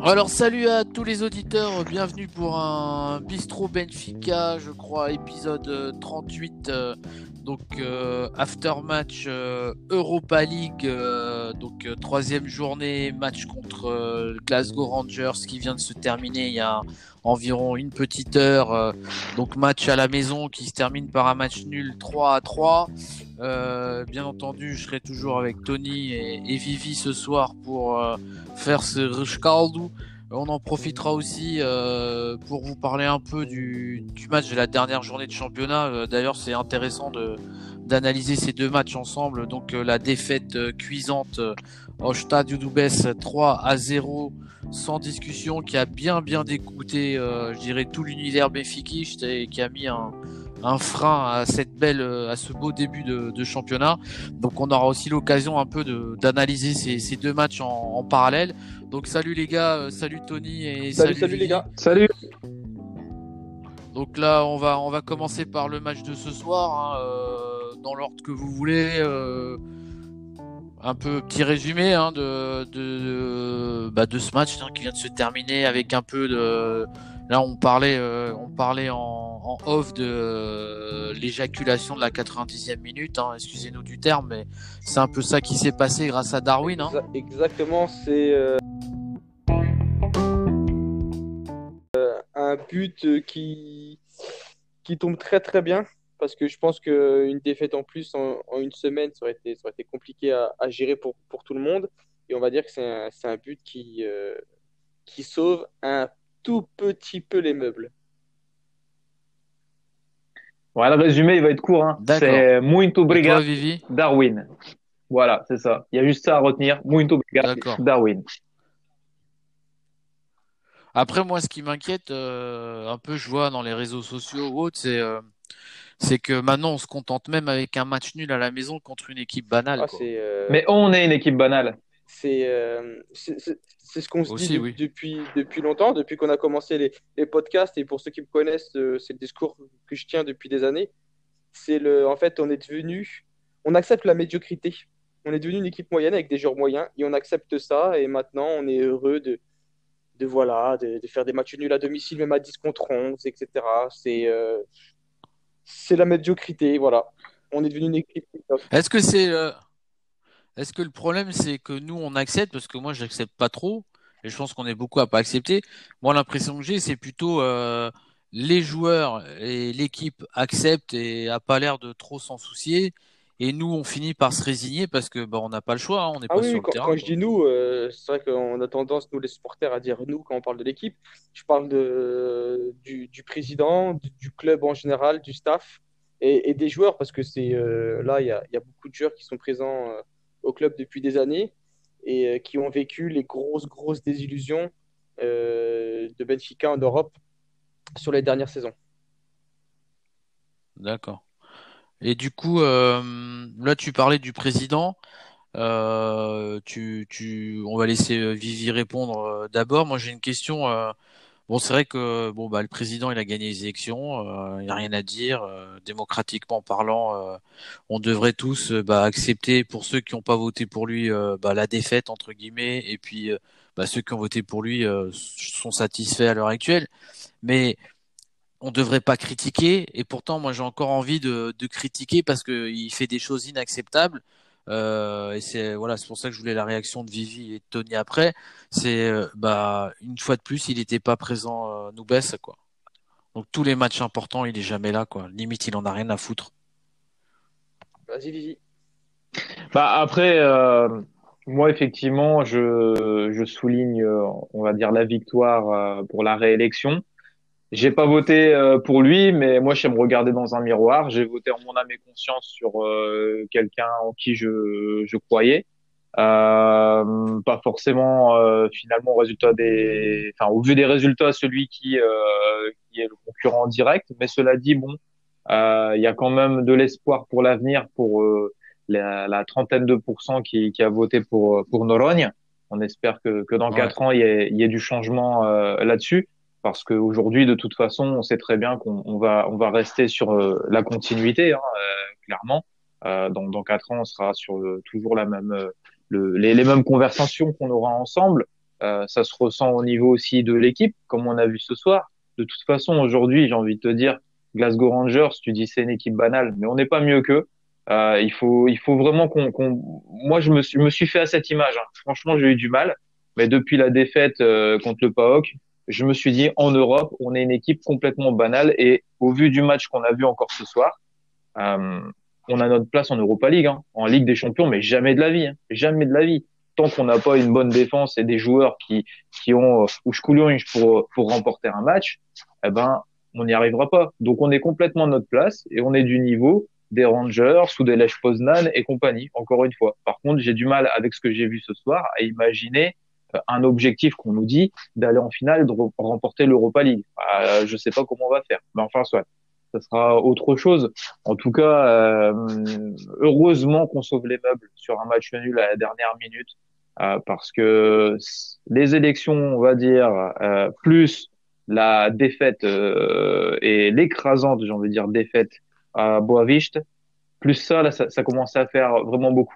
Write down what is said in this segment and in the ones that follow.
Alors salut à tous les auditeurs, bienvenue pour un Bistro Benfica, je crois, épisode 38, after match Europa League, troisième journée, match contre Glasgow Rangers qui vient de se terminer il y a environ une petite heure, donc match à la maison qui se termine par un match nul 3-3. Bien entendu, je serai toujours avec Tony et Vivi ce soir pour faire ce rescaldo. On en profitera aussi pour vous parler un peu du match de la dernière journée de championnat. D'ailleurs, c'est intéressant d'analyser ces deux matchs ensemble. Donc la défaite cuisante au Stade do Bes 3-0 sans discussion, qui a bien dégoûté, je dirais, tout l'univers benfiquiste et qui a mis un frein à ce beau début de championnat. Donc on aura aussi l'occasion un peu d'analyser ces deux matchs en parallèle. Donc salut les gars, salut Tony et Salut, salut salut les Vivi. gars. Salut. Donc là on va commencer par le match de ce soir, dans l'ordre que vous voulez. Un peu petit résumé de ce match qui vient de se terminer avec un peu de. Là, on parlait en off de l'éjaculation de la 90e minute. Excusez-nous du terme, mais c'est un peu ça qui s'est passé grâce à Darwin. Exactement, c'est un but qui tombe très très bien parce que je pense qu'une défaite en plus en une semaine, ça aurait été compliqué à gérer pour tout le monde. Et on va dire que c'est un but qui sauve un tout petit peu les meubles. Ouais, le résumé, il va être court, hein. D'accord. C'est muito Et toi, obrigado, Vivi? Darwin. Voilà, c'est ça. Il y a juste ça à retenir. Muito obrigado, D'accord. Darwin. Après, moi, ce qui m'inquiète un peu, je vois dans les réseaux sociaux ou autres, c'est que maintenant, on se contente même avec un match nul à la maison contre une équipe banale, Ah, quoi. Mais on est une équipe banale. c'est ce qu'on se dit Aussi, oui. depuis longtemps, depuis qu'on a commencé les podcasts. Et pour ceux qui me connaissent, c'est le discours que je tiens depuis des années. En fait, on accepte la médiocrité. On est devenu une équipe moyenne avec des joueurs moyens et on accepte ça. Et maintenant, on est heureux de faire des matchs nuls à domicile, même à 10 contre 11, etc. C'est la médiocrité, voilà. On est devenu une équipe. Est-ce que c'est, est-ce que le problème, c'est que nous, on accepte, parce que moi, j'accepte pas trop, et je pense qu'on est beaucoup à pas accepter. Moi, l'impression que j'ai, c'est plutôt les joueurs et l'équipe acceptent et a pas l'air de trop s'en soucier, et nous, on finit par se résigner parce que on n'a pas le choix, on n'est Ah pas oui, oui, sur le quand terrain, je quoi. dis nous, c'est vrai qu'on a tendance, nous les supporters, à dire nous quand on parle de l'équipe. Je parle du président, du club en général, du staff et des joueurs, parce que là, il y a beaucoup de joueurs qui sont présents au club depuis des années et qui ont vécu les grosses désillusions de Benfica en Europe sur les dernières saisons. D'accord. Et du coup, là, tu parlais du président. On va laisser Vivi répondre d'abord. Moi, j'ai une question. Bon, c'est vrai que le président, il a gagné les élections. Il n'y a rien à dire. Démocratiquement parlant, on devrait tous accepter, pour ceux qui n'ont pas voté pour lui, la défaite entre guillemets. Et puis ceux qui ont voté pour lui sont satisfaits à l'heure actuelle. Mais on devrait pas critiquer, et pourtant moi j'ai encore envie de critiquer parce que il fait des choses inacceptables. Et c'est pour ça que je voulais la réaction de Vivi et de Tony après. C'est une fois de plus il n'était pas présent, Noubes, quoi. Donc tous les matchs importants il est jamais là, quoi. Limite il en a rien à foutre. Vas-y, Vivi. Bah après, moi effectivement, je souligne, on va dire la victoire pour la réélection. J'ai pas voté pour lui, mais moi, je sais me regarder dans un miroir. J'ai voté en mon âme et conscience sur quelqu'un en qui je croyais. Pas forcément finalement au vu des résultats, celui qui est le concurrent direct. Mais cela dit, bon, il y a quand même de l'espoir pour l'avenir pour la trentaine de pourcents qui a voté pour Norogne. On espère que dans Ouais. 4 ans, il y ait du changement là-dessus. Parce qu'aujourd'hui, de toute façon, on sait très bien qu'on va rester sur la continuité, hein, clairement. Dans 4 ans, on sera sur toujours la même, les mêmes conversations qu'on aura ensemble. Ça se ressent au niveau aussi de l'équipe, comme on a vu ce soir. De toute façon, aujourd'hui, j'ai envie de te dire, Glasgow Rangers, tu dis c'est une équipe banale, mais on n'est pas mieux qu'eux. Il faut vraiment Moi, je me suis fait à cette image, hein. Franchement, j'ai eu du mal, mais depuis la défaite contre le PAOK, je me suis dit en Europe, on est une équipe complètement banale et au vu du match qu'on a vu encore ce soir, euh, on a notre place en Europa League, hein, en Ligue des Champions, mais jamais de la vie, hein, jamais de la vie. Tant qu'on n'a pas une bonne défense et des joueurs qui ont couillonne pour remporter un match, eh ben on n'y arrivera pas. Donc on est complètement à notre place et on est du niveau des Rangers ou des Lech Poznan et compagnie. Encore une fois. Par contre, j'ai du mal avec ce que j'ai vu ce soir à imaginer un objectif qu'on nous dit d'aller en finale, de remporter l'Europa League. Je sais pas comment on va faire, mais enfin soit. Ça sera autre chose. En tout cas, heureusement qu'on sauve les meubles sur un match nul à la dernière minute, parce que les élections, on va dire, plus la défaite et l'écrasante, j'ai envie de dire, défaite à Boavista, plus ça, là, ça commence à faire vraiment beaucoup.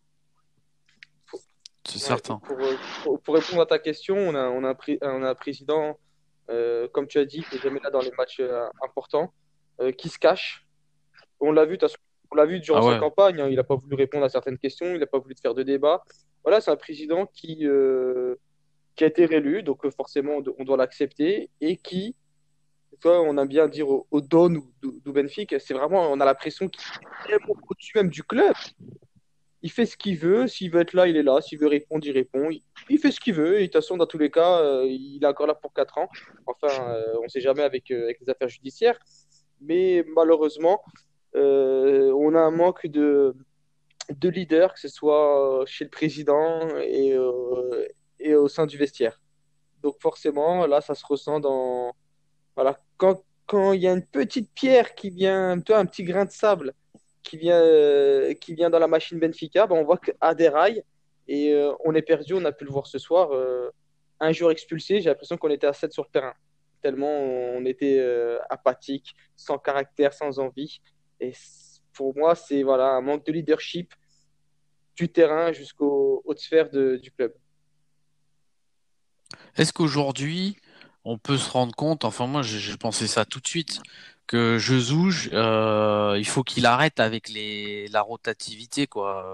C'est Ouais, certain. pour répondre à ta question, on a un président, comme tu as dit, qui n'est jamais là dans les matchs importants, qui se cache. On l'a vu, on l'a vu durant Ah sa ouais. campagne, hein, il n'a pas voulu répondre à certaines questions, il n'a pas voulu faire de débat. Voilà, c'est un président qui a été réélu, donc forcément on doit l'accepter, et qui, toi, on aime bien dire au Don ou du Benfica, c'est vraiment, on a l'impression qu'il est tellement au-dessus même du club. Il fait ce qu'il veut, s'il veut être là, il est là, s'il veut répondre, il répond. Il fait ce qu'il veut, et de toute façon, dans tous les cas, il est encore là pour 4 ans. Enfin, on ne sait jamais avec les affaires judiciaires. Mais malheureusement, on a un manque de leader, que ce soit chez le président et au sein du vestiaire. Donc forcément, là, ça se ressent dans... Voilà, quand il y a une petite pierre qui vient, toi, un petit grain de sable qui vient dans la machine Benfica, ben, on voit qu'à des rails, et on est perdu, on a pu le voir ce soir. Un joueur expulsé, j'ai l'impression qu'on était à 7 sur le terrain, tellement on était apathique, sans caractère, sans envie. Et pour moi, c'est voilà, un manque de leadership du terrain jusqu'aux hautes sphères du club. Est-ce qu'aujourd'hui, on peut se rendre compte, enfin moi j'ai pensé ça tout de suite, que Jesus, il faut qu'il arrête avec la rotativité, quoi.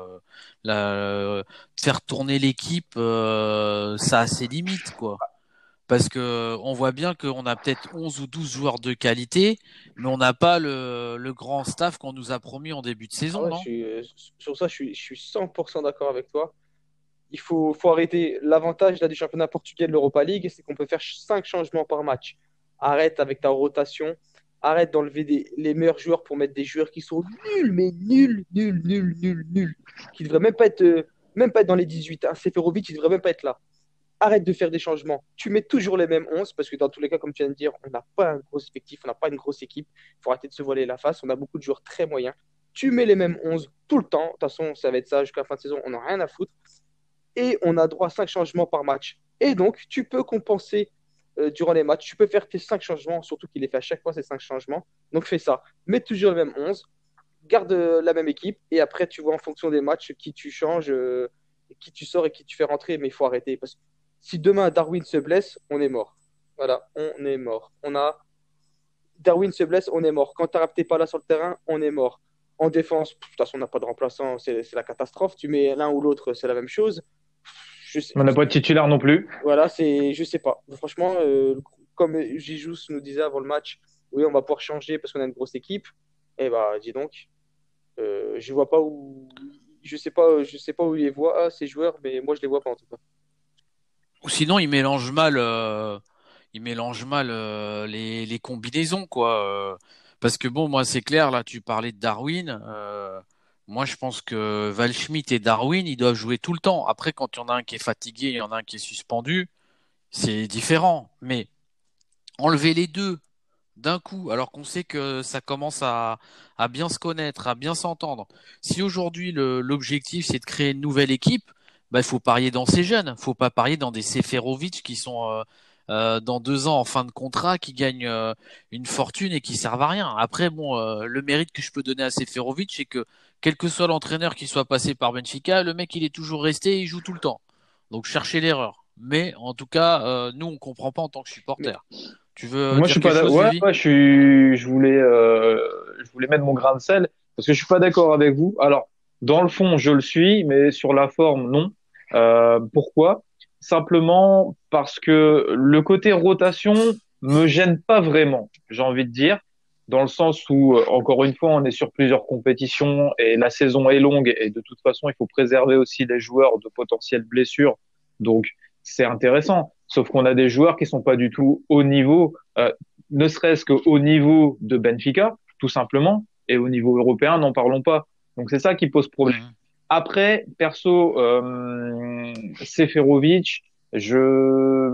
Faire tourner l'équipe, ça a ses limites, quoi. Parce que on voit bien qu'on a peut-être 11 ou 12 joueurs de qualité, mais on n'a pas le grand staff qu'on nous a promis en début de Ah saison, ouais, non? sur ça, je suis 100% d'accord avec toi. Il faut arrêter. L'avantage là, du championnat portugais de l'Europa League, c'est qu'on peut faire 5 changements par match. Arrête avec ta rotation. Arrête d'enlever les meilleurs joueurs pour mettre des joueurs qui sont nuls, mais nuls, nuls, nuls, nuls, nuls. Qui ne devraient même pas être dans les 18. Un Seferovic, il ne devrait même pas être là. Arrête de faire des changements. Tu mets toujours les mêmes 11 parce que dans tous les cas, comme tu viens de dire, on n'a pas un gros effectif, on n'a pas une grosse équipe. Il faut arrêter de se voiler la face. On a beaucoup de joueurs très moyens. Tu mets les mêmes 11 tout le temps. De toute façon, ça va être ça jusqu'à la fin de saison. On n'a rien à foutre et on a droit à 5 changements par match. Et donc, tu peux compenser durant les matchs. Tu peux faire tes 5 changements, surtout qu'il est fait à chaque fois ces 5 changements. Donc, fais ça. Mets toujours le même 11, garde la même équipe, et après, tu vois en fonction des matchs qui tu changes, qui tu sors et qui tu fais rentrer. Mais il faut arrêter. Parce que si demain Darwin se blesse, on est mort. Voilà, on est mort. Darwin se blesse, on est mort. Quand Tarap n'est pas là sur le terrain, on est mort. En défense, de toute façon, on n'a pas de remplaçant, c'est la catastrophe. Tu mets l'un ou l'autre, c'est la même chose. Je sais, On n'a pas de titulaire non plus. voilà, je sais pas. Franchement, comme Jijous nous disait avant le match, oui, on va pouvoir changer parce qu'on a une grosse équipe. Eh bah, dis donc, je vois pas où, je sais pas où il les voit ces joueurs, mais moi je les vois pas en tout cas. Ou sinon, il mélange mal les combinaisons, quoi. Parce que bon, moi, c'est clair, là, tu parlais de Darwin. Moi, je pense que Waldschmidt et Darwin, ils doivent jouer tout le temps. Après, quand il y en a un qui est fatigué, il y en a un qui est suspendu, c'est différent. Mais enlever les deux d'un coup, alors qu'on sait que ça commence à bien se connaître, à bien s'entendre. Si aujourd'hui l'objectif c'est de créer une nouvelle équipe, bah, il faut parier dans ces jeunes. Il faut pas parier dans des Seferovic qui sont dans 2 ans en fin de contrat, qui gagnent une fortune et qui servent à rien. Après, bon, le mérite que je peux donner à Seferovic, c'est que quel que soit l'entraîneur qui soit passé par Benfica, le mec il est toujours resté et il joue tout le temps. Donc cherchez l'erreur. mais en tout cas, nous, on comprend pas en tant que Mais, supporter. Tu veux Moi, je dire suis pas quelque d'accord. chose, Ouais, Lévi? ouais, je voulais mettre mon grain de sel parce que je suis pas d'accord avec vous. Alors, dans le fond, je le suis, mais sur la forme, non. Pourquoi? Simplement parce que le côté rotation me gêne pas vraiment, j'ai envie de dire, dans le sens où, encore une fois, on est sur plusieurs compétitions et la saison est longue et de toute façon, il faut préserver aussi les joueurs de potentielles blessures. Donc, c'est intéressant. Sauf qu'on a des joueurs qui sont pas du tout au niveau, ne serait-ce qu'au niveau de Benfica, tout simplement, et au niveau européen, n'en parlons pas. Donc c'est ça qui pose problème. Mhm. Après, perso, Seferovic, je,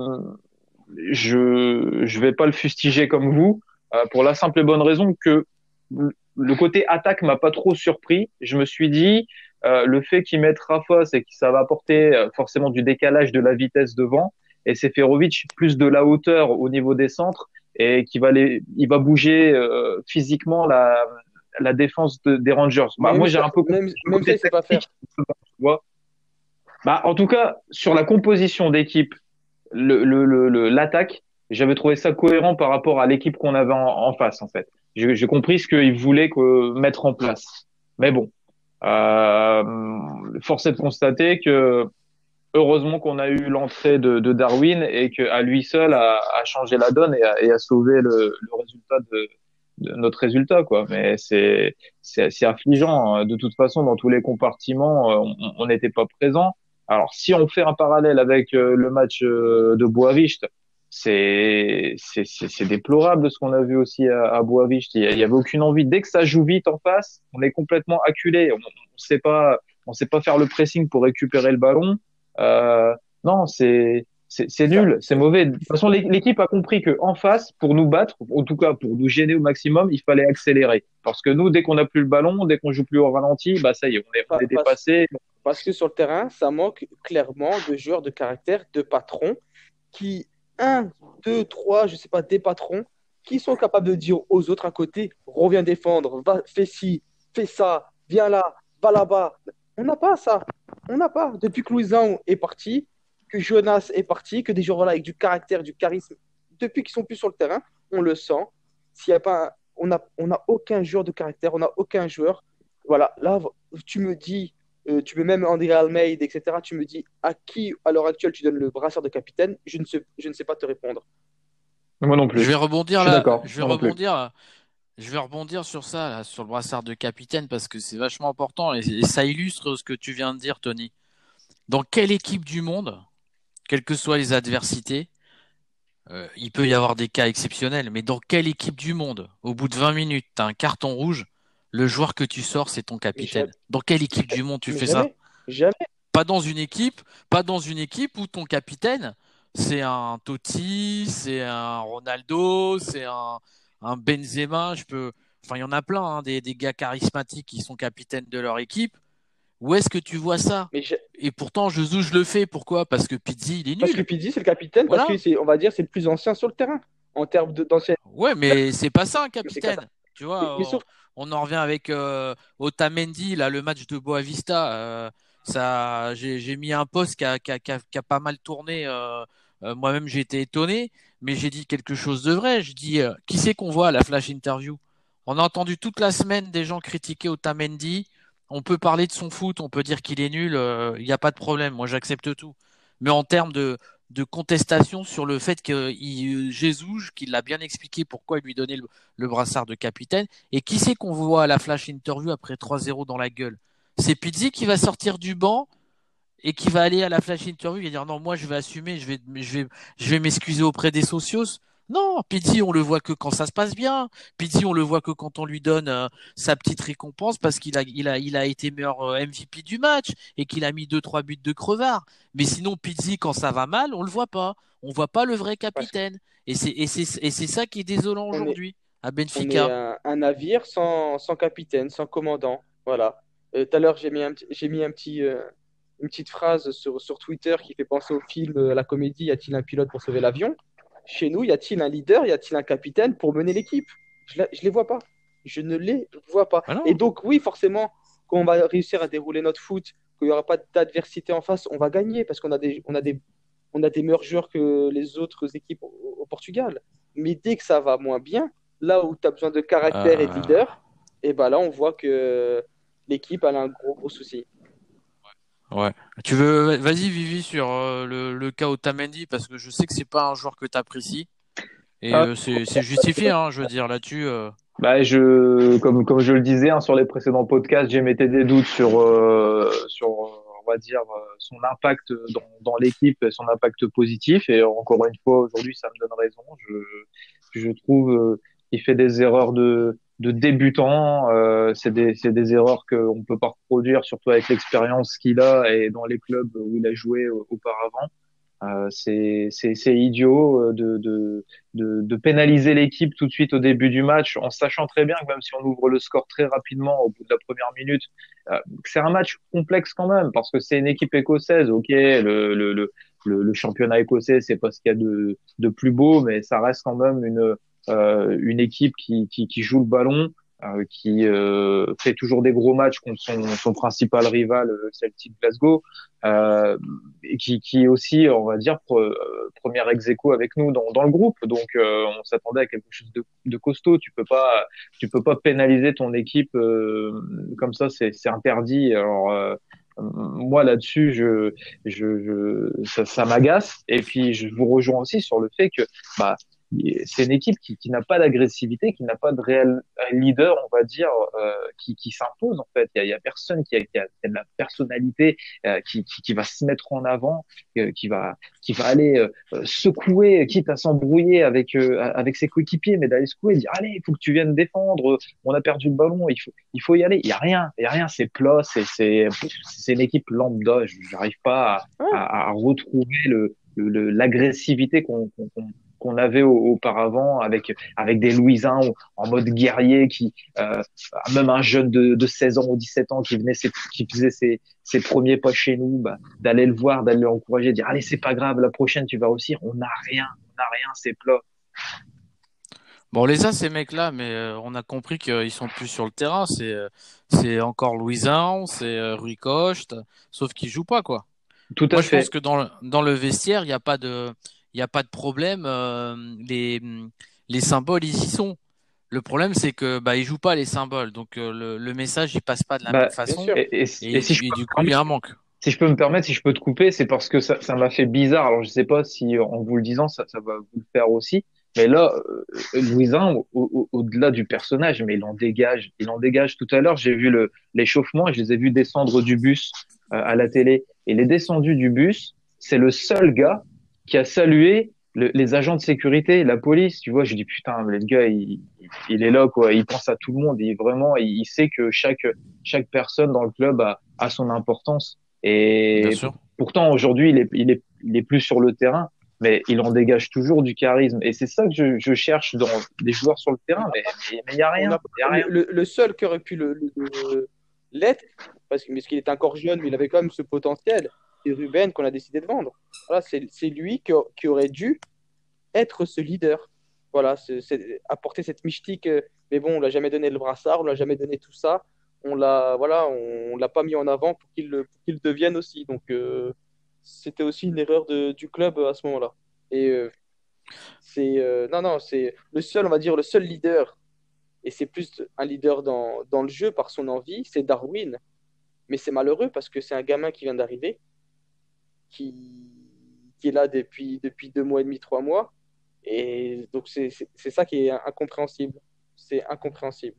je vais pas le fustiger comme vous, pour la simple et bonne raison que le côté attaque m'a pas trop surpris. Je me suis dit, le fait qu'il mette Rafa, c'est que ça va apporter forcément du décalage de la vitesse devant, et Seferovic plus de la hauteur au niveau des centres et il va bouger physiquement la défense des Rangers. Bah, même moi, j'ai ça, un peu compris le même ça, côté il sait pas tactique, faire. tu vois. Bah, en tout cas, sur la composition d'équipe, l'attaque, j'avais trouvé ça cohérent par rapport à l'équipe qu'on avait en face, en fait. J'ai compris ce qu'ils voulaient mettre en place. Mais bon, euh, force est de constater que heureusement qu'on a eu l'entrée de Darwin et qu'à lui seul a changé la donne et a sauvé le résultat de notre résultat, quoi. Mais c'est affligeant, hein. De toute façon, dans tous les compartiments, on n'était pas présent. Alors, si on fait un parallèle avec le match de Boavista, c'est déplorable ce qu'on a vu aussi à Boavista. Il y avait aucune envie. Dès que ça joue vite en face, on est complètement acculé. On sait pas faire le pressing pour récupérer le ballon. Euh, non, c'est Ça, nul, c'est mauvais. De toute façon, l'équipe a compris que en face, pour nous battre, en tout cas pour nous gêner au maximum, il fallait accélérer. Parce que nous, dès qu'on n'a plus le ballon, dès qu'on joue plus au ralenti, bah ça y est, on est parce, dépassé. parce que sur le terrain, ça manque clairement de joueurs de caractère, de patrons, qui, un, deux, trois, je sais pas, des patrons, qui sont capables de dire aux autres à côté, reviens défendre, va, fais ci, fais ça, viens là, va là-bas. On n'a pas ça. On n'a pas. Depuis que Louison est parti, que Jonas est parti, que des joueurs voilà, avec du caractère, du charisme, depuis qu'ils sont plus sur le terrain, on le sent. S'il y a pas on a aucun joueur de caractère, on n'a aucun joueur. Voilà, là, tu me dis, tu peux même André Almeida, etc. Tu me dis à qui, à l'heure actuelle, tu donnes le brassard de capitaine, je ne sais pas te répondre. Moi non Je plus. vais Je rebondir suis là, d'accord. Moi non plus. je vais rebondir sur ça, là, sur le brassard de capitaine, parce que c'est vachement important et ça illustre ce que tu viens de dire, Tony. Dans quelle équipe du monde, quelles que soient les adversités, il peut y avoir des cas exceptionnels, mais dans quelle équipe du monde, au bout de 20 minutes, tu as un carton rouge, le joueur que tu sors, c'est ton Mais, capitaine. Dans quelle équipe du monde tu mais fais ça? jamais, jamais. Pas dans une équipe, pas dans une équipe où ton capitaine, c'est un Totti, c'est un Ronaldo, c'est un Benzema. Enfin, il y en a plein, hein, des gars charismatiques qui sont capitaines de leur équipe. Où est-ce que tu vois ça? Mais je- Et pourtant, je le fais. Pourquoi? Parce que Pizzi, il est Parce que nul. Pizzi, c'est le capitaine, parce que Voilà. c'est, on va dire, c'est le plus ancien sur le terrain en termes d'ancienneté. Ouais, mais c'est pas ça un Mais c'est cata- capitaine. Tu vois, mais sauf on en revient avec Otamendi, là, le match de Boavista. J'ai mis un post qui a pas mal tourné. Moi-même, j'ai été étonné, mais j'ai dit quelque chose de vrai. Je dis, qui c'est qu'on voit à la flash interview? On a entendu toute la semaine des gens critiquer Otamendi. On peut parler de son foot, on peut dire qu'il est nul. Il n'y a pas de problème. Moi, j'accepte tout. Mais en termes de contestation sur le fait que Jesus, qu'il l'a bien expliqué pourquoi il lui donnait le brassard de capitaine. Et qui c'est qu'on voit à la flash interview après 3-0 dans la gueule? C'est Pizzi qui va sortir du banc et qui va aller à la flash interview et dire non, moi je vais assumer, je vais m'excuser auprès des socios. Non, Pizzi, on le voit que quand ça se passe bien. Pizzi, on le voit que quand on lui donne sa petite récompense parce qu'il a été meilleur MVP du match et qu'il a mis deux, trois buts de crevard. Mais sinon, Pizzi, quand ça va mal, on le voit pas. On voit pas le vrai parce capitaine. Et c'est ça qui est désolant qu'on est, aujourd'hui à on est Benfica. un navire sans capitaine, sans commandant. Voilà. Tout à l'heure, j'ai mis une petite phrase sur Twitter qui fait penser au film, à la comédie, y a-t-il un pilote pour sauver l'avion? Chez nous, y a-t-il un leader, y a-t-il un capitaine pour mener l'équipe? Je les vois pas. Je ne les vois pas. Voilà. Et donc, oui, forcément, quand on va réussir à dérouler notre foot, qu'il n'y aura pas d'adversité en face, on va gagner parce on a des meilleurs joueurs que les autres équipes au Portugal. Mais dès que ça va moins bien, là où tu as besoin de caractère et de Euh, leader, et ben là, on voit que l'équipe elle a un gros souci. ouais. Vas-y, Vivi, sur le cas Otamendi, parce que je sais que c'est pas un joueur que tu apprécies. Et Ah, c'est justifié, hein, je veux dire, là-dessus. bah, comme je le disais sur les précédents podcasts, j'émettais des doutes on va dire, son impact dans l'équipe, son impact positif. Et encore une fois, aujourd'hui, ça me donne raison. Je trouve qu'il fait des erreurs de débutant. C'est des erreurs qu'on peut pas reproduire, surtout avec l'expérience qu'il a et dans les clubs où il a joué auparavant. C'est idiot de pénaliser l'équipe tout de suite au début du match en sachant très bien que même si on ouvre le score très rapidement au bout de la première minute, c'est un match complexe quand même parce que c'est une équipe écossaise. Ok, le championnat écossais, c'est pas ce qu'il y a de plus beau, mais ça reste quand même une équipe qui joue le ballon. Qui fait toujours des gros matchs contre son principal rival, Celtic Glasgow, et qui est aussi, on va dire, premier ex-aequo avec nous dans le groupe. Donc, on s'attendait à quelque chose de costaud. Tu peux pas pénaliser ton équipe comme c'est interdit. Alors, moi là-dessus, ça m'agace. Et puis, je vous rejoins aussi sur le fait que, bah, c'est une équipe qui n'a pas d'agressivité, qui n'a pas de réel leader, on va dire, qui s'impose en fait. Il y a personne qui a de la personnalité, qui va se mettre en avant, qui va aller secouer, quitte à s'embrouiller avec ses coéquipiers, mais d'aller secouer, dire allez, il faut que tu viennes défendre, on a perdu le ballon, il faut y aller. Il y a rien, c'est plat, c'est une équipe lambda. J'arrive pas Ouais. à retrouver l'agressivité qu'on avait auparavant avec des Louisins en mode guerrier même un jeune de 16 ans ou 17 ans qui faisait ses premiers pas chez nous, bah, d'aller le voir, d'aller l'encourager, dire allez, c'est pas grave, la prochaine tu vas réussir. On n'a rien, c'est plat. Bon, on les a ces mecs-là, mais on a compris qu'ils sont plus sur le terrain. C'est encore Louisan, c'est Rui Coste, sauf qu'ils jouent pas quoi. Tout Moi, à je pense fait. que dans le vestiaire, il y a pas de problème. Les symboles, ils y sont. Le problème, c'est que bah ils jouent pas les symboles, donc le message il passe pas de la même Bah, Bien façon, sûr. et si je et peux du me coup il y permettre, a un manque. si je peux me permettre, si je peux te couper, c'est parce que ça m'a fait bizarre. Alors, je sais pas si en vous le disant, ça va vous le faire aussi. Mais là, Louisin, au-delà du personnage, mais il en dégage. Tout à l'heure, j'ai vu l'échauffement et je les ai vus descendre du bus à la télé. Et les descendus du bus, c'est le seul gars qui a salué les agents de sécurité, la police. Tu vois, je dis putain, mais le gars, il est là, quoi. Il pense à tout le monde. Il sait que chaque personne dans le club a son importance. Bien Et sûr. pourtant, aujourd'hui, il est plus sur le terrain, mais il en dégage toujours du charisme. Et c'est ça que je cherche dans des joueurs sur le terrain, mais il y a On rien, a, il y a rien. le seul qui aurait pu l'être, parce qu'il était encore jeune, mais il avait quand même ce potentiel, c'est Ruben qu'on a décidé de vendre. Voilà, c'est lui qui aurait dû être ce leader. Voilà, apporter cette mystique. Mais bon, on l'a jamais donné le brassard, on l'a jamais donné tout ça. On l'a pas mis en avant pour qu'il devienne aussi. Donc, c'était aussi une erreur du club à ce moment-là. Et non, non, c'est le seul, on va dire, le seul leader. Et c'est plus un leader dans le jeu par son envie, c'est Darwin. Mais c'est malheureux parce que c'est un gamin qui vient d'arriver, qui, qui est là depuis 2 mois et demi, 3 mois. Et donc, c'est ça qui est incompréhensible. C'est incompréhensible.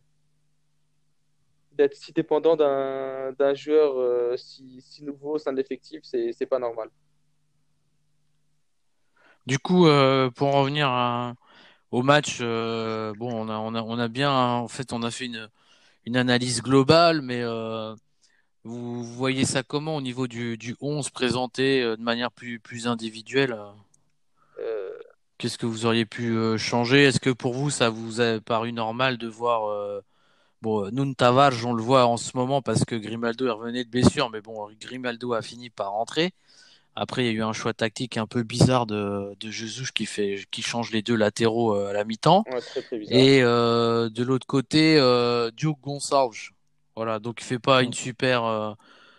D'être si dépendant d'un joueur si nouveau au sein de l'effectif, c'est pas normal. Du coup, pour en revenir au match, bon, on a bien, en fait, on a fait une analyse globale, mais vous voyez ça comment au niveau du 11 présenté de manière plus individuelle? Euh, Qu'est-ce que vous auriez pu changer? Est-ce que pour vous, ça vous a paru normal de voir bon, Nuno Tavares, on le voit en ce moment parce que Grimaldo est revenu de blessure, mais bon, Grimaldo a fini par rentrer. Après, il y a eu un choix tactique un peu bizarre de Jesus qui change les deux latéraux à la mi-temps. ouais, très très bizarre. Et de l'autre côté, Diogo Gonçalves. Voilà, donc il fait pas une super.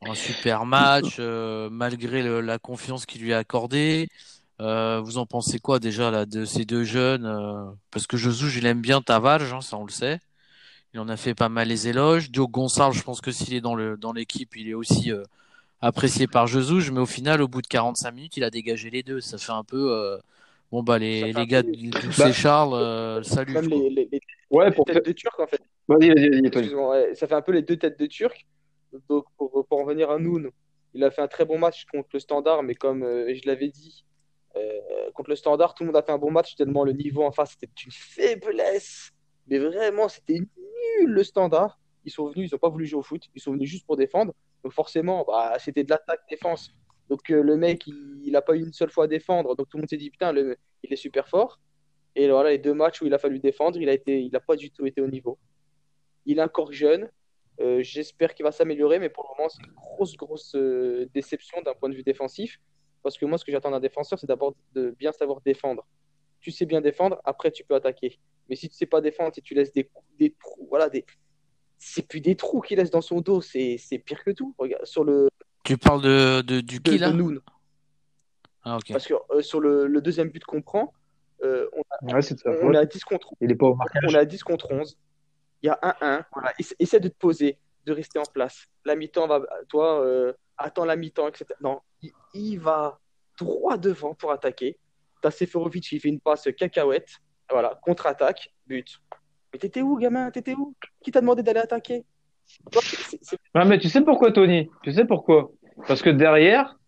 Un super match, malgré la confiance qu'il lui a accordée. Vous en pensez quoi déjà là de ces deux jeunes parce que Jesus, je l'aime bien Tavares, hein, ça on le sait. Il en a fait pas mal les éloges. Diogo Gonçalves, je pense que s'il est dans l'équipe, il est aussi apprécié par Jesus, mais au final, au bout de 45 minutes, il a dégagé les deux. Ça fait un peu bon bah Ça fait les un gars peu du Douce et Bah, Charles, salut même quoi. ouais, les têtes de Turc, en fait. vas-y, Tony. Excuse-moi, ouais, ça fait un peu les deux têtes de Turc. Donc, pour en venir à Noun, il a fait un très bon match contre le Standard, mais comme je l'avais dit, contre le Standard, tout le monde a fait un bon match, tellement le niveau en face était une faiblesse. Mais vraiment, c'était nul le Standard. Ils sont venus, ils n'ont pas voulu jouer au foot, ils sont venus juste pour défendre. Donc forcément, bah, c'était de l'attaque-défense. Donc le mec, il n'a pas eu une seule fois à défendre. Donc tout le monde s'est dit, putain, il est super fort. Et voilà, les deux matchs où il a fallu défendre, il n'a pas du tout été au niveau. Il est encore jeune. J'espère qu'il va s'améliorer, mais pour le moment, c'est une grosse déception d'un point de vue défensif. Parce que moi, ce que j'attends d'un défenseur, c'est d'abord de bien savoir défendre. Tu sais bien défendre, après tu peux attaquer. Mais si tu sais pas défendre, si tu laisses des trous, voilà, c'est plus des trous qu'il laisse dans son dos, c'est pire que tout. Regarde, sur Tu parles du qui de là? Noun. Ah ok. Parce que sur le deuxième but qu'on prend, euh, on, Ouais, c'est de sa on est faute. à 10 contre Il est pas au on est marquage. à 10 contre 11. Il y a 1-1. Voilà. Essaie de te poser, de rester en place. La mi-temps va. Toi, attends la mi-temps, etc. Non, il va droit devant pour attaquer. T'as Seferovic, il fait une passe cacahuète. Voilà, contre-attaque, but. Mais t'étais où, gamin? T'étais où? Qui t'a demandé d'aller attaquer? Toi, Non, mais tu sais pourquoi, Tony? Tu sais pourquoi? Parce que derrière,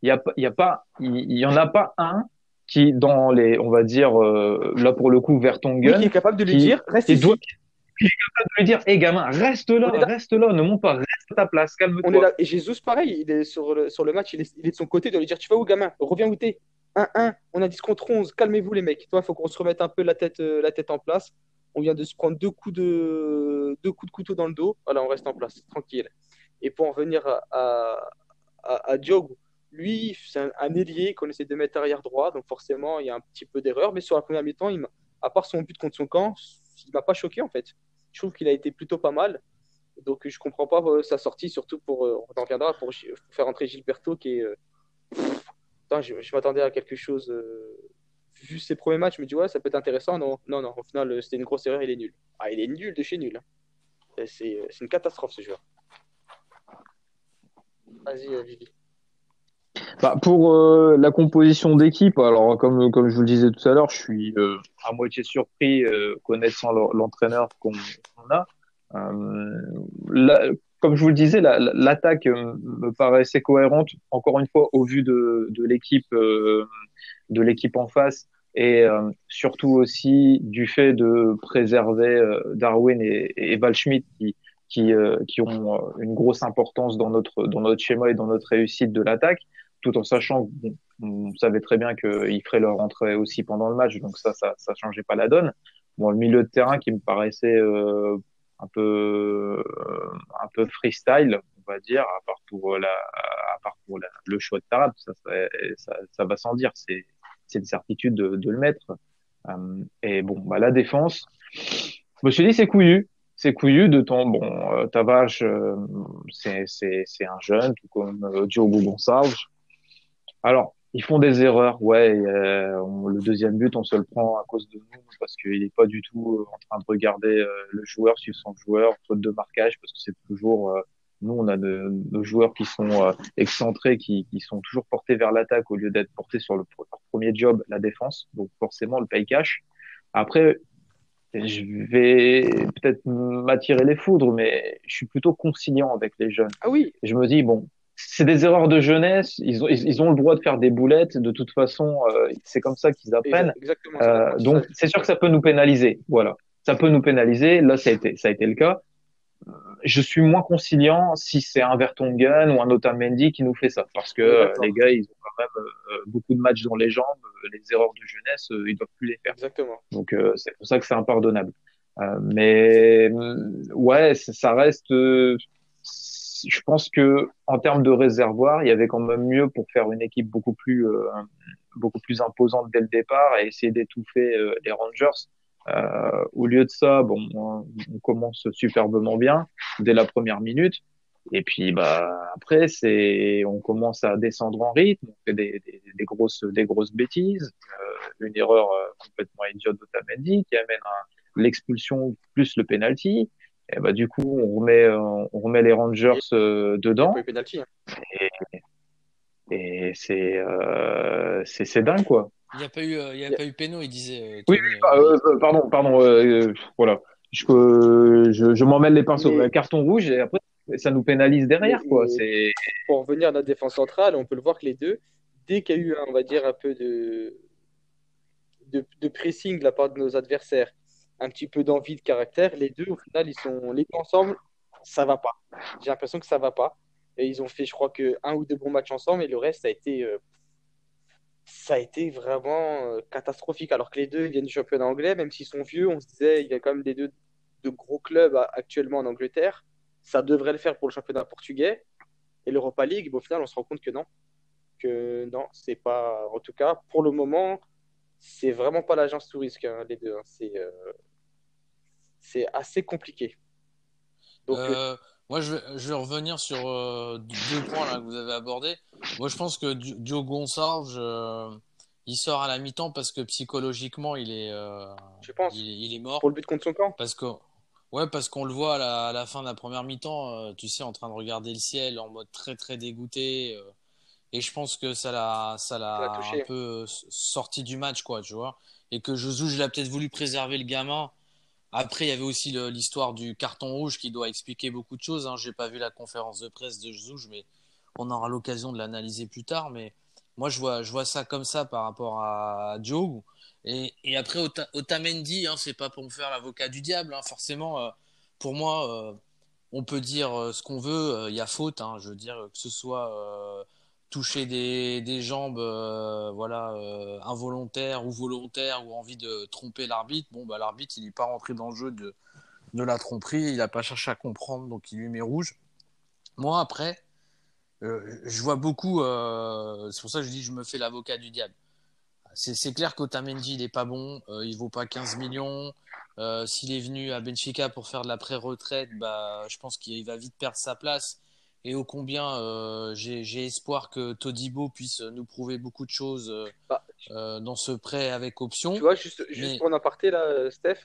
il y en a pas un qui, dans les, on va dire, là pour le coup, oui, qui est Vertonghen, capable de lui qui, dire, reste qui doit, ici. qui est capable de lui dire, hé gamin, On est là. reste là, ne monte pas, reste à ta place, On est calme-toi. là. Et Jesus, pareil, il est sur le match, il est de son côté, de lui dire, tu vas où, gamin? Reviens où t'es? 1-1, on a 10 contre 11, calmez-vous les mecs. Toi, il faut qu'on se remette un peu la tête en place. On vient de se prendre deux coups de couteau dans le dos. Voilà, on reste en place, tranquille. Et pour en revenir à Diogo, lui, c'est un ailier qu'on essaie de mettre arrière droit, donc forcément, il y a un petit peu d'erreur. Mais sur la première mi-temps, à part son but contre son camp, il m'a pas choqué en fait. Je trouve qu'il a été plutôt pas mal. Donc je comprends pas sa sortie, surtout on en reviendra, pour faire entrer Gilberto qui est. Putain, je m'attendais à quelque chose. Vu ses premiers matchs, je me dis ouais, ça peut être intéressant. Non, non, non, au final, c'était une grosse erreur, il est nul. Ah, il est nul de chez nul, hein. C'est une catastrophe ce joueur. Vas-y, Vivi. Bah, pour la composition d'équipe, alors comme je vous le disais tout à l'heure, je suis à moitié surpris connaissant l'entraîneur qu'on a. Euh, là, comme je vous le disais, l'attaque me paraissait cohérente, encore une fois, au vu de l'équipe en face et surtout aussi du fait de préserver Darwin et Waldschmidt qui ont une grosse importance dans notre schéma et dans notre réussite de l'attaque, tout en sachant que bon, on savait très bien qu'ils feraient leur entrée aussi pendant le match, donc ça changeait pas la donne. Bon, le milieu de terrain qui me paraissait un peu freestyle, on va dire, à part pour le choix de Tarab, ça va sans dire, c'est une certitude de le mettre. Et bon, bah, la défense, je me suis dit c'est couillu de ton bon Tavares, c'est un jeune, tout comme Diogo Gonçalves. Alors, ils font des erreurs, ouais. Le deuxième but, on se le prend à cause de nous parce qu'il n'est pas du tout en train de regarder le joueur, suivre son joueur, faute de marquage, parce que c'est toujours nous, on a nos joueurs qui sont excentrés, qui sont toujours portés vers l'attaque au lieu d'être portés sur leur premier job, la défense. Donc forcément, le pay cash. Après, je vais peut-être m'attirer les foudres, mais je suis plutôt conciliant avec les jeunes. Ah oui, Je me dis, bon, c'est des erreurs de jeunesse, ils ont le droit de faire des boulettes, de toute façon, c'est comme ça qu'ils apprennent. exactement ça. Donc, c'est sûr que ça peut nous pénaliser. Voilà. Ça peut nous pénaliser. Là, ça a été le cas. Je suis moins conciliant si c'est un Vertonghen ou un Otamendi qui nous fait ça. Parce que On est les d'accord. gars, ils ont quand même beaucoup de matchs dans les jambes. Les erreurs de jeunesse, ils doivent plus les faire. Exactement. Donc c'est pour ça que c'est impardonnable. Mais ouais, ça reste. Je pense que en termes de réservoir, il y avait quand même mieux pour faire une équipe beaucoup plus imposante dès le départ et essayer d'étouffer les Rangers. Au lieu de ça, bon, on commence superbement bien dès la première minute. Et puis après on commence à descendre en rythme, on fait des grosses bêtises, une erreur complètement idiote d'Otamendi qui amène à l'expulsion plus le penalty. Et du coup on remet les Rangers Et il n'y a pas eu dedans pénalty. Hein. et c'est dingue quoi. Il y a Il y a- pas eu péno, il disait Oui, Tony. pardon, voilà. Je m'en mêle les pinceaux. Un Mais, carton rouge et après ça nous pénalise derrière quoi. mais pour revenir à notre défense centrale, on peut le voir que les deux, dès qu'il y a eu, on va dire, un peu de pressing de la part de nos adversaires, un petit peu d'envie de caractère, les deux, au final, les deux ensemble, ça va pas. J'ai l'impression que ça va pas. Et ils ont fait, je crois, que un ou deux bons matchs ensemble, et le reste, ça a été vraiment catastrophique. Alors que les deux ils viennent du championnat anglais, même s'ils sont vieux, on se disait, il y a quand même les deux de gros clubs actuellement en Angleterre. Ça devrait le faire pour le championnat portugais. Et l'Europa League, au final, on se rend compte que non. Que non, c'est pas. En tout cas, pour le moment, c'est vraiment pas l'agence touriste, hein, les deux. Hein. C'est assez compliqué. Donc, Euh, Moi, je vais revenir sur deux points là, que vous avez abordés. Moi, je pense que Diogo Gonçalves, il sort à la mi-temps parce que psychologiquement, je pense, il est mort. pour le but contre son camp. Parce que, ouais, parce qu'on le voit à la fin de la première mi-temps, tu sais, en train de regarder le ciel en mode très, très dégoûté. Et je pense que ça Ça l'a l'a un touché. peu sorti du match, quoi, tu vois. Et que Jesus, il a peut-être voulu préserver le gamin. Après, il y avait aussi l'histoire du carton rouge qui doit expliquer beaucoup de choses. Hein. J'ai pas vu la conférence de presse de Jesus, mais on aura l'occasion de l'analyser plus tard. Mais moi, je vois ça comme ça par rapport à Diogo. Et après, Otamendi, hein, c'est pas pour me faire l'avocat du diable, hein, forcément. Pour moi, on peut dire ce qu'on veut, il y a faute. Hein, je veux dire que ce soit toucher des jambes, voilà, involontaires ou volontaires, ou envie de tromper l'arbitre. Bon, bah l'arbitre, il n'est pas rentré dans le jeu de la tromperie, il n'a pas cherché à comprendre, donc il lui met rouge. Moi, après, je vois beaucoup. C'est pour ça que je dis, je me fais l'avocat du diable. C'est clair qu'Otamendi, il est pas bon, il vaut pas 15 millions. S'il est venu à Benfica pour faire de la pré-retraite, bah, je pense qu'il va vite perdre sa place. Et ô combien j'ai espoir que Todibo puisse nous prouver beaucoup de choses Bah, dans ce prêt avec tu option. vois, juste Mais pour en aparté, là, Steph,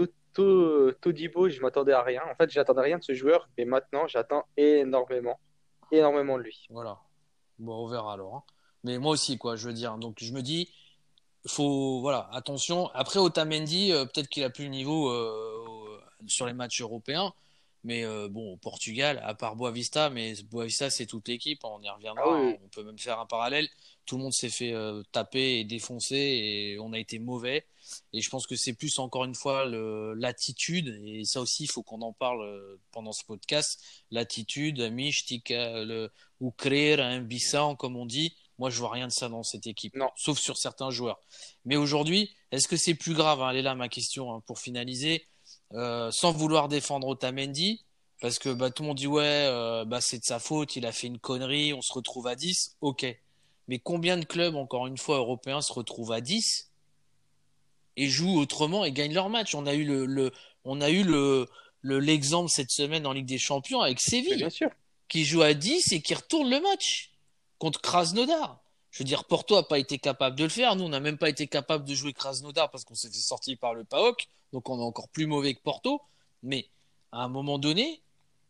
Todibo, je m'attendais à rien. En fait, j'attendais rien de ce joueur, mais maintenant, j'attends énormément, énormément de lui. voilà, bon, on verra alors. Hein. Mais moi aussi, quoi, je veux dire. Donc je me dis, faut, voilà, attention. Après, Otamendi, peut-être qu'il a plus le niveau sur les matchs européens. Mais bon, au Portugal, à part Boavista, mais Boavista, c'est toute l'équipe, on y Ah reviendra, oui, hein. oui. On peut même faire un parallèle. Tout le monde s'est fait taper et défoncer et on a été mauvais. Et je pense que c'est plus, encore une fois, l'attitude, et ça aussi, il faut qu'on en parle pendant ce podcast. L'attitude, Mishtika, ou créer un Bissan, comme on dit. Moi, je vois rien de ça dans cette équipe, Non. sauf sur certains joueurs. Mais aujourd'hui, est-ce que c'est plus grave, hein, elle est là ma question, hein, pour finaliser, sans vouloir défendre Otamendi, parce que bah, tout le monde dit ouais, bah, c'est de sa faute, il a fait une connerie, on se retrouve à 10, ok. Mais combien de clubs, encore une fois, européens se retrouvent à 10 et jouent autrement et gagnent leur match? On a eu on a eu l'exemple cette semaine en Ligue des Champions avec Mais bien Séville, sûr. qui joue à 10 et qui retourne le match contre Krasnodar. Je veux dire, Porto n'a pas été capable de le faire. Nous, on n'a même pas été capable de jouer Krasnodar parce qu'on s'est fait sortir par le PAOK. Donc, on est encore plus mauvais que Porto. Mais à un moment donné,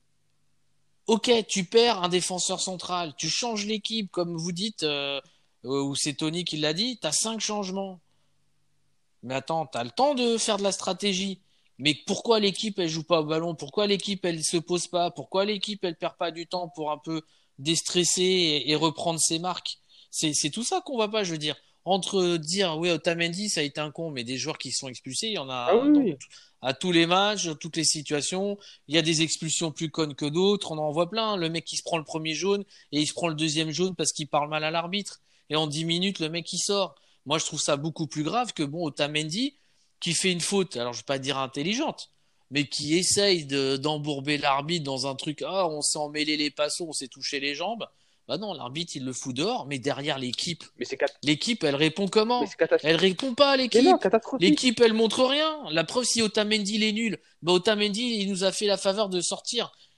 ok, tu perds un défenseur central, tu changes l'équipe, comme vous dites, ou c'est Tony qui l'a dit, tu as 5 changements. Mais attends, tu as le temps de faire de la stratégie. Mais pourquoi l'équipe, elle joue pas au ballon? Pourquoi l'équipe, elle se pose pas? Pourquoi l'équipe, elle perd pas du temps pour un peu déstresser et reprendre ses marques? C'est tout ça qu'on va pas, je veux dire. Entre dire, oui, Otamendi, ça a été un con, mais des joueurs qui sont expulsés, il y en Ah a oui, oui. à tous les matchs, dans toutes les situations. Il y a des expulsions plus connes que d'autres, on en voit plein. Le mec qui se prend le premier jaune et il se prend le deuxième jaune parce qu'il parle mal à l'arbitre. Et en 10 minutes, le mec, il sort. Moi, je trouve ça beaucoup plus grave que, bon, Otamendi, qui fait une faute, alors je vais pas dire intelligente, mais qui essaye d'embourber l'arbitre dans un truc, ah, on s'est emmêlé les passeaux, on s'est touché les jambes. Bah non, l'arbitre, il le fout dehors, mais derrière Mais c'est l'équipe, elle répond mais comment? c'est catastrophique. Elle répond pas à Mais non, l'équipe. catastrophique. L'équipe, elle montre rien. La preuve, si Otamendi, il est nul, bah Otamendi, il nous a fait la faveur de sortir.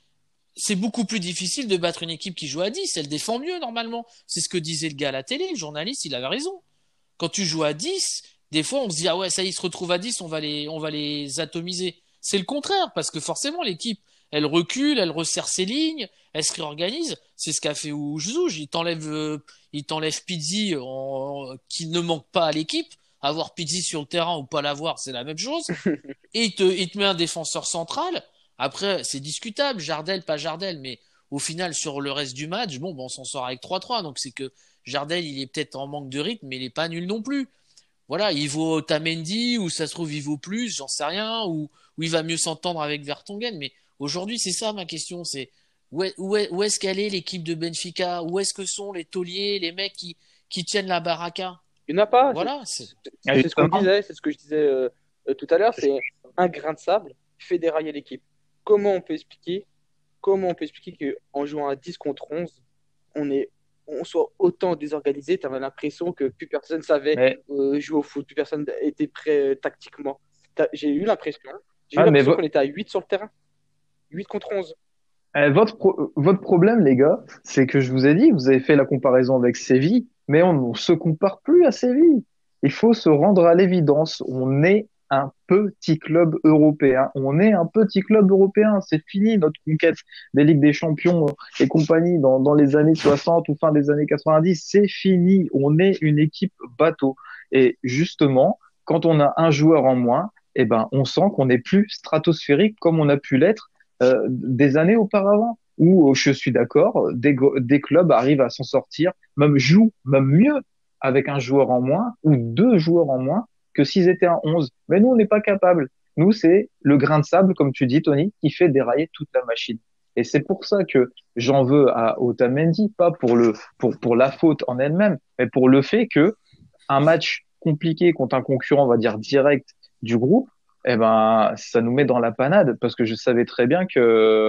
c'est beaucoup plus difficile de battre une équipe qui joue à 10. Elle défend mieux, normalement. C'est ce que disait le gars à la télé, le journaliste, il avait raison. Quand tu joues à 10, des fois, on se dit, ah ouais, ça y est, ils se retrouvent à 10, on va les atomiser. C'est le contraire, parce que forcément, l'équipe, elle recule, elle resserre ses lignes, elle se réorganise. C'est ce qu'a fait Ouzouj. Il t'enlève Pizzi qui ne manque pas à l'équipe. Avoir Pizzi sur le terrain ou pas l'avoir, c'est la même chose. Et il te met un défenseur central. Après, c'est discutable, Jardel, pas Jardel, mais au final, sur le reste du match, bon, on s'en sort avec 3-3. Donc c'est que Jardel, il est peut-être en manque de rythme, mais il est pas nul non plus. Voilà, il vaut Tamendi, ou ça se trouve, il vaut plus, j'en sais rien, ou il va mieux s'entendre avec Vertonghen. Mais aujourd'hui, c'est ça ma question, c'est où est-ce qu'elle est l'équipe de Benfica? Où est-ce que sont les tauliers, les mecs qui tiennent la baraka? Il n'y en a pas. Voilà, C'est ce qu'on disait, c'est ce que je disais tout à l'heure, c'est un grain de sable fait dérailler l'équipe. Comment on peut expliquer, comment on peut expliquer qu'en jouant à 10 contre 11, on est, on soit autant désorganisé, tu avais l'impression que plus personne savait Mais, jouer au foot, plus personne était prêt tactiquement. J'ai eu l'impression, mais qu'on était à 8 sur le terrain, 8 contre 11. votre problème, les gars, c'est que je vous ai dit, vous avez fait la comparaison avec Séville, mais on ne se compare plus à Séville. Il faut se rendre à l'évidence. On est un petit club européen. On est un petit club européen. C'est fini notre conquête des Ligues des Champions et compagnie dans les années 60 ou fin des années 90. C'est fini. On est une équipe bateau. Et justement, quand on a un joueur en moins, eh ben, on sent qu'on n'est plus stratosphérique comme on a pu l'être des années auparavant, où je suis d'accord, des clubs arrivent à s'en sortir, même jouent même mieux avec un joueur en moins ou deux joueurs en moins que s'ils étaient à 11. Mais nous, on n'est pas capable. Nous, c'est le grain de sable, comme tu dis, Tony, qui fait dérailler toute la machine. Et c'est pour ça que j'en veux à Otamendi, pas pour la faute en elle-même, mais pour le fait que un match compliqué contre un concurrent, on va dire direct du groupe, eh ben, ça nous met dans la panade parce que je savais très bien que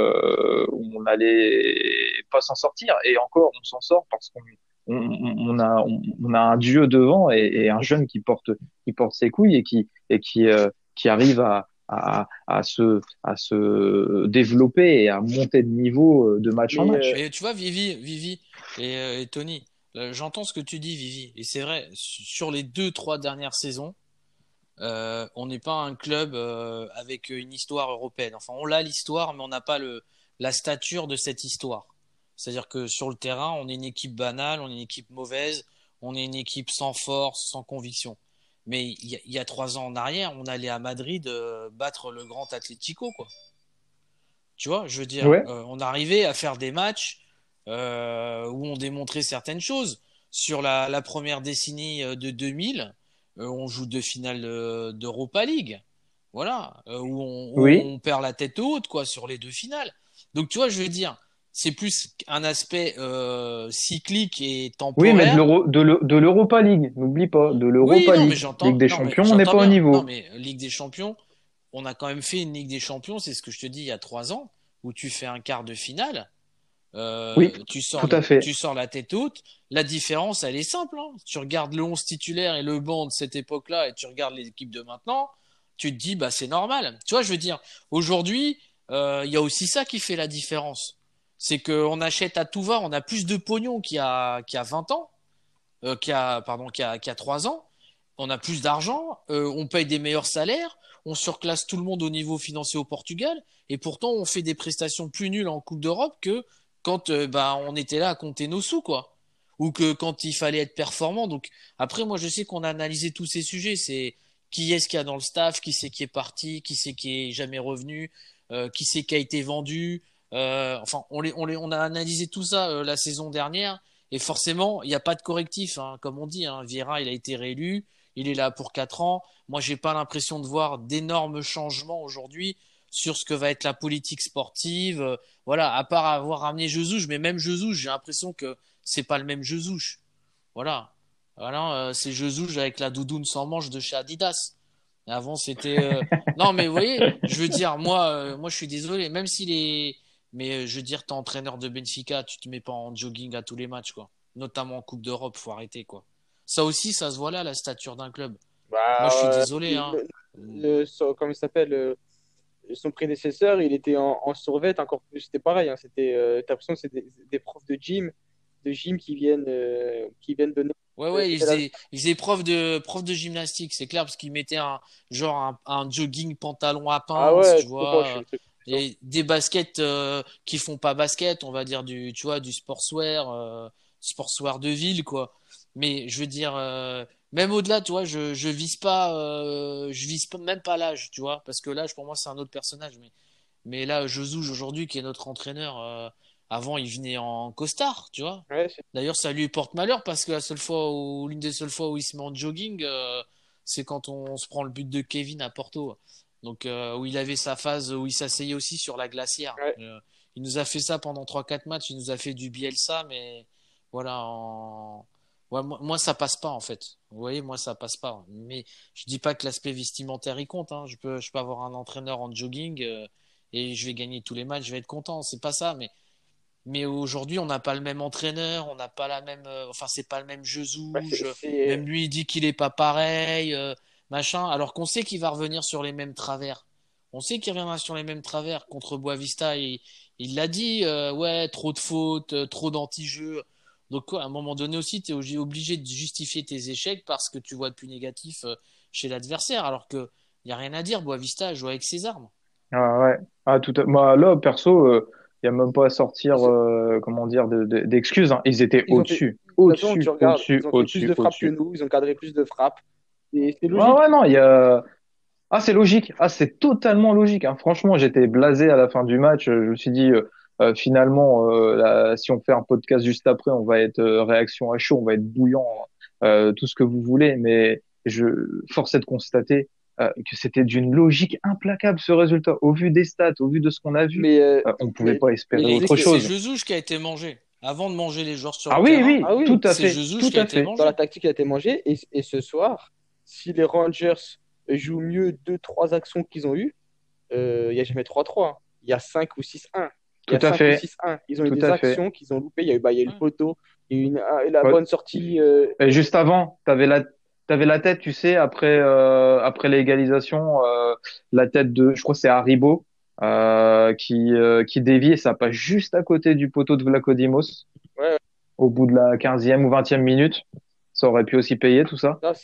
on allait pas s'en sortir. Et encore, on s'en sort parce on a un dieu devant et un jeune qui porte ses couilles qui arrive à se développer et à monter de niveau de match en Mais match. Mais tu vois, Vivi et Tony, j'entends ce que tu dis, Vivi. Et c'est vrai, sur les 2, 3 dernières saisons, on n'est pas un club avec une histoire européenne. Enfin, on a l'histoire, mais on n'a pas la stature de cette histoire. C'est-à-dire que sur le terrain, on est une équipe banale, on est une équipe mauvaise, on est une équipe sans force, sans conviction. Mais il y a 3 ans en arrière, on allait à Madrid battre le grand Atlético, quoi. Tu vois, je veux dire, Ouais, on arrivait à faire des matchs où on démontrait certaines choses. Sur la première décennie de 2000, on joue 2 finales d'Europa League. Voilà, où oui. on perd la tête haute, quoi, sur les 2 finales. Donc, tu vois, je veux dire, c'est plus un aspect cyclique et Oui, mais temporaire. de l'Europa League, n'oublie pas, de Oui, l'Europa non, mais League. Ligue des Champions, on n'est j'entends pas au bien. Non, niveau. mais Ligue des Champions, on a quand même fait une Ligue des Champions, c'est ce que je te dis il y a 3 ans, où tu fais un quart de finale, Oui, tout à fait. tu sors la tête haute. La différence, elle est simple, hein. Tu regardes le 11 titulaire et le banc de cette époque-là, et tu regardes les équipes de maintenant, tu te dis, bah c'est normal. Tu vois, je veux dire, aujourd'hui, il y a aussi ça qui fait la différence. C'est qu'on achète à tout va, on a plus de pognon qu'il y a 20 ans, qu'il y a 3 ans. On a plus d'argent, on paye des meilleurs salaires, on surclasse tout le monde au niveau financier au Portugal, et pourtant on fait des prestations plus nulles en Coupe d'Europe que quand bah, on était là à compter nos sous, quoi. Ou que quand il fallait être performant. Donc après, moi je sais qu'on a analysé tous ces sujets, c'est qui est-ce qu'il y a dans le staff, qui c'est qui est parti, qui c'est qui est jamais revenu, qui c'est qui a été vendu. Enfin, on a analysé tout ça la saison dernière, et forcément, il n'y a pas de correctif, hein, comme on dit. Hein. Vieira, il a été réélu. Il est là pour 4 ans. Moi, j'ai pas l'impression de voir d'énormes changements aujourd'hui sur ce que va être la politique sportive. Voilà, à part avoir ramené Jesus, mais même Jesus, j'ai l'impression que c'est pas le même Jesus. Voilà. Voilà, c'est Jesus avec la doudoune sans manche de chez Adidas. Avant, c'était. Non, mais vous voyez, je veux dire, moi, je suis désolé, même s'il est. Mais je veux dire, t'es entraîneur de Benfica, tu te mets pas en jogging à tous les matchs, quoi. Notamment en Coupe d'Europe, faut arrêter, quoi. Ça aussi, ça se voit là, la stature d'un club. Moi, je suis Bah, désolé, hein. comment il s'appelle son prédécesseur, il était en survêt encore plus. C'était pareil, hein, t'as l'impression que c'est des profs de gym qui viennent donner. Ouais, C'était la- il faisait prof de gymnastique, c'est clair, parce qu'il mettait un jogging pantalon à Ah pince, ouais, tu trop poche, vois, le truc. et des baskets qui font pas basket, on va dire tu vois, du sportswear de ville, quoi. Mais je veux dire, même au-delà, tu vois, je vise pas, même pas l'âge, tu vois, parce que l'âge pour moi c'est un autre personnage, mais là, Jezouge aujourd'hui, qui est notre entraîneur, avant il venait en costard, tu vois. Ouais, D'ailleurs, ça lui porte malheur parce que l'une des seules fois où il se met en jogging, c'est quand on se prend le but de Kevin à Porto. Donc, où il avait sa phase où il s'asseyait aussi sur la glacière. ouais. Il nous a fait ça pendant 3 4 matchs. Il nous a fait du Bielsa, mais voilà. Ouais, moi, ça passe pas en fait. Vous voyez, moi, ça passe pas. Mais je dis pas que l'aspect vestimentaire il compte. Hein. Je peux avoir un entraîneur en jogging et je vais gagner tous les matchs. Je vais être content. C'est pas ça, mais aujourd'hui, on n'a pas le même entraîneur, on n'a pas la même, enfin, c'est pas le même jeu Bah, c'est, zouge. Même c'est- lui, il dit qu'il est pas pareil, machin. Alors qu'on sait qu'il va revenir sur les mêmes travers. On sait qu'il reviendra sur les mêmes travers contre Boavista. Il l'a dit, ouais, trop de fautes, trop d'anti-jeux. Donc, quoi, à un moment donné aussi, tu es obligé de justifier tes échecs parce que tu vois de plus négatif chez l'adversaire. Alors que y a rien à dire, Boavista joue avec ses armes. Ah ouais. Moi, là, perso, il y a même pas à sortir, ils, comment dire, d'excuses, hein. Ils étaient ils ont fait, au-dessus, de toute façon, tu au-dessus, regardes, ils au-dessus, ont fait plus au-dessus, de frappes que au-dessus. nous, ils ont cadré plus de frappes. Et c'est Ouais, logique. ouais, non, il y a. Ah, c'est logique. Ah, c'est totalement logique, hein. Franchement, j'étais blasé à la fin du match. Je me suis dit, finalement, si on fait un podcast juste après, on va être réaction à chaud, on va être bouillant, tout ce que vous voulez. Mais je force est de constater que c'était d'une logique implacable ce résultat. Au vu des stats, au vu de ce qu'on a vu, Mais, euh, on pouvait mais, pas mais espérer tu sais autre que C'est chose. Jezouche qui a été mangé. Avant de manger les joueurs sur Ah le oui, terrain, ah oui, oui, tout à c'est fait, Jezouche tout qui a à été fait. dans la mangé. tactique, il a été mangé. Et ce soir, si les Rangers jouent mieux deux, trois actions qu'ils ont eues, il n'y a jamais 3-3, hein. Il y a 5 ou 6-1. Il y Tout a à 5 ou fait, 6-1. Ils ont eu tout des à fait. actions qu'ils ont loupées. Il y a eu le Ouais. poteau, il y a eu la Ouais. bonne sortie. Et juste avant, t'avais la tête, tu sais, après l'égalisation, la tête de, je crois que c'est Haribo, qui dévie et ça passe juste à côté du poteau de Vlachodimos Ouais, au bout de la 15e ou 20e minute. Ça aurait pu aussi payer tout ça. là,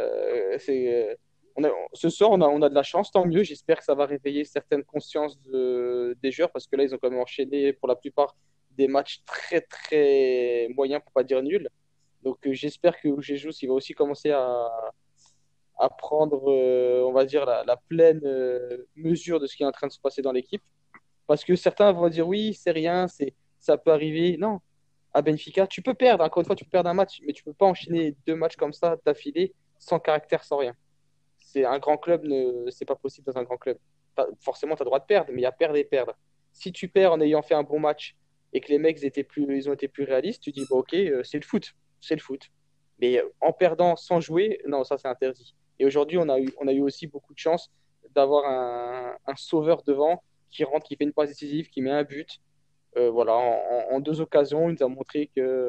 ce soir, on a de la chance, tant mieux. J'espère que ça va réveiller certaines consciences des joueurs parce que là, ils ont quand même enchaîné pour la plupart des matchs très, très moyens, pour pas dire nuls. Donc, j'espère que Jesus, il va aussi commencer à prendre, on va dire, la pleine mesure de ce qui est en train de se passer dans l'équipe. Parce que certains vont dire oui, c'est rien, ça peut arriver. Non, à Benfica, tu peux perdre. Encore une fois, tu peux perdre un match, mais tu peux pas enchaîner deux matchs comme ça d'affilée, sans caractère, sans rien. C'est un grand club, c'est pas possible dans un grand club. Forcément, tu as le droit de perdre, mais il y a perdre et perdre. Si tu perds en ayant fait un bon match et que les mecs ils ont été plus réalistes, tu dis bon, ok, c'est le foot, c'est le foot. Mais en perdant sans jouer, non, ça c'est interdit. Et aujourd'hui, on a eu aussi beaucoup de chance d'avoir un sauveur devant qui rentre, qui fait une passe décisive, qui met un but. Voilà, en deux occasions, il nous a montré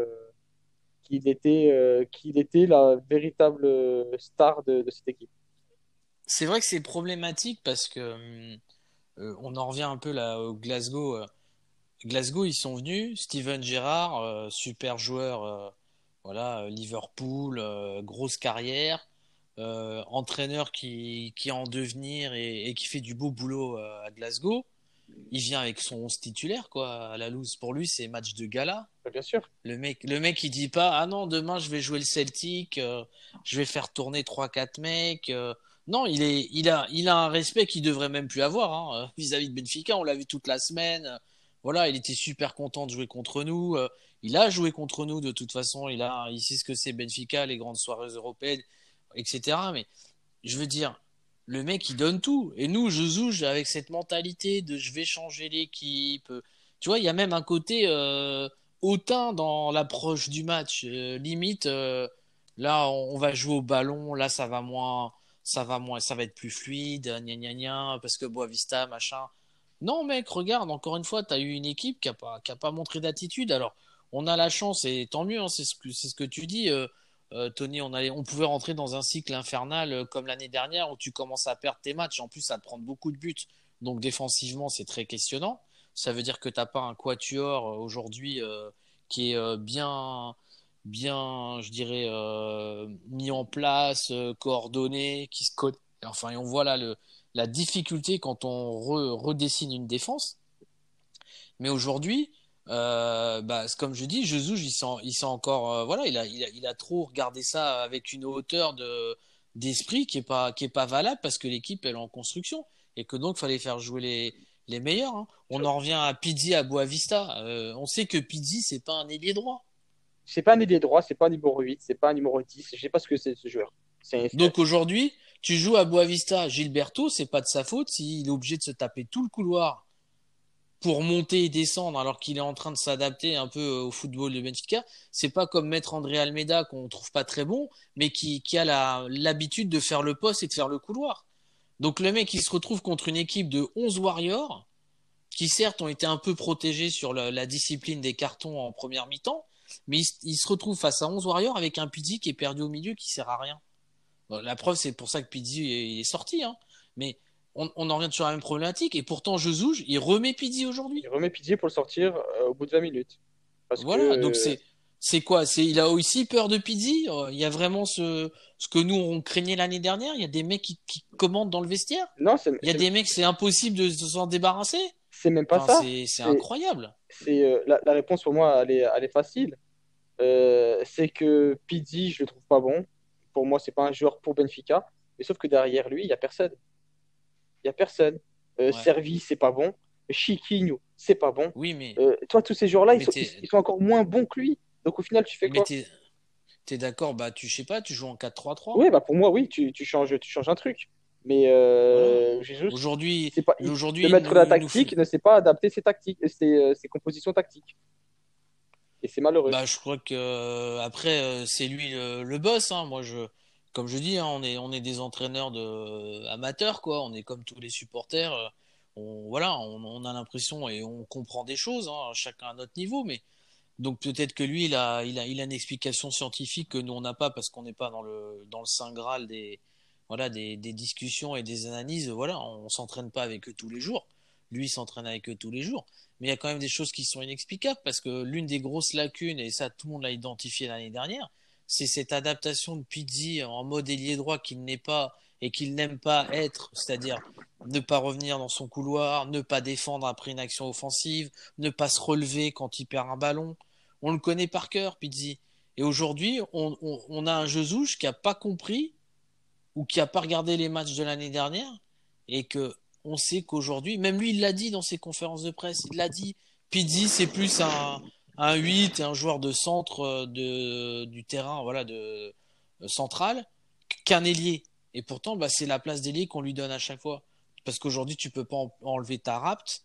qu'il était la véritable star de cette équipe. C'est vrai que c'est problématique parce que on en revient un peu là au Glasgow. Glasgow, ils sont venus. Steven Gerrard, super joueur, voilà, Liverpool, grosse carrière, entraîneur qui est en devenir et qui fait du beau boulot à Glasgow. Il vient avec son 11 titulaire, quoi, à la loose. Pour lui, c'est match de gala. Bien sûr. Le mec, il dit pas, ah non, demain, je vais jouer le Celtic, je vais faire tourner trois quatre mecs. Non, il a un respect qu'il devrait même plus avoir, hein, vis-à-vis de Benfica. On l'a vu toute la semaine. Voilà, il était super content de jouer contre nous. Il a joué contre nous de toute façon. Il sait ce que c'est Benfica, les grandes soirées européennes, etc. Mais je veux dire, le mec, il donne tout. Et nous, avec cette mentalité de je vais changer l'équipe. Tu vois, il y a même un côté hautain dans l'approche du match. Limite, là, on va jouer au ballon. Là, ça va être plus fluide. Gna gna gna, parce que Boavista, machin. Non, mec, regarde, encore une fois, tu as eu une équipe qui a pas montré d'attitude. Alors, on a la chance, et tant mieux, hein, c'est ce que tu dis. Tony, on pouvait rentrer dans un cycle infernal comme l'année dernière où tu commences à perdre tes matchs. En plus, à te prendre beaucoup de buts. Donc défensivement, c'est très questionnant. Ça veut dire que t'as pas un quatuor aujourd'hui qui est bien, je dirais, mis en place, coordonné, qui se code. Enfin, et on voit là la difficulté quand on redessine une défense. Mais aujourd'hui, c'est comme je dis, Jesus, il sent encore, voilà, il a trop regardé ça avec une hauteur d'esprit qui est pas valable parce que l'équipe elle est en construction et que donc fallait faire jouer les meilleurs. Hein. On en revient à Pizzi à Boavista. On sait que Pizzi c'est pas un ailier droit. C'est pas un ailier droit, c'est pas un numéro 8, c'est pas un numéro 10. Je sais pas ce que c'est ce joueur. Donc aujourd'hui, tu joues à Boavista, Gilberto, c'est pas de sa faute s'il est obligé de se taper tout le couloir pour monter et descendre alors qu'il est en train de s'adapter un peu au football de Benfica. C'est pas comme mettre André Almeida qu'on trouve pas très bon, mais qui a l'habitude de faire le poste et de faire le couloir. Donc le mec il se retrouve contre une équipe de 11 warriors qui certes ont été un peu protégés sur la discipline des cartons en première mi-temps, mais il se retrouve face à 11 warriors avec un Pizzi qui est perdu au milieu qui sert à rien. Bon, la preuve c'est pour ça que Pizzi il est sorti, hein. Mais on en revient sur la même problématique et pourtant Jezouge il remet Pizzi aujourd'hui. Il remet Pizzi pour le sortir au bout de 20 minutes. Parce Voilà, donc que c'est quoi? Il a aussi peur de Pizzi. Il y a vraiment ce que nous on craignait l'année dernière. Il y a des mecs qui commandent dans le vestiaire. non, Il y a des mecs c'est impossible de s'en débarrasser. c'est même pas Enfin ça. c'est incroyable. La réponse pour moi, elle est facile. C'est que Pizzi, je le trouve pas bon. Pour moi, c'est pas un joueur pour Benfica. Mais sauf que derrière lui, il y a personne. Il y a personne. Ouais. Servi, c'est pas bon. Chiquinho, c'est pas bon. Oui mais Toi, tous ces joueurs-là, mais ils sont encore moins bons que lui. Donc au final, tu fais mais quoi? t'es d'accord? Bah tu je sais pas, tu joues en 4-3-3. Oui, bah pour moi, oui, tu changes un truc. Mais Voilà. Jesus, Aujourd'hui c'est pas, le aujourd'hui maître de la il nous tactique ne sait pas adapter ses tactiques, ses compositions tactiques. Et c'est malheureux. Bah, je crois que après c'est lui le boss. Hein. Comme je dis, hein, on est des entraîneurs amateurs quoi. On est comme tous les supporters. Voilà, on a l'impression et on comprend des choses, hein, chacun à notre niveau. Mais donc peut-être que lui, il a une explication scientifique que nous on n'a pas parce qu'on n'est pas dans le saint graal des discussions et des analyses. Voilà, on s'entraîne pas avec eux tous les jours. Lui, il s'entraîne avec eux tous les jours. Mais il y a quand même des choses qui sont inexplicables parce que l'une des grosses lacunes, et ça tout le monde l'a identifié l'année dernière, c'est cette adaptation de Pizzi en mode ailier droit qu'il n'est pas et qu'il n'aime pas être, c'est-à-dire ne pas revenir dans son couloir, ne pas défendre après une action offensive, ne pas se relever quand il perd un ballon. On le connaît par cœur, Pizzi. Et aujourd'hui, on a un Jesus qui n'a pas compris ou qui n'a pas regardé les matchs de l'année dernière et que on sait qu'aujourd'hui, même lui, il l'a dit dans ses conférences de presse, il l'a dit, Pizzi, c'est plus un 8 et un joueur de centre du terrain, voilà, central, qu'un ailier. Et pourtant, bah, c'est la place d'ailier qu'on lui donne à chaque fois. Parce qu'aujourd'hui, tu peux pas enlever Tarapt,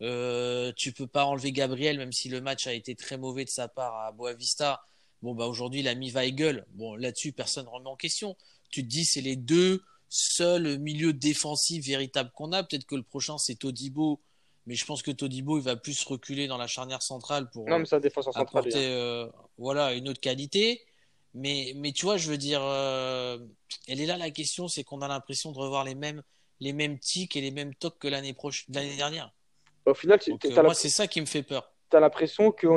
tu peux pas enlever Gabriel, même si le match a été très mauvais de sa part à Boavista. Bon, bah, aujourd'hui, il a mis Weigl. Bon, là-dessus, personne ne remet en question. Tu te dis, c'est les deux seuls milieux défensifs véritables qu'on a. Peut-être que le prochain, c'est Todibo. Mais je pense que Todibo, il va plus reculer dans la charnière centrale pour Non, mais c'est un défenseur central, lui, hein. apporter voilà, une autre qualité. Mais tu vois, je veux dire, elle est là la question, c'est qu'on a l'impression de revoir les mêmes tics et les mêmes tocs que l'année dernière. Au final, tu Donc as moi, c'est ça qui me fait peur. l'impression qu'on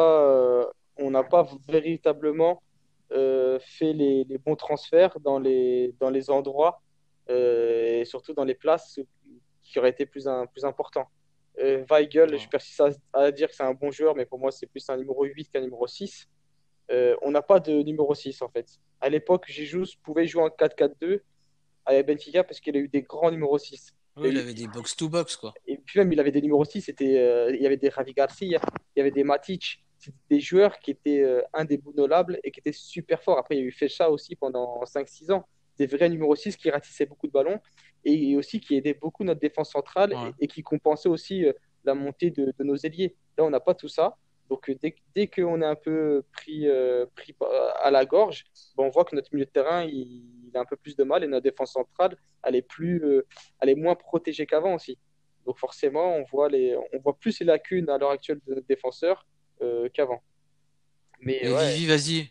on n'a pas véritablement fait les bons transferts dans les endroits et surtout dans les places qui auraient été plus importants. Weigl, je Ouais. persiste à dire que c'est un bon joueur, mais pour moi, c'est plus un numéro 8 qu'un numéro 6. On n'a pas de numéro 6 en fait. À l'époque, Jesus pouvait jouer en 4-4-2 à Benfica parce qu'il a eu des grands numéros 6. Oui, il avait des box-to-box, quoi. Et puis même, il avait des numéros 6, il y avait des Javi Garcia, il y avait des Matic. C'était des joueurs qui étaient indéboulonnables et qui étaient super forts. Après, il y a eu Fecha aussi pendant 5 6 ans. Des vrais numéros 6 qui ratissaient beaucoup de ballons et aussi qui aidaient beaucoup notre défense centrale Ouais. et qui compensaient aussi la montée de nos ailiers. Là, on n'a pas tout ça. Donc, dès qu'on est un peu pris à la gorge, ben, on voit que notre milieu de terrain, il a un peu plus de mal et notre défense centrale, elle est moins protégée qu'avant aussi. Donc forcément, on voit plus les lacunes à l'heure actuelle de notre défenseur qu'avant. Mais ouais, Vivi, vas-y.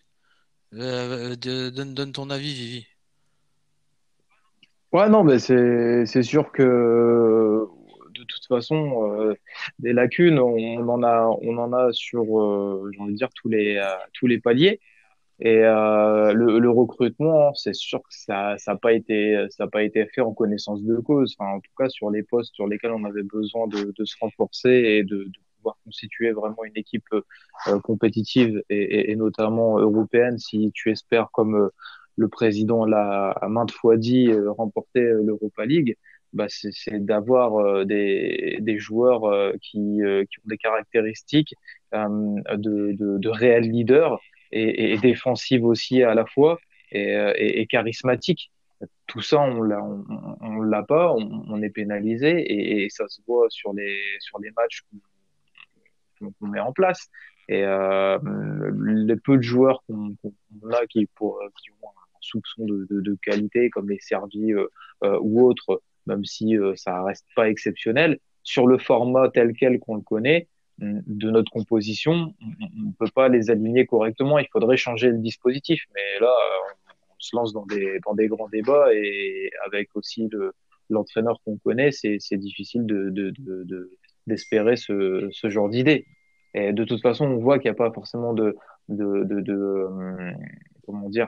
Donne ton avis, Vivi. Ouais, non, mais c'est sûr que toute façon, des lacunes, on en a sur, j'ai envie de dire, tous les paliers. Et le recrutement, c'est sûr que ça a pas été, ça a pas été fait en connaissance de cause. Enfin, en tout cas, sur les postes sur lesquels on avait besoin de se renforcer et de pouvoir constituer vraiment une équipe compétitive et notamment européenne, si tu espères, comme le président l'a à maintes fois dit, remporter l'Europa League, bah c'est d'avoir des joueurs qui ont des caractéristiques de réels leaders et défensive aussi à la fois et charismatique. Tout ça, on l'a pas, on est pénalisé et ça se voit sur les matchs qu'on met en place. Et les peu de joueurs qu'on a qui ont un soupçon de qualité, comme les Servi ou autres, même si ça reste pas exceptionnel, sur le format tel quel qu'on le connaît, de notre composition, on ne peut pas les aligner correctement. Il faudrait changer le dispositif. Mais là, on se lance dans des grands débats et avec aussi l'entraîneur qu'on connaît, c'est difficile d'espérer ce genre d'idée. Et de toute façon, on voit qu'il n'y a pas forcément comment dire,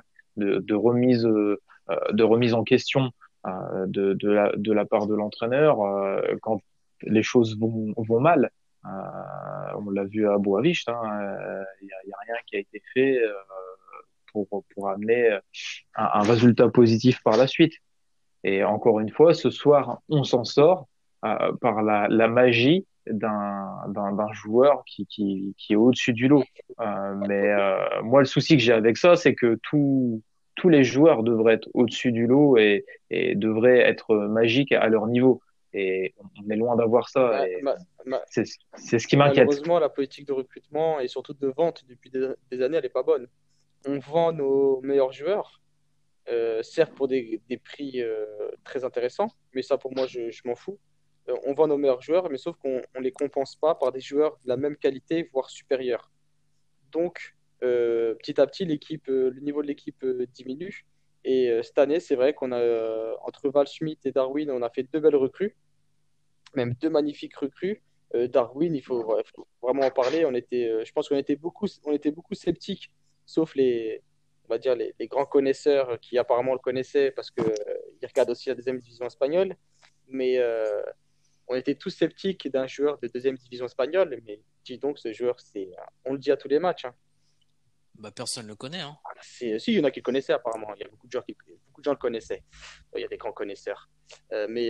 de remise en question de la part de l'entraîneur quand les choses vont mal. On l'a vu à Boavista, hein, y a rien qui a été fait pour amener un résultat positif par la suite. Et encore une fois, ce soir, on s'en sort par la magie d'un joueur qui est au-dessus du lot. Mais moi, le souci que j'ai avec ça, c'est que tous les joueurs devraient être au-dessus du lot et devraient être magiques à leur niveau. Et on est loin d'avoir ça. Ma- Et ma- ma- c'est ce qui m'inquiète. Malheureusement, la politique de recrutement et surtout de vente depuis des années, elle n'est pas bonne. On vend nos meilleurs joueurs, certes pour des prix très intéressants, mais ça pour moi, je m'en fous. On vend nos meilleurs joueurs, mais sauf qu'on ne les compense pas par des joueurs de la même qualité, voire supérieure. Donc, petit à petit, le niveau de l'équipe diminue. Et cette année, c'est vrai qu'on a, entre Val Schmidt et Darwin, on a fait deux belles recrues, même deux magnifiques recrues. Darwin, faut vraiment en parler. Je pense on était beaucoup sceptiques, sauf on va dire les grands connaisseurs qui apparemment le connaissaient parce que ils regardent aussi la deuxième division espagnole. Mais on était tous sceptiques d'un joueur de deuxième division espagnole. Mais dis donc, ce joueur, on le dit à tous les matchs, hein. Bah, personne le connaît, hein. Si, il y en a qui le connaissaient apparemment. Il y a beaucoup de gens le connaissaient. Il y a des grands connaisseurs. Mais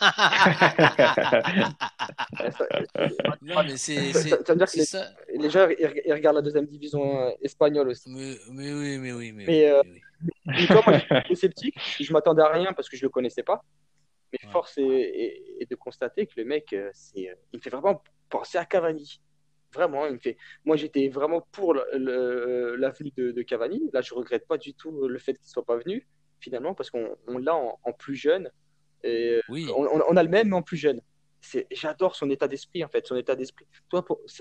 Non, mais ça veut dire que c'est ça. les gens ils regardent la deuxième division espagnole aussi. Mais oui, mais oui, mais Mais, oui, mais oui. mais toi, moi, j'étais sceptique. Je m'attendais à rien parce que je le connaissais pas. Mais Ouais. force est de constater que le mec, il me fait vraiment penser à Cavani. Vraiment, moi, j'étais vraiment pour la venue de Cavani. Là, je regrette pas du tout le fait qu'il soit pas venu, finalement, parce qu'on l'a en plus jeune. Et Oui, on a le même, mais en plus jeune. J'adore son état d'esprit, en fait, son état d'esprit. Toi,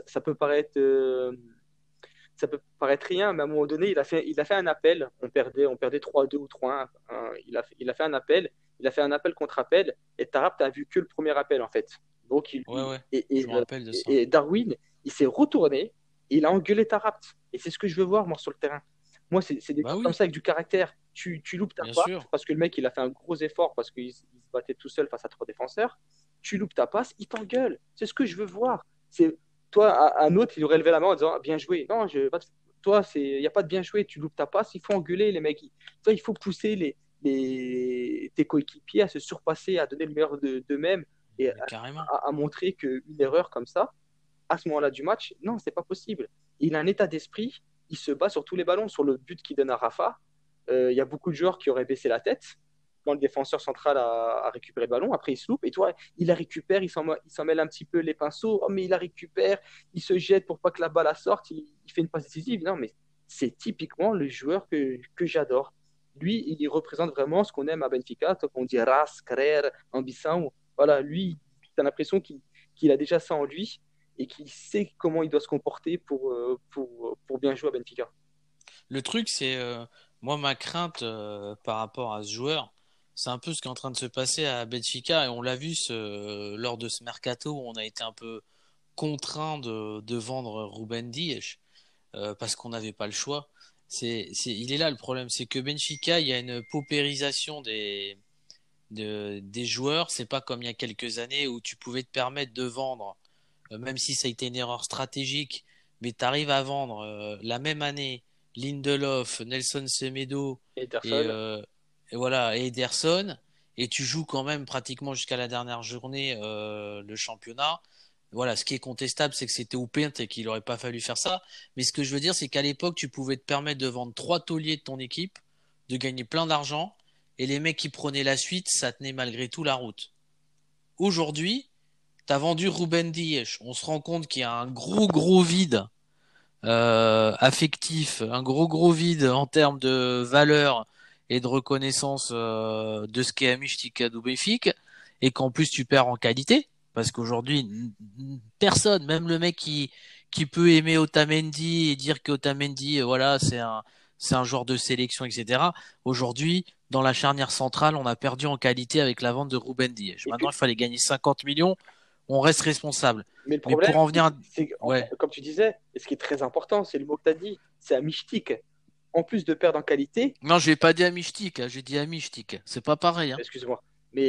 ça peut paraître rien, mais à un moment donné, il a fait un appel. On perdait 3-2 ou 3-1. Hein. Il a fait un appel. Il a fait un appel contre appel. Et Tarap, t'as vu que le premier appel, en fait. Donc, ouais, je me rappelle de ça. et Darwin, il s'est retourné et il a engueulé Tarap. Et c'est ce que je veux voir, moi, sur le terrain. Moi, c'est des Bah trucs comme oui, ça avec du caractère. Tu loupes ta bien passe sûr. parce que le mec, il a fait un gros effort parce qu'il se battait tout seul face à trois défenseurs. Tu loupes ta passe, il t'engueule. C'est ce que je veux voir. C'est toi, un autre, il aurait levé la main en disant bien joué. Non, toi, il n'y a pas de bien joué. Tu loupes ta passe, il faut engueuler les mecs. Toi, il faut pousser tes coéquipiers à se surpasser, à donner le meilleur d'eux-mêmes et Mais carrément. à montrer qu'une erreur comme ça, à ce moment-là du match, non, c'est pas possible. Il a un état d'esprit, il se bat sur tous les ballons, sur le but qu'il donne à Rafa. Il y a beaucoup de joueurs qui auraient baissé la tête quand le défenseur central a récupéré le ballon. Après, il se loupe et toi, il la récupère, il s'en mêle un petit peu les pinceaux. Oh, mais il la récupère, il se jette pour pas que la balle sorte, il fait une passe décisive. Non, mais c'est typiquement le joueur que j'adore. Lui, il représente vraiment ce qu'on aime à Benfica, on dit race, carrière, ambition. Voilà, lui, tu as l'impression qu'il a déjà ça en lui et qu'il sait comment il doit se comporter pour bien jouer à Benfica. Le truc, c'est moi ma crainte par rapport à ce joueur, C'est un peu ce qui est en train de se passer à Benfica et on l'a vu lors de ce mercato où on a été un peu contraint de vendre Ruben Dias parce qu'on n'avait pas le choix. Il est là le problème, c'est que Benfica, il y a une paupérisation des joueurs. C'est pas comme il y a quelques années où tu pouvais te permettre de vendre, même si ça a été une erreur stratégique, mais tu arrives à vendre la même année Lindelof, Nelson Semedo et, Ederson. euh, et voilà, et Ederson, et tu joues quand même pratiquement jusqu'à la dernière journée le championnat. Voilà, ce qui est contestable, c'est que c'était au pinte et qu'il n'aurait pas fallu faire ça. Mais ce que je veux dire, c'est qu'à l'époque, tu pouvais te permettre de vendre 3 tauliers de ton équipe, de gagner plein d'argent, et les mecs qui prenaient la suite, ça tenait malgré tout la route. Aujourd'hui, t'as vendu Ruben Dias. On se rend compte qu'il y a un gros vide affectif, un gros vide en termes de valeur et de reconnaissance de ce qu'est Amistika Benfica, et qu'en plus tu perds en qualité, parce qu'aujourd'hui personne, même le mec qui peut aimer Otamendi et dire qu'Otamendi voilà c'est un joueur de sélection, etc. Aujourd'hui, dans la charnière centrale, on a perdu en qualité avec la vente de Ruben Dias. Et Maintenant, il puis, fallait gagner 50 millions. On reste responsable. mais le Mais problème, pour en venir à... c'est Ouais. comme tu disais, et ce qui est très important, c'est le mot que tu as dit, c'est un mystique. En plus de perdre en qualité, Non, je n'ai pas dit Amichtik, hein, j'ai dit Amichtik. C'est pas pareil, hein. excuse-moi, mais,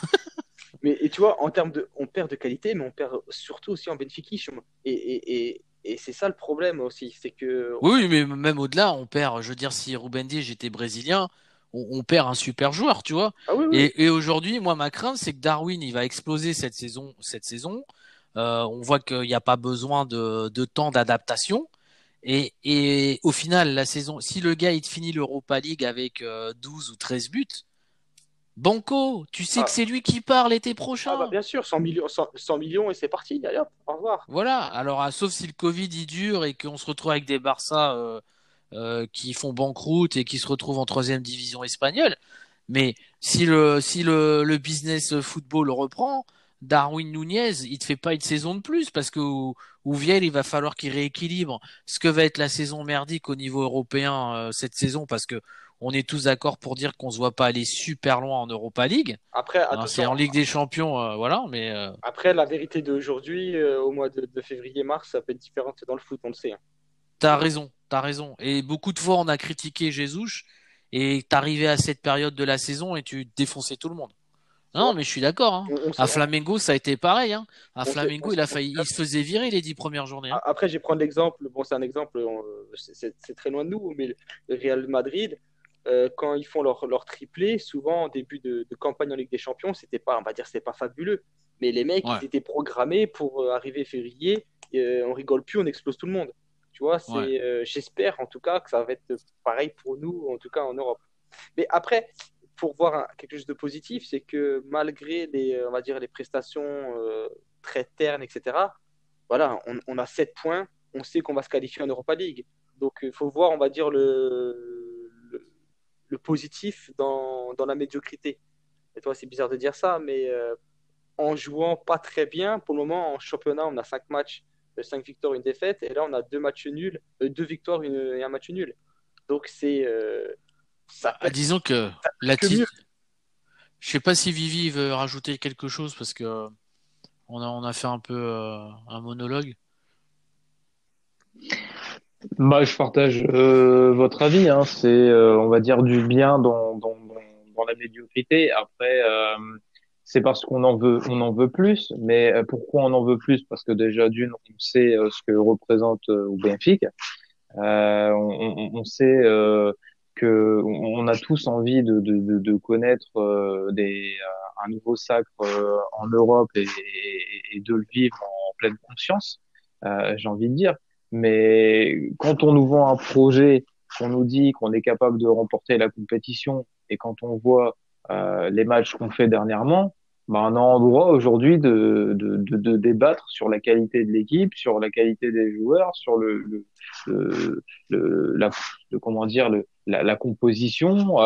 et tu vois, en termes de, on perd de qualité, mais on perd surtout aussi en benfiquisme. Et c'est ça le problème aussi, c'est que, Oui, mais même au-delà, on perd. Je veux dire, si Ruben Dias était brésilien, on perd un super joueur, tu vois. ah oui, oui, Et aujourd'hui, moi, ma crainte, c'est que Darwin, il va exploser cette saison. Cette saison. On voit qu'il n'y a pas besoin de temps d'adaptation. Et au final, la saison, si le gars il finit l'Europa League avec 12 ou 13 buts, Banco, tu sais que ah, c'est lui qui part l'été ah bah prochain. bien sûr, 100 millions, 100 millions et c'est parti, allez hop, au revoir. Voilà. Alors, sauf si le Covid il dure et qu'on se retrouve avec des Barça qui font banqueroute et qui se retrouvent en troisième division espagnole. Mais si le business football reprend, Darwin Nunez, il te fait pas une saison de plus parce que Ouviel, il va falloir qu'il rééquilibre ce que va être la saison merdique au niveau européen cette saison, parce que on est tous d'accord pour dire qu'on se voit pas aller super loin en Europa League. Après, Hein, c'est attention, en Ligue des Champions, voilà, mais après la vérité d'aujourd'hui, au mois de février-mars, ça peut être différent que dans le foot, on le sait, hein. t'as raison, t'as raison. Et beaucoup de fois, on a critiqué Jesus et t'arrivais à cette période de la saison et tu défonçais tout le monde. Tu Non, vois, mais je suis d'accord, hein. on, on, À sait- Flamengo, ça a été pareil, hein. À on sait- Flamengo, il se faisait virer les 10 premières journées, hein. Après, je vais prendre l'exemple, bon, c'est un exemple, c'est très loin de nous, mais le Real Madrid, quand ils font leur triplé, souvent en début de campagne en Ligue des Champions, c'était pas, on va dire, c'était pas fabuleux. Mais les mecs, Ouais, ils étaient programmés pour arriver février, on rigole plus, on explose tout le monde. Tu vois, ouais. j'espère en tout cas que ça va être pareil pour nous, en tout cas en Europe. Mais après, pour voir quelque chose de positif, c'est que malgré on va dire, les prestations très ternes, etc., voilà, on a 7 points, on sait qu'on va se qualifier en Europa League. Donc il faut voir, on va dire, le positif dans la médiocrité. Et toi, c'est bizarre de dire ça, mais en jouant pas très bien, pour le moment, en championnat, on a 5 matchs, 5 victoires, une défaite, et là, on a 2 matchs nuls, 2 victoires et un match nul. Donc ça peut Bah, être disons que la que mieux. je sais pas si Vivi veut rajouter quelque chose parce que on a fait un peu un monologue. Bah, je partage votre avis. Hein. C'est, on va dire, du bien dans la médiocrité. Après, c'est parce on en veut plus. Mais pourquoi on en veut plus? Parce que déjà, d'une, on sait ce que représente au Benfica. On sait que on a tous envie de connaître un nouveau sacre en Europe et de le vivre en pleine conscience, j'ai envie de dire. Mais quand on nous vend un projet, qu'on nous dit qu'on est capable de remporter la compétition, et quand on voit les matchs qu'on fait dernièrement, ben on a un droit aujourd'hui de débattre sur la qualité de l'équipe, sur la qualité des joueurs, sur le, le, la, comment dire, la composition.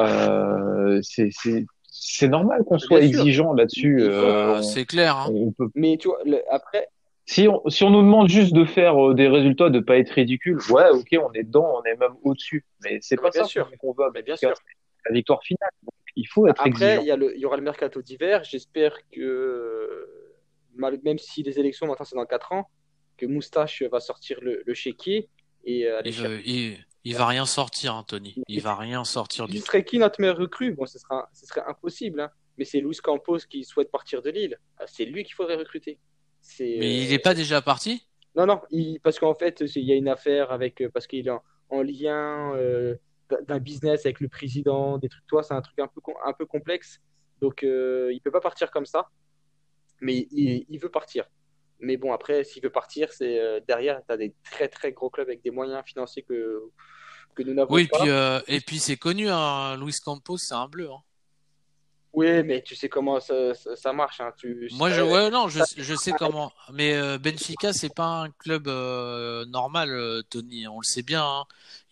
C'est normal qu'on Bien soit sûr, exigeant là-dessus. il faut. C'est clair, hein. On peut Mais tu vois, après, si on nous demande juste de faire des résultats, de pas être ridicule, ouais, ok, on est dedans, on est même au-dessus. Mais c'est pas bien ça sûr, qu'on veut mais bien avec sûr. la victoire finale. il faut être Après, exigeant. il y aura le mercato d'hiver. J'espère que, même si les élections maintenant c'est dans 4 ans, que Moustache va sortir le chéquier et aller Il chercher. veut, il va rien sortir, hein, Tony. Il Mais va rien sortir ce du tout. serait qui notre meilleur recrue? Bon, ce serait impossible, hein. Mais c'est Luis Campos qui souhaite partir de Lille. Ah, c'est lui qu'il faudrait recruter. C'est Mais il est pas déjà parti? Non, non, parce qu'en fait, il y a une affaire avec parce qu'il est en lien d'un business avec le président, des trucs. Toi, c'est un truc un peu complexe. Donc, il peut pas partir comme ça, mais il veut partir. Mais bon, après, s'il veut partir, c'est derrière, tu as des très très gros clubs avec des moyens financiers que nous n'avons Oui, pas. et puis c'est connu, hein, Luis Campos, c'est un bleu, hein. Oui, mais tu sais comment ça marche, hein. Ouais, non, je sais comment. Mais Benfica, c'est pas un club normal, Tony. On le sait bien, hein.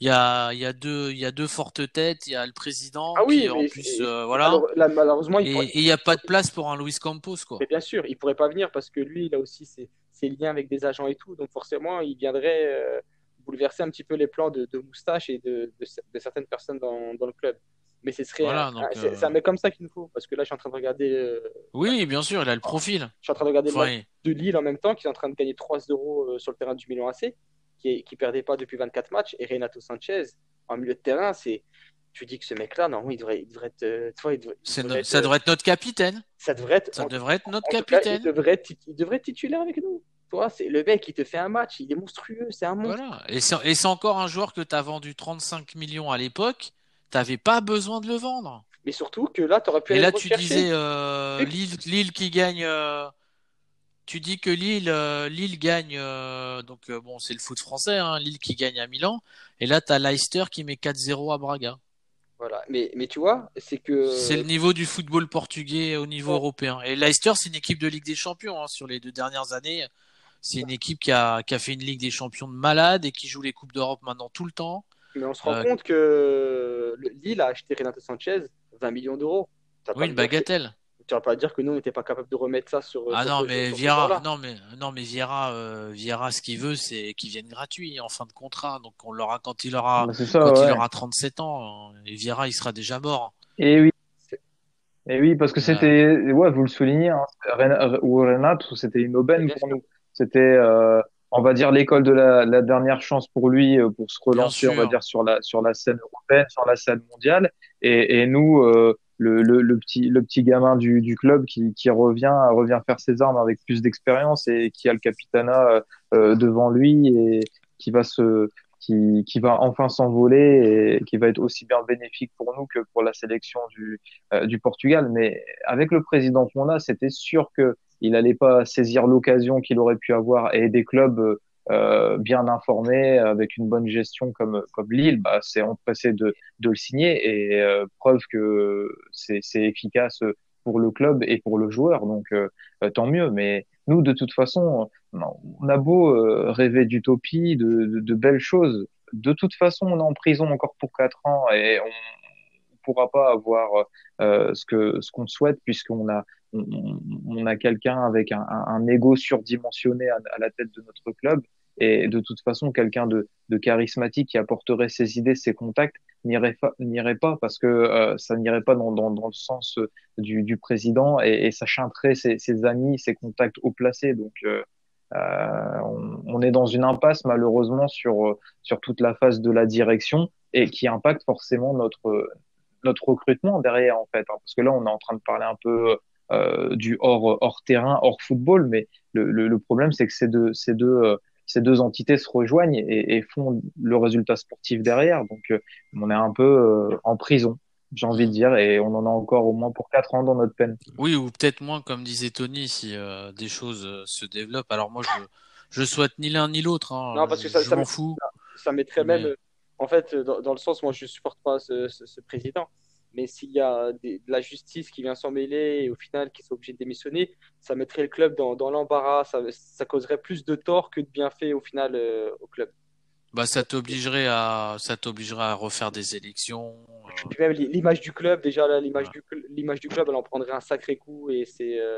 Il y a deux fortes têtes. Il y a le président, Ah oui, puis en plus, voilà. malheureusement, Et il n'y a pas de place pour un Luis Campos, quoi. mais bien sûr, il pourrait pas venir parce que lui, il a aussi ses liens avec des agents et tout. Donc forcément, il viendrait bouleverser un petit peu les plans de Moustache et de certaines personnes dans le club. Mais ce serait Voilà, donc c'est un mec comme ça qu'il nous faut. Parce que là, je suis en train de regarder, oui, bien sûr, il a le profil. je suis en train de regarder le match Enfin, de Lille en même temps, qui est en train de gagner 3-0 sur le terrain du Milan AC, qui perdait pas depuis 24 matchs. Et Renato Sanchez, en milieu de terrain, tu dis que ce mec-là, non, il devrait être, tu vois, il devrait être, ça devrait être notre capitaine. ça devrait être, Ça devrait être notre en tout cas, capitaine. il devrait être titulaire avec nous. Toi, c'est le mec qui te fait un match, il est monstrueux, c'est un monstre. Voilà. Et c'est encore un joueur que tu as vendu 35 millions à l'époque. T'avais pas besoin de le vendre. Mais surtout que là, tu aurais pu Et aller le là, tu rechercher. disais Lille qui gagne. Tu dis que Lille gagne. Donc bon, c'est le foot français, hein, Lille qui gagne à Milan. Et là, t'as Leicester qui met 4-0 à Braga. Voilà. Mais tu vois, c'est C'est le que. niveau du football portugais au niveau Bon, européen. Et Leicester, c'est une équipe de Ligue des Champions, hein, sur les 2 dernières années. C'est une équipe qui a fait une Ligue des Champions de malade et qui joue les Coupes d'Europe maintenant tout le temps. mais on se rend Euh, compte que Lille a acheté Renato Sanchez 20 millions d'euros. Tu vas oui, pas me une dire que, bagatelle. tu vas pas dire que nous, on n'était pas capable de remettre ça Ah non, mais sur ce Vieira, joueur-là. non, mais Vieira, ce qu'il veut, c'est qu'il vienne gratuit en fin de contrat. Donc on l'aura Bah, c'est ça, quand il ouais. aura 37 ans. Et Vieira, il sera déjà mort. Et oui, C'est- et oui, parce que Euh, c'était, ouais, vous le soulignez, hein, ou Renato, c'était une Mais aubaine bien pour sûr, nous. C'était, on va dire, l'école de la dernière chance pour lui pour se bien relancer, on va sûr. dire, sur la scène européenne, sur la scène mondiale. Et nous, le petit gamin du club qui revient faire ses armes avec plus d'expérience et qui a le capitanat devant lui et qui va se, qui va enfin s'envoler et qui va être aussi bien bénéfique pour nous que pour la sélection du Portugal. Mais avec le président qu'on a, c'était sûr que il allait pas saisir l'occasion qu'il aurait pu avoir et des clubs bien informés avec une bonne gestion comme Lille, bah, c'est empressé de le signer et preuve que c'est efficace pour le club et pour le joueur. Donc tant mieux. Mais nous, de toute façon, on a beau rêver d'utopie, de belles choses. De toute façon, on est en prison encore pour 4 ans et on pourra pas avoir ce qu'on souhaite puisqu'on a on a quelqu'un avec un ego surdimensionné à la tête de notre club et de toute façon quelqu'un de charismatique qui apporterait ses idées, ses contacts n'irait pas parce que ça n'irait pas dans le sens du président et ça chanterait ses amis, ses contacts haut placés. Donc on est dans une impasse malheureusement sur toute la phase de la direction et qui impacte forcément notre recrutement derrière en fait, hein, parce que là on est en train de parler un peu du hors terrain, hors football, mais le problème c'est que ces deux entités se rejoignent et font le résultat sportif derrière. Donc on est un peu en prison, j'ai envie de Hmm. dire, et on en a encore au moins pour 4 ans dans notre peine. Oui, ou peut-être moins, comme disait Tony, si des choses se développent. Alors moi, je souhaite ni l'un ni l'autre, hein. non, parce que Je m'en fous. ça mettrait même, Mais en fait, dans le sens, moi, je supporte pas ce président. Mais s'il y a de la justice qui vient s'en mêler et au final qui sont obligés de démissionner, ça mettrait le club dans l'embarras. Ça causerait plus de tort que de bienfaits au final au club. bah ça t'obligerait à refaire des élections. Puis même l'image du club, déjà là, Voilà. l'image du club, elle en prendrait un sacré coup et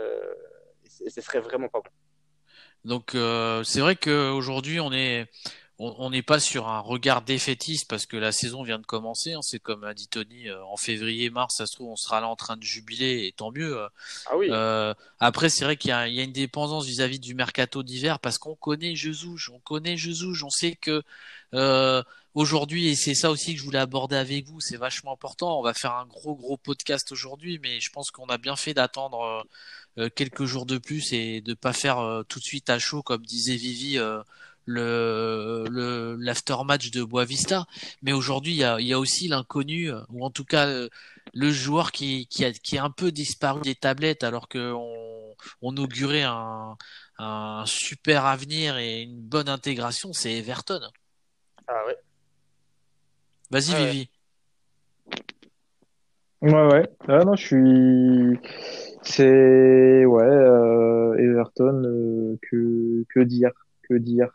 ce serait vraiment pas bon. Donc c'est vrai qu'aujourd'hui on n'est pas sur un regard défaitiste parce que la saison vient de commencer. Hein. C'est comme a dit Tony, en février, mars, ça se trouve, on sera là en train de jubiler et tant mieux. Ah oui, Après, c'est vrai qu'il y a une dépendance vis-à-vis du mercato d'hiver parce qu'on connaît Jesus, on sait que euh, aujourd'hui, et c'est ça aussi que je voulais aborder avec vous, c'est vachement important. On va faire un gros podcast aujourd'hui, mais je pense qu'on a bien fait d'attendre quelques jours de plus et de pas faire tout de suite à chaud, comme disait Vivi, l'aftermatch de Boavista. Mais aujourd'hui, il y a aussi l'inconnu, ou en tout cas le joueur qui est un peu disparu des tablettes alors on augurait un super avenir et une bonne intégration, c'est Everton. ah ouais, Vas-y, ouais, ouais. Vivi. Ouais, ouais. Ah non, c'est ouais, Everton. Que dire, que dire.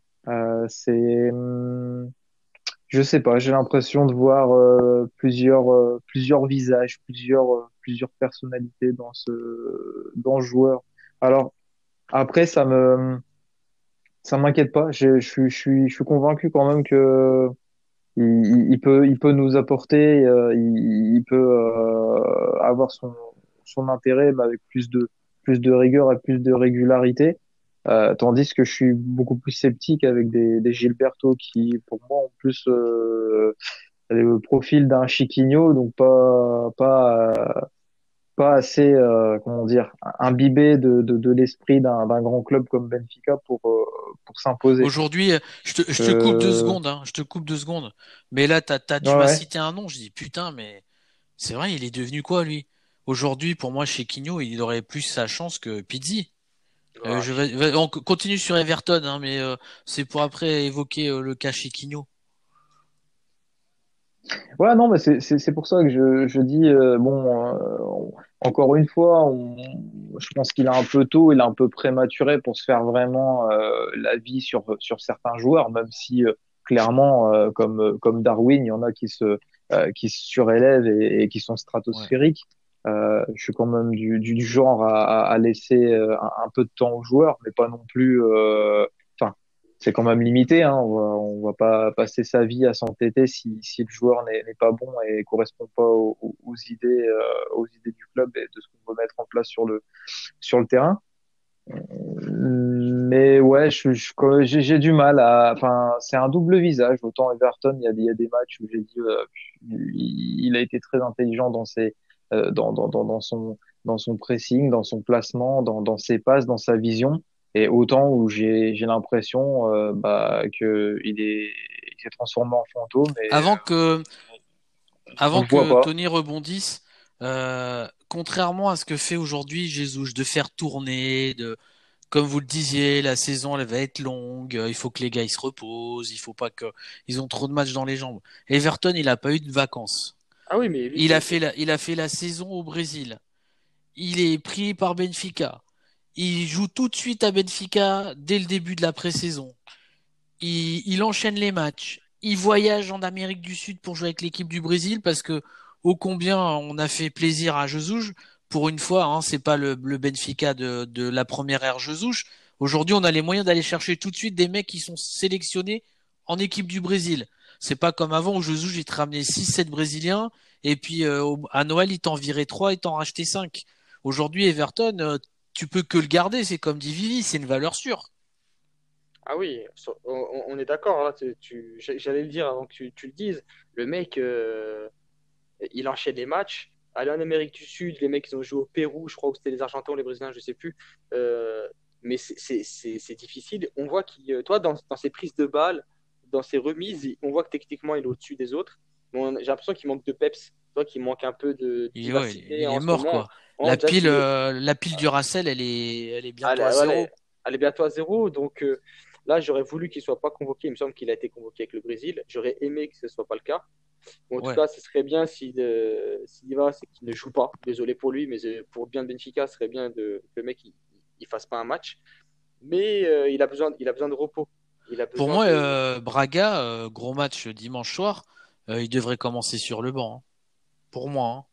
Je sais pas. J'ai l'impression de voir plusieurs visages, plusieurs personnalités dans ce joueur. Alors après, ça m'inquiète pas. Je suis convaincu quand même que il peut nous apporter, il peut avoir son intérêt, mais avec plus de rigueur et plus de régularité. Tandis que je suis beaucoup plus sceptique avec des Gilberto qui, pour moi, ont plus le profil d'un Chiquinho, donc pas assez, comment dire, imbibé de l'esprit d'un grand club comme Benfica pour s'imposer. Aujourd'hui, je te coupe deux Euh, secondes, hein, je te coupe 2 secondes. Mais là, tu ouais, m'as ouais. cité un nom, je dis putain, mais c'est vrai, il est devenu quoi lui? Aujourd'hui, pour moi, chez Quigno, il aurait plus sa chance que Pizzi. Ah, On continue sur Everton, hein, mais c'est pour après évoquer le cas chez Quigno. Ouais, non, mais c'est pour ça que je dis bon, encore une fois, je pense qu'il est un peu tôt, il est un peu prématuré pour se faire vraiment l'avis sur certains joueurs, même si clairement, comme Darwin, il y en a qui se surélèvent et qui sont Ouais. stratosphériques. Je suis quand même du genre à laisser un peu de temps aux joueurs, mais pas non plus. Enfin, c'est quand même limité, hein. On va pas passer sa vie à s'entêter si le joueur n'est pas bon et correspond pas aux idées du club et de ce qu'on veut mettre en place sur le terrain. Mais ouais, j'ai du mal enfin, c'est un double visage. Autant Everton, il y a des matchs où j'ai dit, il a été très intelligent dans son pressing, dans son placement, dans ses passes, dans sa vision. Et autant où j'ai l'impression, il s'est transformé en fantôme et Avant que, on avant le voit que pas. Tony rebondisse, contrairement à ce que fait aujourd'hui Jesus, de faire tourner, comme vous le disiez, la saison elle va être longue, il faut que les gars ils se reposent, il faut pas que ils ont trop de matchs dans les jambes. Everton, il a pas eu de vacances. ah oui, mais lui, Il a fait la saison au Brésil. Il est pris par Benfica. Il joue tout de suite à Benfica dès le début de la pré-saison. Il enchaîne les matchs. Il voyage en Amérique du Sud pour jouer avec l'équipe du Brésil parce que, ô combien on a fait plaisir à Jesus. Pour une fois, hein, c'est pas le Benfica de la première ère Jesus. Aujourd'hui, on a les moyens d'aller chercher tout de suite des mecs qui sont sélectionnés en équipe du Brésil. C'est pas comme avant où Jesus, il te ramenait 6, 7 Brésiliens et puis à Noël, il t'en virait 3 et t'en rachetait 5. Aujourd'hui, Everton, tu peux que le garder, c'est comme dit Vivi, c'est une valeur sûre. ah oui, on est d'accord. Là, j'allais le dire avant que tu le dises. Le mec, il enchaîne les matchs. Aller en Amérique du Sud, les mecs, ils ont joué au Pérou, je crois, ou c'était les Argentins ou les Brésiliens, je sais plus. Mais c'est difficile. On voit toi, dans ses prises de balles, dans ses remises, on voit que techniquement, il est au-dessus des autres. Mais j'ai l'impression qu'il manque de peps. Toi, qu'il manque un peu de Ouais, vivacité il est en ce mort, moment. quoi. On dirait qu'il est, La pile Duracell, elle est elle, bientôt à voilà, zéro. elle est bientôt à zéro. Donc là, j'aurais voulu qu'il ne soit pas convoqué. Il me semble qu'il a été convoqué avec le Brésil. J'aurais aimé que ce ne soit pas le cas. Bon, en tout Ouais. cas, ce serait bien s'il y va, c'est qu'il ne joue pas. Désolé pour lui, mais pour le bien de Benfica, ce serait bien que le mec il fasse pas un match. Mais il a besoin de repos. Il a Pour besoin moi, de. Braga, gros match dimanche soir, il devrait commencer sur le banc, hein. Pour moi, hein.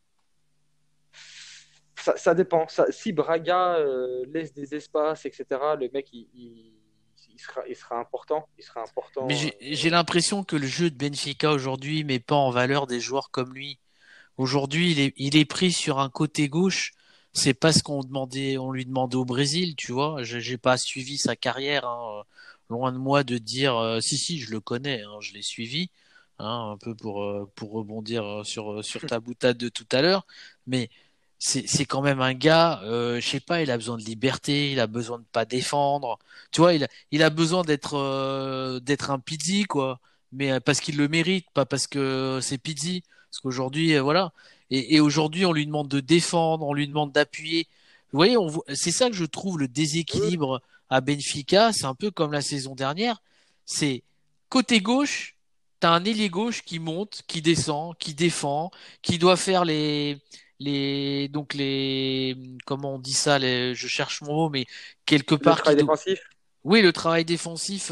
Ça dépend. Si Braga laisse des espaces, etc., le mec il sera important. Il sera Mais important. j'ai l'impression que le jeu de Benfica aujourd'hui met pas en valeur des joueurs comme lui. Aujourd'hui, il est pris sur un côté gauche. C'est pas ce on lui demandait au Brésil, tu vois. J'ai pas suivi sa carrière, hein. Loin de moi de dire, si, je le connais, hein, je l'ai suivi, hein, un peu pour rebondir sur ta boutade de tout à l'heure. Mais c'est quand même un gars, je sais pas, il a besoin de liberté, il a besoin de pas défendre. Tu vois, il a besoin d'être un Pizzi, quoi. Mais parce qu'il le mérite, pas parce que c'est Pizzi. Parce qu'aujourd'hui, voilà. Et aujourd'hui, on lui demande de défendre, on lui demande d'appuyer. Vous voyez, c'est ça que je trouve le Oui, déséquilibre à Benfica. C'est un peu comme la saison dernière. C'est côté gauche, t'as un ailier gauche qui monte, qui descend, qui défend, qui doit faire donc comment on dit ça, je cherche mon mot, mais quelque le part travail défensif. oui, le travail défensif,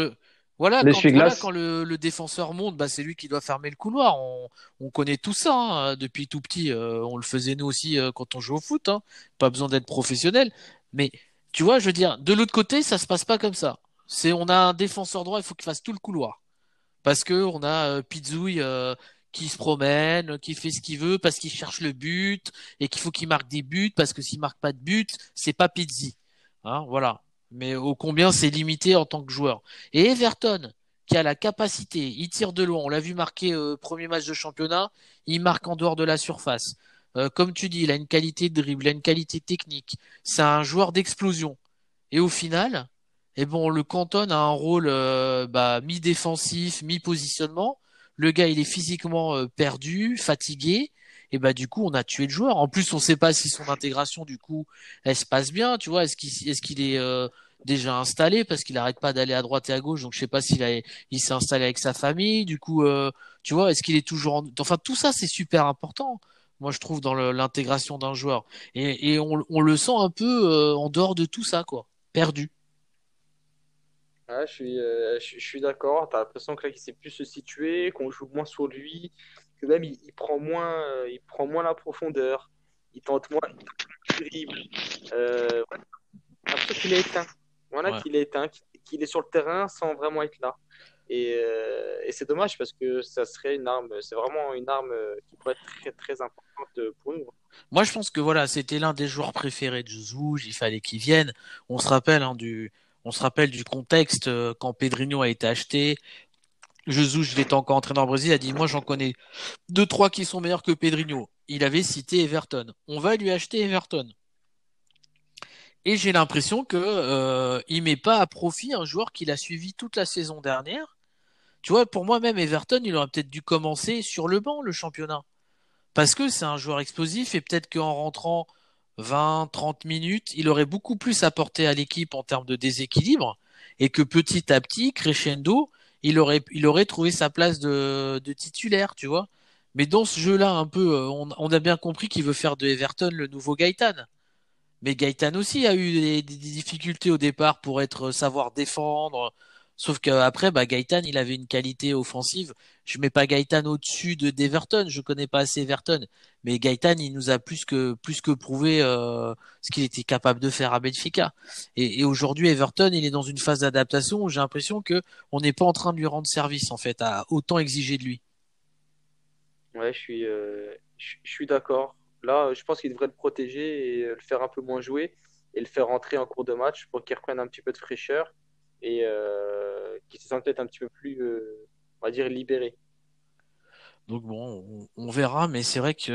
voilà, L'essuie-glace. quand le défenseur monte, bah, c'est lui qui doit fermer le couloir. On connaît tout ça, hein, depuis tout petit. On le faisait nous aussi quand on joue au foot, hein. Pas besoin d'être professionnel. Mais tu vois, je veux dire, de l'autre côté, ça se passe pas comme ça. On a un défenseur droit, il faut qu'il fasse tout le couloir. Parce que on a Pizouille qui se promène, qui fait ce qu'il veut, parce qu'il cherche le but, et qu'il faut qu'il marque des buts, parce que s'il marque pas de but, c'est pas Pizzi. Hein, voilà. Mais ô combien c'est limité en tant que joueur. Et Everton, qui a la capacité, il tire de loin, on l'a vu marquer premier match de championnat, il marque en dehors de la surface. Comme tu dis, il a une qualité de dribble, il a une qualité technique. C'est un joueur d'explosion. Et au final, eh bon, on le cantonne à un rôle mi-défensif, mi-positionnement. Le gars, il est physiquement perdu, fatigué. Et bah du coup, on a tué le joueur. En plus, on ne sait pas si son intégration, du coup, elle se passe bien. Tu vois, est-ce qu'il est déjà installé parce qu'il n'arrête pas d'aller à droite et à gauche. Donc, je sais pas il s'est installé avec sa famille. Du coup, tu vois, est-ce qu'il est toujours enfin, tout ça, c'est super important. Moi, je trouve dans l'intégration d'un joueur. Et on le sent un peu en dehors de tout ça, quoi, perdu. Ouais, je suis d'accord. T'as l'impression que là, qu'il sait plus se situer, qu'on joue moins sur lui, que même il prend moins la profondeur, il tente moins le dribble. Ouais, j'ai l'impression qu'il est éteint. Voilà, Ouais. qu'il est éteint, qu'il est sur le terrain sans vraiment être là. Et c'est dommage parce que ça serait une arme, c'est vraiment une arme qui pourrait être très très importante pour nous. Moi, je pense que voilà, c'était l'un des joueurs préférés de Jesus. Il fallait qu'il vienne. On se rappelle on se rappelle du contexte quand Pedrinho a été acheté. Jesus, il était encore entraîneur au Brésil, a dit, moi, j'en connais deux, trois qui sont meilleurs que Pedrinho. Il avait cité Everton. On va lui acheter Everton. Et j'ai l'impression que il met pas à profit un joueur qu'il a suivi toute la saison dernière. Tu vois, pour moi, même Everton, il aurait peut-être dû commencer sur le banc le championnat. Parce que c'est un joueur explosif et peut-être qu'en rentrant 20, 30 minutes, il aurait beaucoup plus apporté à l'équipe en termes de déséquilibre et que petit à petit, crescendo, il aurait trouvé sa place de titulaire, tu vois. Mais dans ce jeu-là, un peu, on a bien compris qu'il veut faire de Everton le nouveau Gaëtan. Mais Gaëtan aussi a eu des difficultés au départ pour savoir défendre. Sauf qu'après, bah, Gaëtan, il avait une qualité offensive. Je mets pas Gaëtan au-dessus d'Everton. Je connais pas assez Everton. Mais Gaëtan, il nous a plus que prouvé ce qu'il était capable de faire à Benfica. Et aujourd'hui, Everton, il est dans une phase d'adaptation où j'ai l'impression que on n'est pas en train de lui rendre service, en fait, à autant exiger de lui. Ouais, je suis d'accord. Là, je pense qu'il devrait le protéger et le faire un peu moins jouer et le faire rentrer en cours de match pour qu'il reprenne un petit peu de fraîcheur et qu'il se sente peut-être un petit peu plus, on va dire, libéré. Donc bon, on verra, mais c'est vrai que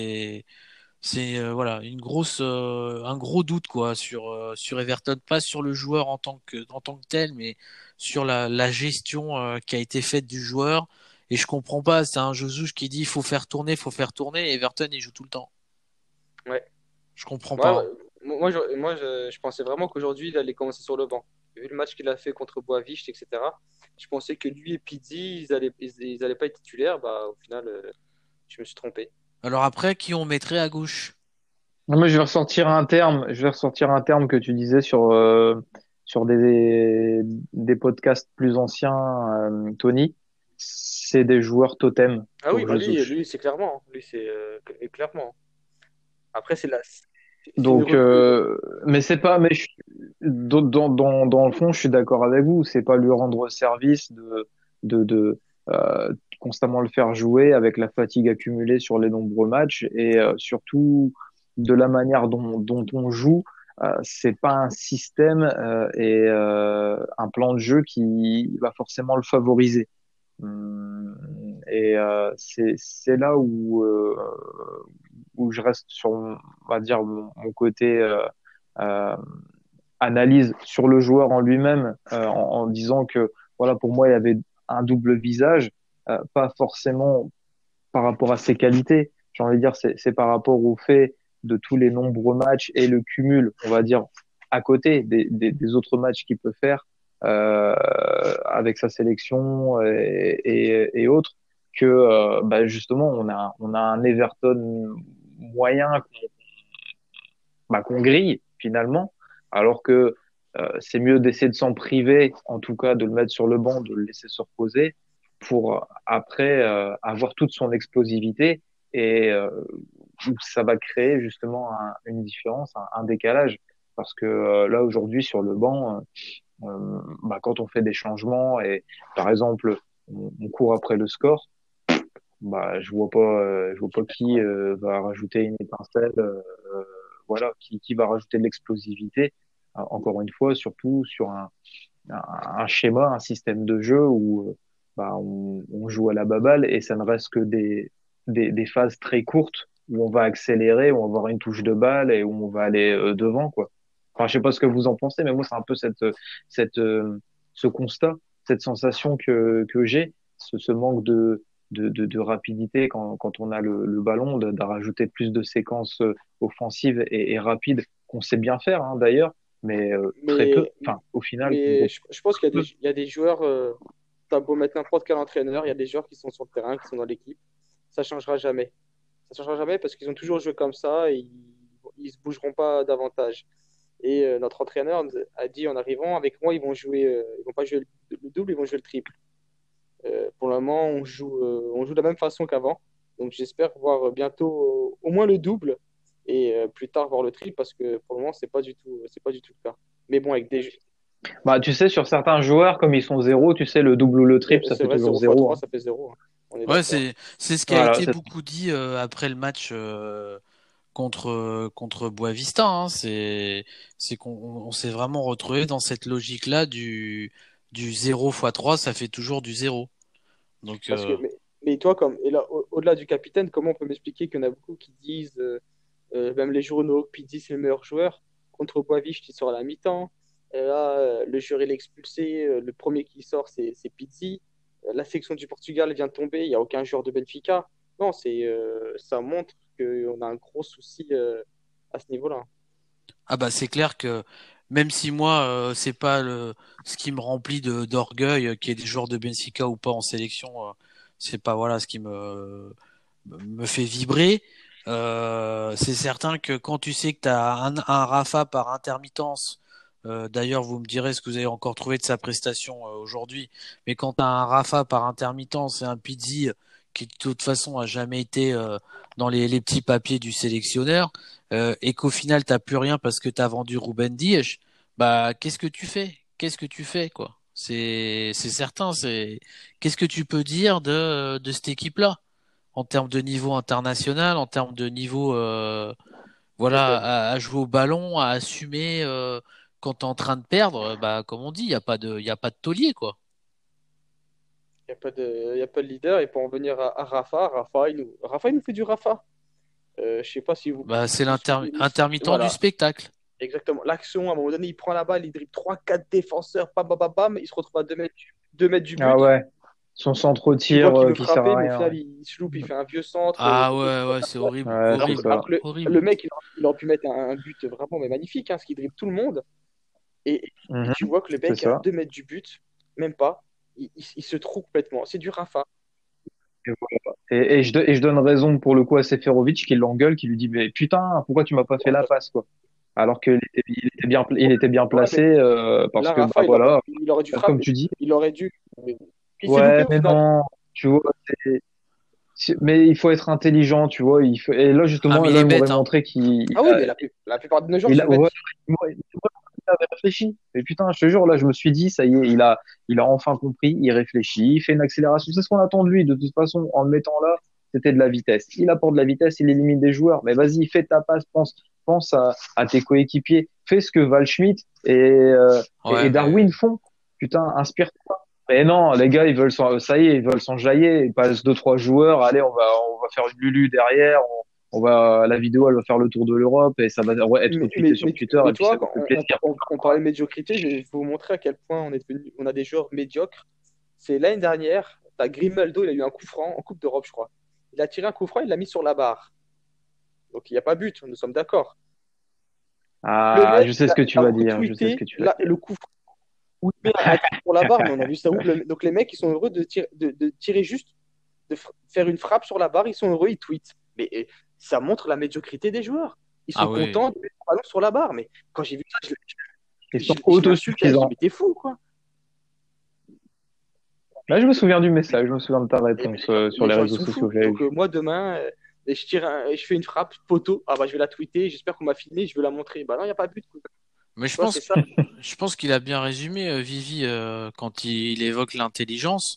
c'est voilà un gros doute quoi sur Everton, pas sur le joueur en tant que tel, mais sur la gestion qui a été faite du joueur. Et je comprends pas, c'est un Jesus qui dit faut faire tourner. Et Everton il joue tout le temps. Ouais. Je comprends pas, Moi, hein. je pensais vraiment qu'aujourd'hui, il allait commencer sur le banc. Vu le match qu'il a fait contre Boavista, etc., je pensais que lui et Pizzi, ils allaient pas être titulaires. Bah, au final, je me suis trompé. Alors après, qui on mettrait à gauche? Moi, je vais ressortir un terme que tu disais sur des podcasts plus anciens, Tony. C'est des joueurs Ah oui, pour bah Jesus. lui, c'est clairement. Lui, c'est clairement. Après, c'est là. C'est une Donc, recrue. mais c'est pas, mais dans le fond, je suis d'accord avec vous. C'est pas lui rendre service de constamment le faire jouer avec la fatigue accumulée sur les nombreux matchs et surtout de la manière dont on joue. C'est pas un système et un plan de jeu qui va forcément le favoriser. Et c'est là où je reste sur, on va dire, mon côté euh, analyse sur le joueur en lui-même, en disant que, voilà, pour moi, il y avait un double visage, pas forcément par rapport à ses qualités. J'ai envie de dire, c'est par rapport au fait de tous les nombreux matchs et le cumul, on va dire, à côté des autres matchs qu'il peut faire avec sa sélection et autres, que bah, justement, on a un Everton moyen qu'on grille finalement, alors que c'est mieux d'essayer de s'en priver, en tout cas de le mettre sur le banc, de le laisser se reposer, pour après avoir toute son explosivité et où ça va créer justement une différence, un décalage. Parce que là aujourd'hui sur le banc, bah, quand on fait des changements et par exemple on court après le score, bah je vois pas qui va rajouter une étincelle, voilà, qui va rajouter de l'explosivité. Encore une fois, surtout sur un schéma, un système de jeu où bah, on joue à la baballe et ça ne reste que des phases très courtes où on va accélérer, où on va avoir une touche de balle et où on va aller devant, quoi. Enfin, je sais pas ce que vous en pensez, mais moi, c'est un peu cette, ce constat, cette sensation que j'ai, ce manque de rapidité quand on a le ballon, de rajouter plus de séquences offensives et rapides qu'on sait bien faire, hein, d'ailleurs, mais très peu. Mais, Enfin, au final, on mais voit je pense qu'il y a peu. il y a des joueurs, t'as beau mettre n'importe quel entraîneur, il y a des joueurs qui sont sur le terrain, qui sont dans l'équipe. Ça changera jamais. Ça changera jamais parce qu'ils ont toujours joué comme ça et ils se bougeront pas davantage. Et notre entraîneur a dit en arrivant, avec moi, ils vont pas jouer le double, ils vont jouer le triple. Pour le moment, on joue de la même façon qu'avant. Donc j'espère voir bientôt au moins le double et plus tard voir le triple parce que pour le moment, c'est pas du tout le cas. Mais bon, avec des, Bah, tu sais, sur certains joueurs, comme ils sont zéro, tu sais, le double ou le triple, ça c'est fait vrai, toujours 0 x zéro, 3 hein. ça fait 0, hein. On est Ouais, d'accord. c'est ce qui a Voilà, été beaucoup dit après le match contre Boavista. Hein. C'est qu'on on s'est vraiment retrouvé dans cette logique-là du 0 x 3, ça fait toujours du zéro. Donc Parce que, mais toi, et là, au-delà du capitaine, comment on peut m'expliquer qu'il y en a beaucoup qui disent, même les journaux, Pizzi c'est le meilleur joueur, contre Boavich qui sort à la mi-temps. Là, le joueur il est expulsé, le premier qui sort c'est Pizzi. La section du Portugal vient de tomber, il n'y a aucun joueur de Benfica. Non, ça montre qu'on a un gros souci à ce niveau-là. ah bah c'est clair que même si moi c'est pas ce qui me remplit de d'orgueil qu'il y ait des joueurs de Benfica ou pas en sélection, c'est pas voilà ce qui me fait vibrer. C'est certain que quand tu sais que tu as un Rafa par intermittence, d'ailleurs vous me direz ce que vous avez encore trouvé de sa prestation aujourd'hui, mais quand tu as un Rafa par intermittence et un Pizzi qui de toute façon a jamais été dans les petits papiers du sélectionneur, et qu'au final t'as plus rien parce que tu as vendu Ruben Dias, bah qu'est-ce que tu fais? Qu'est-ce que tu fais quoi? C'est certain, c'est qu'est-ce que tu peux dire de cette équipe-là? En termes de niveau international, en termes de niveau, voilà, Européen. à jouer au ballon, à assumer quand t'es en train de perdre, bah comme on dit, il y a pas de taulier quoi. Il y a pas de leader. Et pour en venir à Rafa, Rafa, il nous fait du Rafa. Je sais pas si vous. Bah c'est Il nous- l'intermittent du Voilà, spectacle. exactement. L'action, à un moment donné, il prend la balle, il dribble trois quatre défenseurs, bam, bam, bam, bam, il se retrouve à 2 mètres du ah but. ouais, son centre au Tu vois tir qu'il veut qui sert frapper, à mais au rien. final, il se loupe, il fait un vieux centre. Ah ouais ouais, c'est horrible, Ouais, c'est horrible, ça. Le horrible. mec, il aurait pu mettre un but vraiment mais magnifique, hein, parce qu'il dribble tout le monde. Et Mhm, tu vois que le c'est mec est à ça. 2 mètres du but, même pas. Il se trouve complètement. C'est du Rafa. Et, voilà. Et je donne raison pour le coup à Seferovic qui l'engueule, qui lui dit mais putain, pourquoi tu m'as pas fait Ouais, la passe quoi? Alors il était bien ouais, placé mais parce là, que bah Rafa, voilà, il aurait dû comme frapper. tu dis. Il aurait dû. Il s'est Ouais, loupé au mais final. non, tu vois, Mais il faut être intelligent, tu vois. Et là, Ah, justement, mais il là, est il m'aurait bête, hein. montré Ah oui, mais la plupart de nos joueurs il sont a, bêtes. ouais, il avait réfléchi. Et putain, je te jure, là, je me suis dit, ça y est, il a enfin compris, il réfléchit, il fait une accélération. C'est ce qu'on attend de lui. De toute façon, en le mettant là, c'était de la vitesse. Il apporte de la vitesse, il élimine des joueurs. Mais vas-y, fais ta passe, pense à tes coéquipiers. Fais ce que Val Schmidt et Ouais, Darwin mais font. Putain, inspire-toi. Mais non, les gars, ça y est, ils veulent s'enjailler. Ils passent deux, trois joueurs. Allez, on va faire une Lulu derrière. La vidéo, elle va faire le tour de l'Europe et ça va être tweeté sur Twitter Mais et tu puis ça vois, va quand faire plaisir. on parlait de médiocrité, je vais vous montrer à quel point on a des joueurs médiocres. C'est l'année dernière, t'as Grimaldo, il a eu un coup franc en Coupe d'Europe, je crois. Il a tiré un coup franc, il l'a mis sur la barre. Donc il n'y a pas but, nous sommes d'accord. Le Ah, mec, je sais ce que tu a vas dire. Je sais ce retweeté que tu vas là, dire. le coup franc où il met un tir sur la barre, mais on a vu ça où. Donc les mecs, ils sont heureux de tirer juste, faire une frappe sur la barre, ils sont heureux, ils tweetent. Mais ça montre la médiocrité des joueurs. Ils sont ah oui. contents de mettre le ballon sur la barre. Mais quand j'ai vu ça, Ils sont je l'insultais, je dis, autosuffisants. mais t'es fou, quoi. Là, je me souviens du message, je me souviens de ta Et réponse sur les les gens, ils réseaux sont sociaux. fous. J'avais Donc vu. moi, demain, je fais une frappe, poteau. Ah bah, je vais la tweeter, j'espère qu'on m'a filmé, je veux la montrer. Bah non, il n'y a pas de but, quoi. Mais Tu vois, c'est ça. je pense qu'il a bien résumé, Vivi, quand il évoque l'intelligence.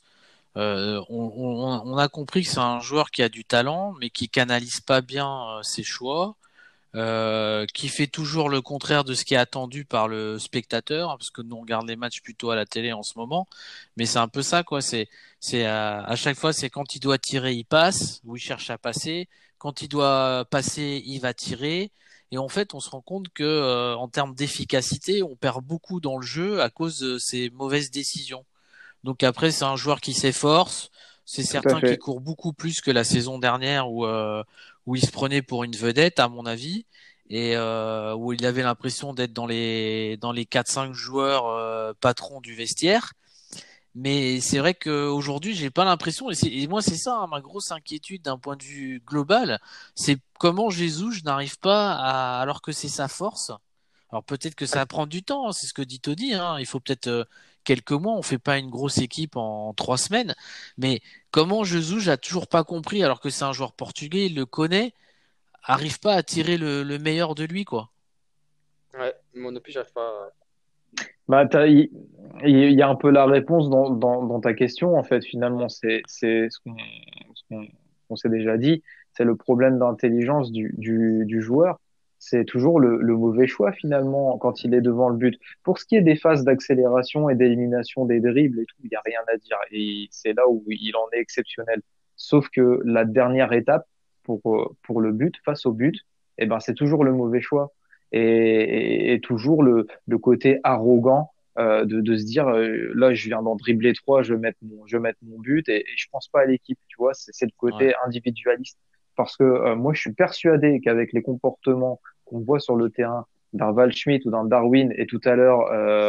On a compris que c'est un joueur qui a du talent, mais qui canalise pas bien ses choix, qui fait toujours le contraire de ce qui est attendu par le spectateur, hein, parce que nous on regarde les matchs plutôt à la télé en ce moment. Mais c'est un peu ça, quoi. C'est à chaque fois, c'est quand il doit tirer, il passe, ou il cherche à passer. Quand il doit passer, il va tirer. Et en fait, on se rend compte que en termes d'efficacité, on perd beaucoup dans le jeu à cause de ces mauvaises décisions. Donc après, c'est un joueur qui s'efforce. C'est Tout à certain qu'il fait. court beaucoup plus que la saison dernière où il se prenait pour une vedette, à mon avis, et où il avait l'impression d'être dans les 4-5 joueurs patrons du vestiaire. Mais c'est vrai qu'aujourd'hui, j'ai pas l'impression, et moi c'est ça, hein, ma grosse inquiétude d'un point de vue global, c'est comment Jesus je n'arrive pas à, alors que c'est sa force. Alors peut-être que ça prend du temps, hein, c'est ce que dit Tony, hein. Il faut peut-être quelques mois, on fait pas une grosse équipe en 3 semaines, mais comment Jesus j'ai toujours pas compris, alors que c'est un joueur portugais, il le connaît, arrive pas à tirer le meilleur de lui, quoi. Ouais, moi non plus, j'arrive pas. Bah, il y a un peu la réponse dans ta question, en fait, finalement. C'est qu'on s'est déjà dit. C'est le problème d'intelligence du joueur. C'est toujours le mauvais choix, finalement, quand il est devant le but. Pour ce qui est des phases d'accélération et d'élimination des dribbles et tout, il n'y a rien à dire. Et c'est là où il en est exceptionnel. Sauf que la dernière étape pour le but, face au but, eh ben, c'est toujours le mauvais choix et toujours le côté arrogant de se dire là je viens d'en dribbler trois, je vais mettre mon but et je pense pas à l'équipe, tu vois, c'est le Ouais, côté individualiste parce que moi je suis persuadé qu'avec les comportements qu'on voit sur le terrain d'un Val Schmidt ou d'un Darwin et tout à l'heure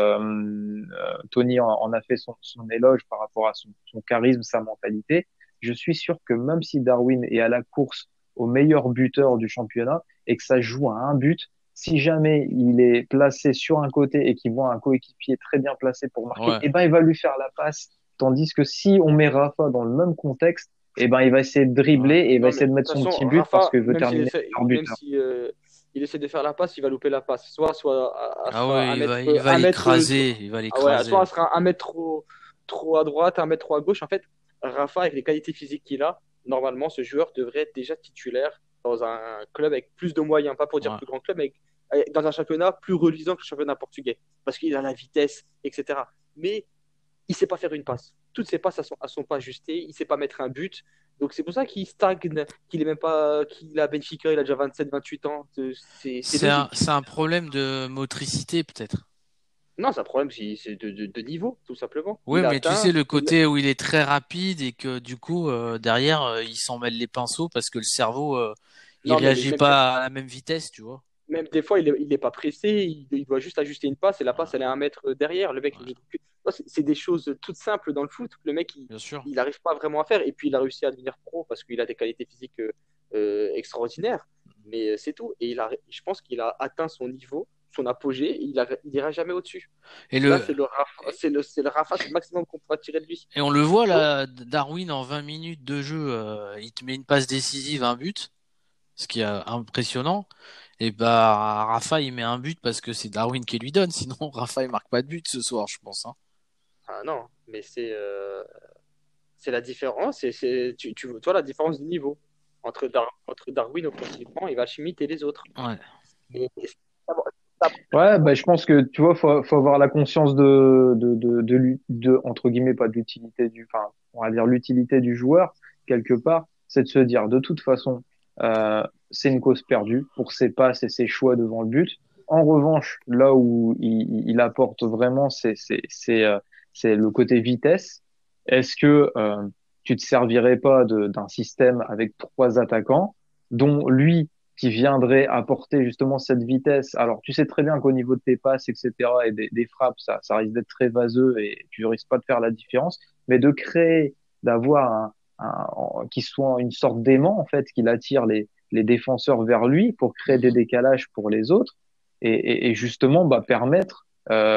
Tony en a fait son éloge par rapport à son charisme, sa mentalité, je suis sûr que même si Darwin est à la course au meilleur buteur du championnat et que ça joue à un but, si jamais il est placé sur un côté et qu'il voit un coéquipier très bien placé pour marquer, ouais. eh ben, il va lui faire la passe. Tandis que si on met Rafa dans le même contexte, eh ben, il va essayer de Ouais. dribbler et il va Non, mais essayer de de toute mettre son façon, petit but parce Rafa, qu'il veut terminer meilleur même buteur. si il essaie de faire la passe, il va louper la passe. Soit elle Ah sera oui, il va l'écraser, il va ah ouais, soit elle l'écraser. sera un mètre trop à droite, un mètre trop à gauche. En fait, Rafa, avec les qualités physiques qu'il a, normalement, ce joueur devrait être déjà titulaire dans un club avec plus de moyens, pas pour dire Ouais. plus grand club, mais dans un championnat plus reluisant que le championnat portugais, parce qu'il a la vitesse, etc. Mais il sait pas faire une passe. Toutes ses passes elles sont pas ajustées. Il sait pas mettre un but. Donc c'est pour ça qu'il stagne, qu'il est même pas, qu'il a Benfica, il a déjà 27, 28 ans. C'est logique. C'est un problème de motricité, peut-être. Non, c'est un problème, c'est de niveau, tout simplement. Oui, Il mais tu atteint. sais, le côté où il est très rapide et que du coup, derrière, il s'en mêle les pinceaux parce que le cerveau, il Non, mais réagit pas à la même vitesse, tu vois. même des fois, il est pas pressé. Il doit juste ajuster une passe et la passe, Ouais, elle est un mètre derrière. Le mec, ouais, c'est des choses toutes simples dans le foot. Le mec, bien sûr. il n'arrive pas vraiment à faire. Et puis, il a réussi à devenir pro parce qu'il a des qualités physiques extraordinaires. Mais c'est tout. Et je pense qu'il a atteint son niveau son apogée, il ira jamais au-dessus. Et Là, le, c'est le Rafa, c'est le maximum qu'on pourra tirer de lui. et on le voit là, Darwin en 20 minutes de jeu, il te met une passe décisive, un but, ce qui est impressionnant. Et bah Rafa il met un but parce que c'est Darwin qui lui donne, sinon Rafa il marque pas de but ce soir, je pense. Hein. Ah non, mais c'est la différence. Tu vois la différence de niveau entre Darwin offensivement et Vachimite et les autres. Ouais. Et Ouais, bah, je pense que tu vois, faut avoir la conscience entre guillemets, pas de l'utilité enfin, on va dire l'utilité du joueur quelque part, c'est de se dire de toute façon, c'est une cause perdue pour ses passes et ses choix devant le but. En revanche, là où il apporte vraiment, c'est le côté vitesse. Est-ce que tu te servirais pas d'un système avec trois attaquants, dont lui qui viendrait apporter justement cette vitesse. Alors, tu sais très bien qu'au niveau de tes passes, etc., et des frappes, ça risque d'être très vaseux et tu risques pas de faire la différence, mais de créer, d'avoir qui soit une sorte d'aimant, en fait, qui attire les défenseurs vers lui pour créer des Mhm. décalages pour les autres et justement, bah, permettre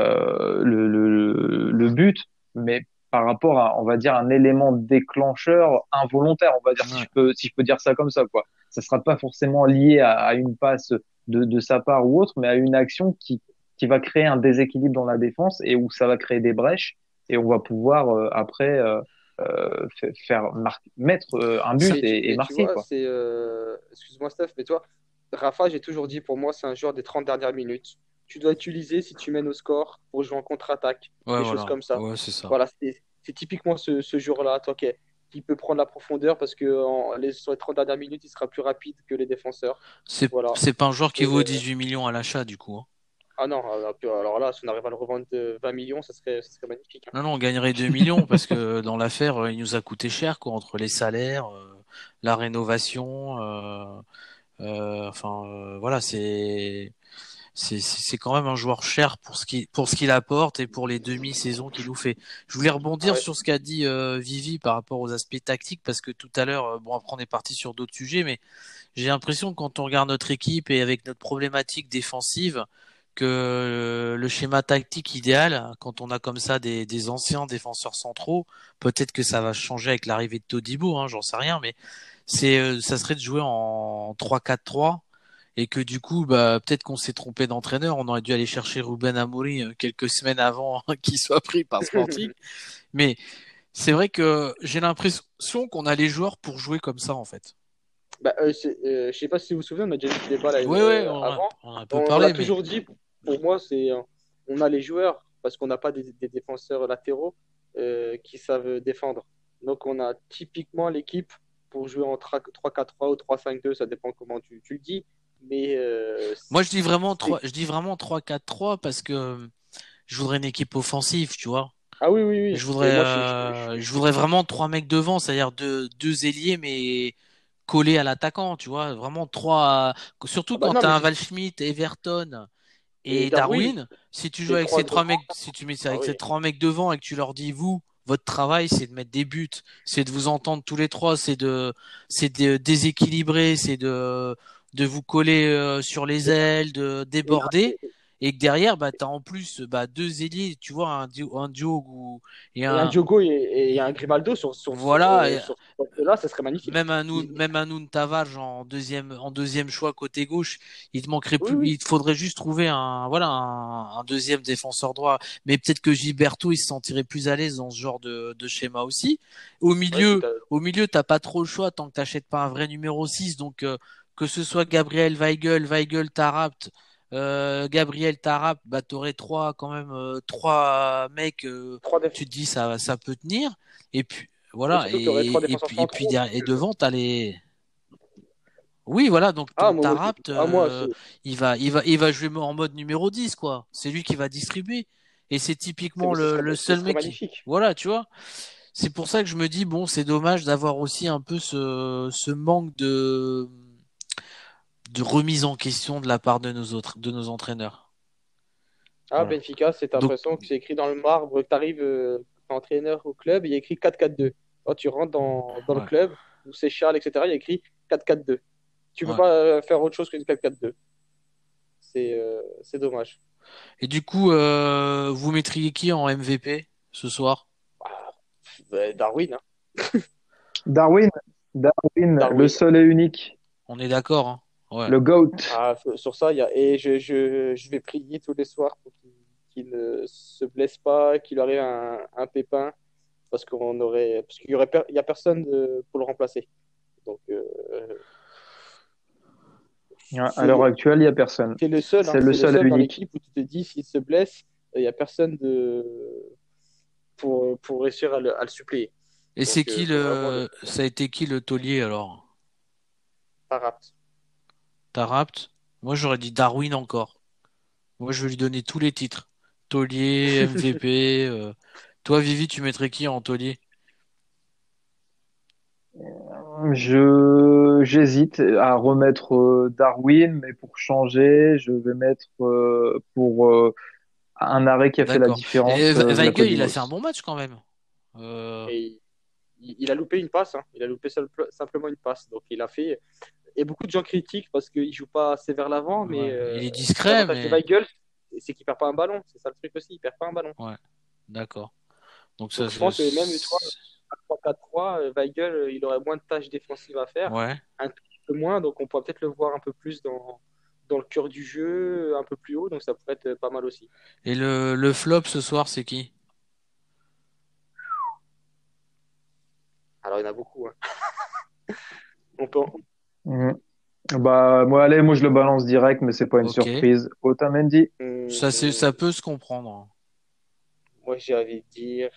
le but, mais par rapport à, on va dire, un élément déclencheur involontaire, on va dire, Ouais. si je peux dire ça comme ça, quoi. Ça sera pas forcément lié à une passe de sa part ou autre, mais à une action qui va créer un déséquilibre dans la défense et où ça va créer des brèches et on va pouvoir après mettre un but et mais tu marquer, vois, quoi. excuse-moi Steph, mais toi, Rafa, j'ai toujours dit pour moi, c'est un joueur des 30 dernières minutes. Tu dois utiliser si tu mènes au score pour jouer en contre-attaque, Ouais, des choses voilà. comme ça. Ouais, c'est ça. Voilà, c'est typiquement ce joueur-là, toi, qui peut prendre la profondeur parce que sur les 30 dernières minutes, il sera plus rapide que les défenseurs. Voilà. C'est pas un joueur qui Et, vaut 18 millions à l'achat, du coup. Hein. ah non, alors là, si on arrive à le revendre de 20 millions, ça serait magnifique. Hein. Non, non, on gagnerait 2 millions parce que dans l'affaire, il nous a coûté cher, quoi, entre les salaires, la rénovation, enfin, voilà, c'est quand même un joueur cher pour ce qu'il apporte et pour les demi-saisons qu'il nous fait. Je voulais Ah rebondir ouais. sur ce qu'a dit Vivi par rapport aux aspects tactiques parce que tout à l'heure, bon après on est parti sur d'autres sujets, mais j'ai l'impression que quand on regarde notre équipe et avec notre problématique défensive, que le schéma tactique idéal, quand on a comme ça des anciens défenseurs centraux, peut-être que ça va changer avec l'arrivée de Todibo, hein, j'en sais rien, mais ça serait de jouer en 3-4-3 et que du coup bah peut-être qu'on s'est trompé d'entraîneur, on aurait dû aller chercher Ruben Amorim quelques semaines avant qu'il soit pris par Sporting, mais c'est vrai que j'ai l'impression qu'on a les joueurs pour jouer comme ça en fait. Bah, je sais pas si vous vous souvenez, on a déjà eu ce débat là, Ouais ouais, avant. on a un peu On l'a parlé mais toujours dit, pour moi, on a les joueurs parce qu'on n'a pas des défenseurs latéraux qui savent défendre. Donc on a typiquement l'équipe pour jouer en 3-4-3 ou 3-5-2, ça dépend comment tu le dis. Mais moi je dis vraiment c'est... 3-4-3 parce que je voudrais une équipe offensive, tu vois. Ah oui, oui, oui. Mais moi, je Je voudrais vraiment trois mecs devant, c'est-à-dire deux ailiers mais collés à l'attaquant, tu vois. Vraiment trois, surtout ah bah quand non, t'as un Waldschmidt, Everton et et Darwin, Darwin. Si tu joues les avec trois ces trois devant. mecs, si tu mets ça Ah avec ces oui. trois mecs devant et que tu leur dis vous, votre travail c'est de mettre des buts, c'est de vous entendre tous les trois, c'est de déséquilibrer, c'est de vous coller sur les Et, ailes, de et, déborder. et- Et que derrière, bah, t'as en plus bah, deux ailiers, tu vois, un duo et et un un, Diogo et un Grimaldo voilà, sur ce poste-là, ça serait magnifique. même un Noun Tavares en deuxième choix côté gauche, il te manquerait Oui, plus, oui. il te faudrait juste trouver un deuxième défenseur droit. Mais peut-être que Gilberto, il se sentirait plus à l'aise dans ce genre de schéma aussi. Ouais, tout à Au milieu, t'as pas trop le choix tant que t'achètes pas un vrai numéro 6. Donc, que ce soit Gabriel Weigel, Tarabt, Gabriel Tarap, bah t'aurais quand même trois mecs. trois déf- Tu te dis ça peut tenir. Et puis Oui, voilà, surtout que tu aurais trois défenseurs centraux. et devant, t'as les. Oui, voilà, donc Ah, ton moi, Tarapt, il va jouer en mode numéro 10 quoi. C'est lui qui va distribuer. Et c'est typiquement le ce seul serait mec qui. magnifique. Voilà, tu vois. C'est pour ça que je me dis, bon, c'est dommage d'avoir aussi un peu ce manque de remise en question de la part de nos entraîneurs. Ah, Voilà. Benfica, c'est Donc, l'impression que c'est écrit dans le marbre, que tu arrives entraîneur au club, il y a écrit 4-4-2. Quand tu rentres dans le ouais, club, où c'est Charles, etc., il y a écrit 4-4-2. Tu peux ouais. pas faire autre chose que du 4-4-2. C'est dommage. Et du coup, vous mettriez qui en MVP ce soir? Darwin, hein. Darwin, Darwin, le Darwin. seul et unique, On est d'accord, hein? Ouais, le GOAT. Ah, sur ça, et je vais prier tous les soirs pour qu'il ne se blesse pas, qu'il lui arrive un pépin, parce il y a personne pour le remplacer. Donc, À l'heure actuelle, il n'y a personne. c'est le seul, hein, C'est le c'est le seul et seul dans unique. l'équipe où tu te dis, s'il se blesse, il n'y a personne pour réussir à le suppléer. et Donc, c'est qui c'est vraiment ça a été qui le taulier alors? pas apte. Tarapt? Moi, j'aurais dit Darwin encore. Moi, je vais lui donner tous les titres. Taulier, MVP. Toi, Vivi, tu mettrais qui en taulier? J'hésite à remettre Darwin, mais pour changer, je vais mettre pour un arrêt qui a fait la D'accord. Et différence, Weigl, il a fait un Vlachodimos. bon match quand même. Euh, Et il a loupé une passe, hein. Il a loupé simplement une passe. Donc, il a fait. Et beaucoup de gens critiquent parce qu'il joue pas assez vers l'avant, mais ouais. Il est discret, l'avantage de mais Weigl, c'est qu'il perd pas un ballon. C'est ça le truc aussi, il perd pas un ballon. ouais, d'accord. Donc ça, Donc je pense que même tu vois, à 3-4-3, Weigl, il aurait moins de tâches défensives à faire, ouais. un tout petit peu moins, donc on pourrait peut-être le voir un peu plus dans le cœur du jeu, un peu plus haut, donc ça pourrait être pas mal aussi. Et le flop ce soir, c'est qui? Alors il y en a beaucoup, hein. On peut, Mhm. Bah, moi, allez, moi, je le balance direct, mais c'est pas une Ok. surprise. Otamendi. Ça peut se comprendre. moi j'ai envie de dire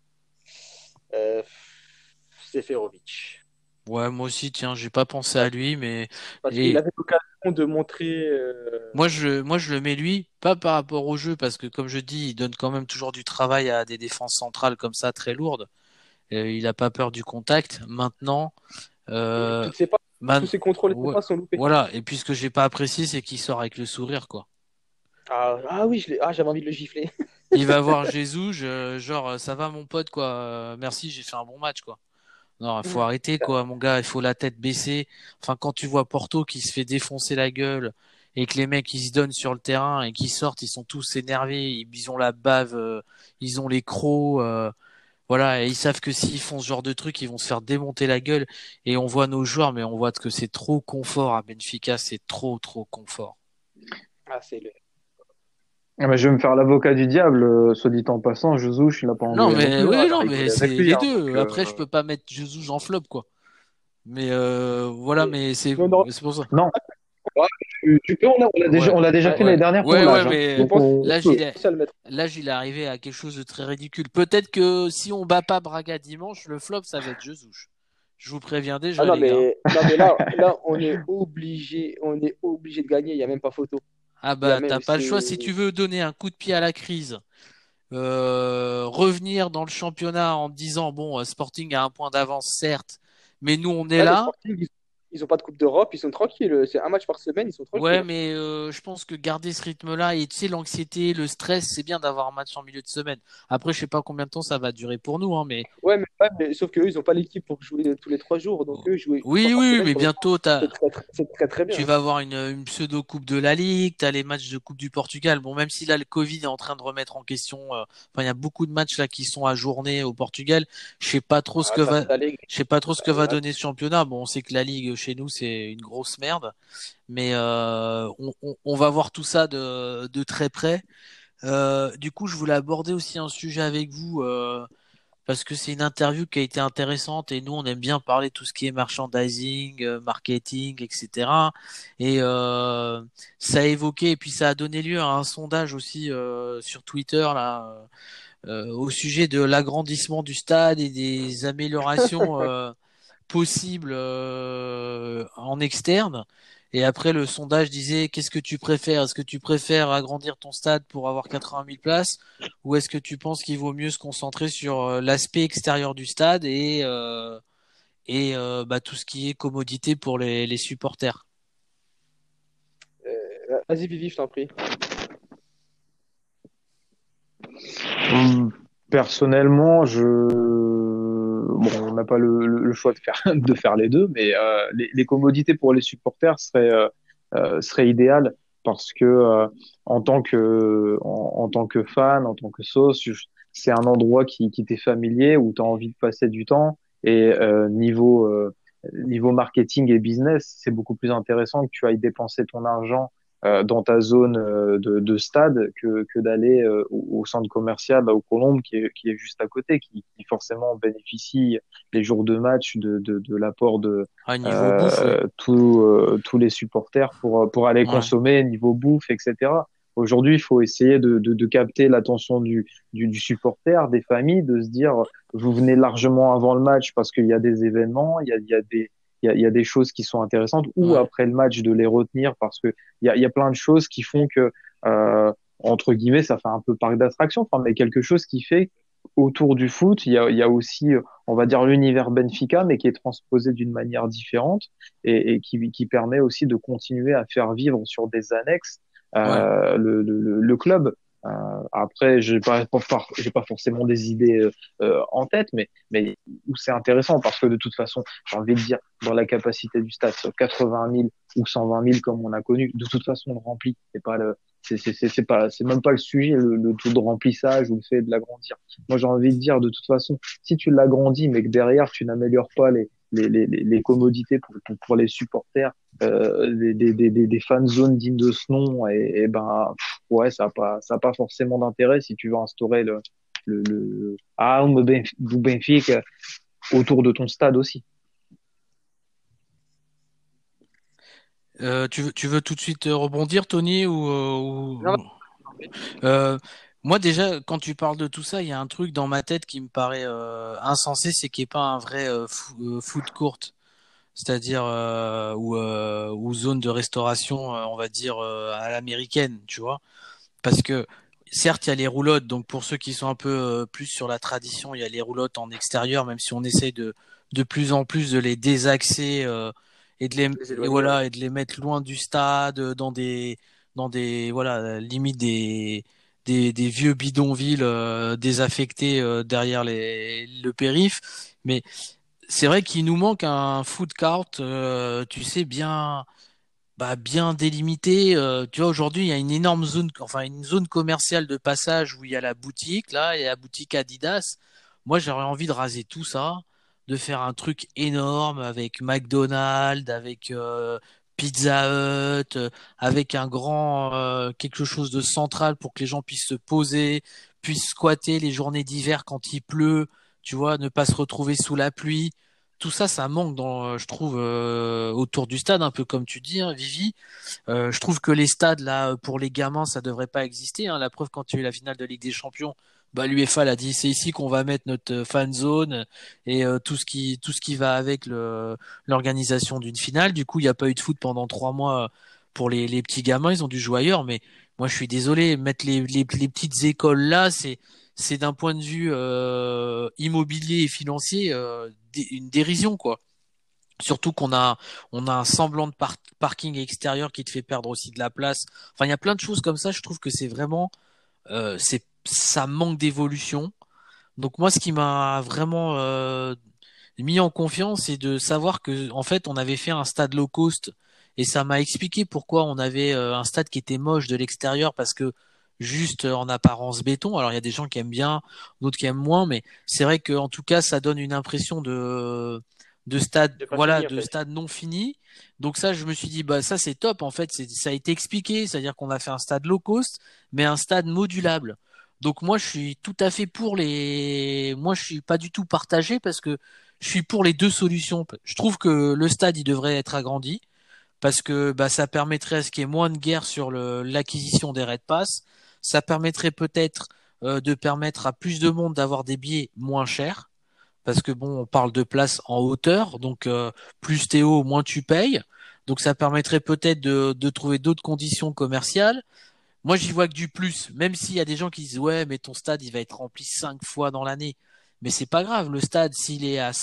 euh, Seferovic. Ouais, moi aussi, tiens, j'ai pas pensé à lui, mais Parce qu'il et avait l'occasion de montrer. moi je le mets lui, pas par rapport au jeu, parce que comme je dis, il donne quand même toujours du travail à des défenses centrales comme ça très lourdes. Il a pas peur du contact. Maintenant, euh, toutes ses passes, tous man- ses contrôles et ses ouais, passes sont loupés. voilà. Et puis ce que j'ai pas apprécié, c'est qu'il sort avec le sourire, quoi. Ah oui, j'avais envie de le gifler. Il va voir Jésus, genre ça va mon pote, quoi. Merci, j'ai fait un bon match, quoi. Non, il faut arrêter, quoi, mon gars. Il faut la tête baissée. Enfin, quand tu vois Porto qui se fait défoncer la gueule et que les mecs ils se donnent sur le terrain et qui sortent, ils sont tous énervés, ils ont la bave, ils ont les crocs, voilà, et ils savent que s'ils font ce genre de truc, ils vont se faire démonter la gueule. Et on voit nos joueurs, mais on voit que c'est trop confort à Benfica, c'est trop confort. Ah, c'est le. Ah, bah, je vais me faire l'avocat du diable, soit dit en passant. Jesus, il n'a pas Non, ennuyé non mais plus, hein, oui, j'ai non, mais rigolé avec c'est lui, les hein, donc, deux. Après, je peux pas mettre Jesus en flop, quoi. Mais voilà, Mais, mais non, non, c'est pour ça. non, ouais, tu peux, Ouais, on l'a déjà fait ouais. l'année dernière pour ouais, l'âge, hein, mais Je donc pense on l'âge, peut. à le mettre. l'âge, il est arrivé à quelque chose de très ridicule. Peut-être que si on bat pas Braga dimanche, le flop, ça va être Jesus. Je vous préviens Ah déjà, non, les gars. non, mais là, on est obligé de gagner. Il n'y a même pas photo. Ah Il y a bah, même, t'as pas le choix. c'est, Si tu veux donner un coup de pied à la crise, revenir dans le championnat en disant, bon, Sporting a un point d'avance, certes, mais nous, on est ouais, mais là. Sporting, ils ont pas de Coupe d'Europe, ils sont tranquilles. C'est un match par semaine, ils sont Ouais, tranquilles. mais je pense que garder ce rythme-là et tu sais, l'anxiété, le stress, c'est bien d'avoir un match en milieu de semaine. Après, je sais pas combien de temps ça va durer pour nous, hein, mais Ouais, mais sauf qu'eux, ils n'ont pas l'équipe pour jouer tous les 3 jours. Donc, eux, jouer une fois oui, par oui, semaine mais pour le bientôt, c'est très, très tu bien. vas avoir une pseudo-coupe de la Ligue, tu as les matchs de Coupe du Portugal. Bon, même si là, le Covid est en train de remettre en question, enfin, il y a beaucoup de matchs là qui sont ajournés au Portugal. Je sais pas trop ce Ah, que ça, va, c'est la Ligue. je sais pas trop ce que va Là, donner ce championnat. Bon, on sait que la Ligue chez nous, c'est une grosse merde, mais on va voir tout ça de très près. Du coup, je voulais aborder aussi un sujet avec vous. Parce que c'est une interview qui a été intéressante et nous on aime bien parler de tout ce qui est merchandising, marketing, etc. Et ça a évoqué et puis ça a donné lieu à un sondage aussi sur Twitter là au sujet de l'agrandissement du stade et des améliorations possible en externe. Et après, le sondage disait, qu'est-ce que tu préfères? Est-ce que tu préfères agrandir ton stade pour avoir 80 000 places? Ou est-ce que tu penses qu'il vaut mieux se concentrer sur l'aspect extérieur du stade et bah, tout ce qui est commodité pour les supporters? vas-y, Vivi, je t'en prie. Personnellement, bon, on n'a pas le choix de faire de faire les deux, mais les commodités pour les supporters seraient idéales parce que en tant que fan, en tant que sauce, c'est un endroit qui t'est familier où tu as envie de passer du temps et niveau marketing et business, c'est beaucoup plus intéressant que tu ailles dépenser ton argent dans ta zone de stade que d'aller au centre commercial là, au Colombe qui est juste à côté, qui forcément bénéficie les jours de match de l'apport de Niveau bouffe, oui. tous les supporters pour aller Ouais. consommer niveau bouffe, etc. Aujourd'hui, il faut essayer de capter l'attention du supporter, des familles, de se dire, vous venez largement avant le match parce qu'il y a des événements, il y a des choses qui sont intéressantes, ou Ouais. après le match de les retenir parce que il y a plein de choses qui font que, entre guillemets, ça fait un peu parc d'attractions, enfin, mais quelque chose qui fait autour du foot, il y a aussi, on va dire, l'univers Benfica, mais qui est transposé d'une manière différente et qui permet aussi de continuer à faire vivre sur des annexes Ouais. le club. Après, j'ai pas forcément des idées en tête, mais où c'est intéressant parce que de toute façon, j'ai envie de dire, dans la capacité du stade, sur 80 000 ou 120 000 comme on a connu, de toute façon, on le remplit. C'est même pas le sujet, le taux de remplissage ou le fait de l'agrandir. Moi, j'ai envie de dire, de toute façon, si tu l'agrandis, mais que derrière, tu n'améliores pas les commodités pour les supporters, des fan zones dignes de ce nom, et ben, ouais, ça a pas forcément d'intérêt si tu veux instaurer le du Benfica autour de ton stade aussi. Tu veux tout de suite rebondir, Tony, Non, Euh, moi déjà, quand tu parles de tout ça, il y a un truc dans ma tête qui me paraît insensé, c'est qu'il n'y ait pas un vrai food court, c'est-à-dire ou zone de restauration, on va dire à l'américaine, tu vois. Parce que certes, il y a les roulottes, donc pour ceux qui sont un peu plus sur la tradition, il y a les roulottes en extérieur, même si on essaye de plus en plus de les désaxer les et éloigner, ouais. voilà et de les mettre loin du stade, dans des voilà limite des vieux bidonvilles désaffectés derrière le périph. Mais c'est vrai qu'il nous manque un food court, tu sais bien délimité. Tu vois, aujourd'hui, il y a une énorme zone, enfin une zone commerciale de passage où il y a la boutique, là, il y a la boutique Adidas. Moi, j'aurais envie de raser tout ça, de faire un truc énorme avec McDonald's, avec Pizza Hut, avec un grand quelque chose de central pour que les gens puissent se poser, puissent squatter les journées d'hiver quand il pleut, tu vois, ne pas se retrouver sous la pluie. Tout ça, ça manque je trouve, autour du stade, un peu comme tu dis, hein, Vivi. Je trouve que les stades là pour les gamins, ça devrait pas exister. Hein. La preuve, quand il y a eu la finale de Ligue des Champions, bah l'UEFA l'a dit, c'est ici qu'on va mettre notre fan zone et tout ce qui va avec l'organisation d'une finale. Du coup, il n'y a pas eu de foot pendant 3 mois pour les petits gamins. Ils ont dû jouer ailleurs. Mais moi, je suis désolé, mettre les petites écoles là, c'est d'un point de vue immobilier et financier une dérision quoi. Surtout on a un semblant de parking extérieur qui te fait perdre aussi de la place. Enfin, il y a plein de choses comme ça. Je trouve que c'est vraiment, ça manque d'évolution. Donc moi, ce qui m'a vraiment mis en confiance, c'est de savoir que en fait, on avait fait un stade low cost et ça m'a expliqué pourquoi on avait un stade qui était moche de l'extérieur parce que juste en apparence béton. Alors il y a des gens qui aiment bien, d'autres qui aiment moins, mais c'est vrai que en tout cas, ça donne une impression de stade, J'ai pas voilà, fini, en de fait. stade non fini. Donc ça, je me suis dit, bah ça c'est top. En fait, ça a été expliqué, c'est-à-dire qu'on a fait un stade low cost, mais un stade modulable. Donc moi, je suis tout à fait moi, je suis pas du tout partagé parce que je suis pour les deux solutions. Je trouve que le stade, il devrait être agrandi parce que bah, ça permettrait à ce qu'il y ait moins de guerre sur l'acquisition des Red Pass. Ça permettrait peut-être de permettre à plus de monde d'avoir des billets moins chers parce que bon, on parle de places en hauteur, donc plus t'es haut, moins tu payes. Donc ça permettrait peut-être de trouver d'autres conditions commerciales. Moi, j'y vois que du plus, même s'il y a des gens qui disent ouais, mais ton stade il va être rempli 5 fois dans l'année. Mais c'est pas grave, le stade s'il est à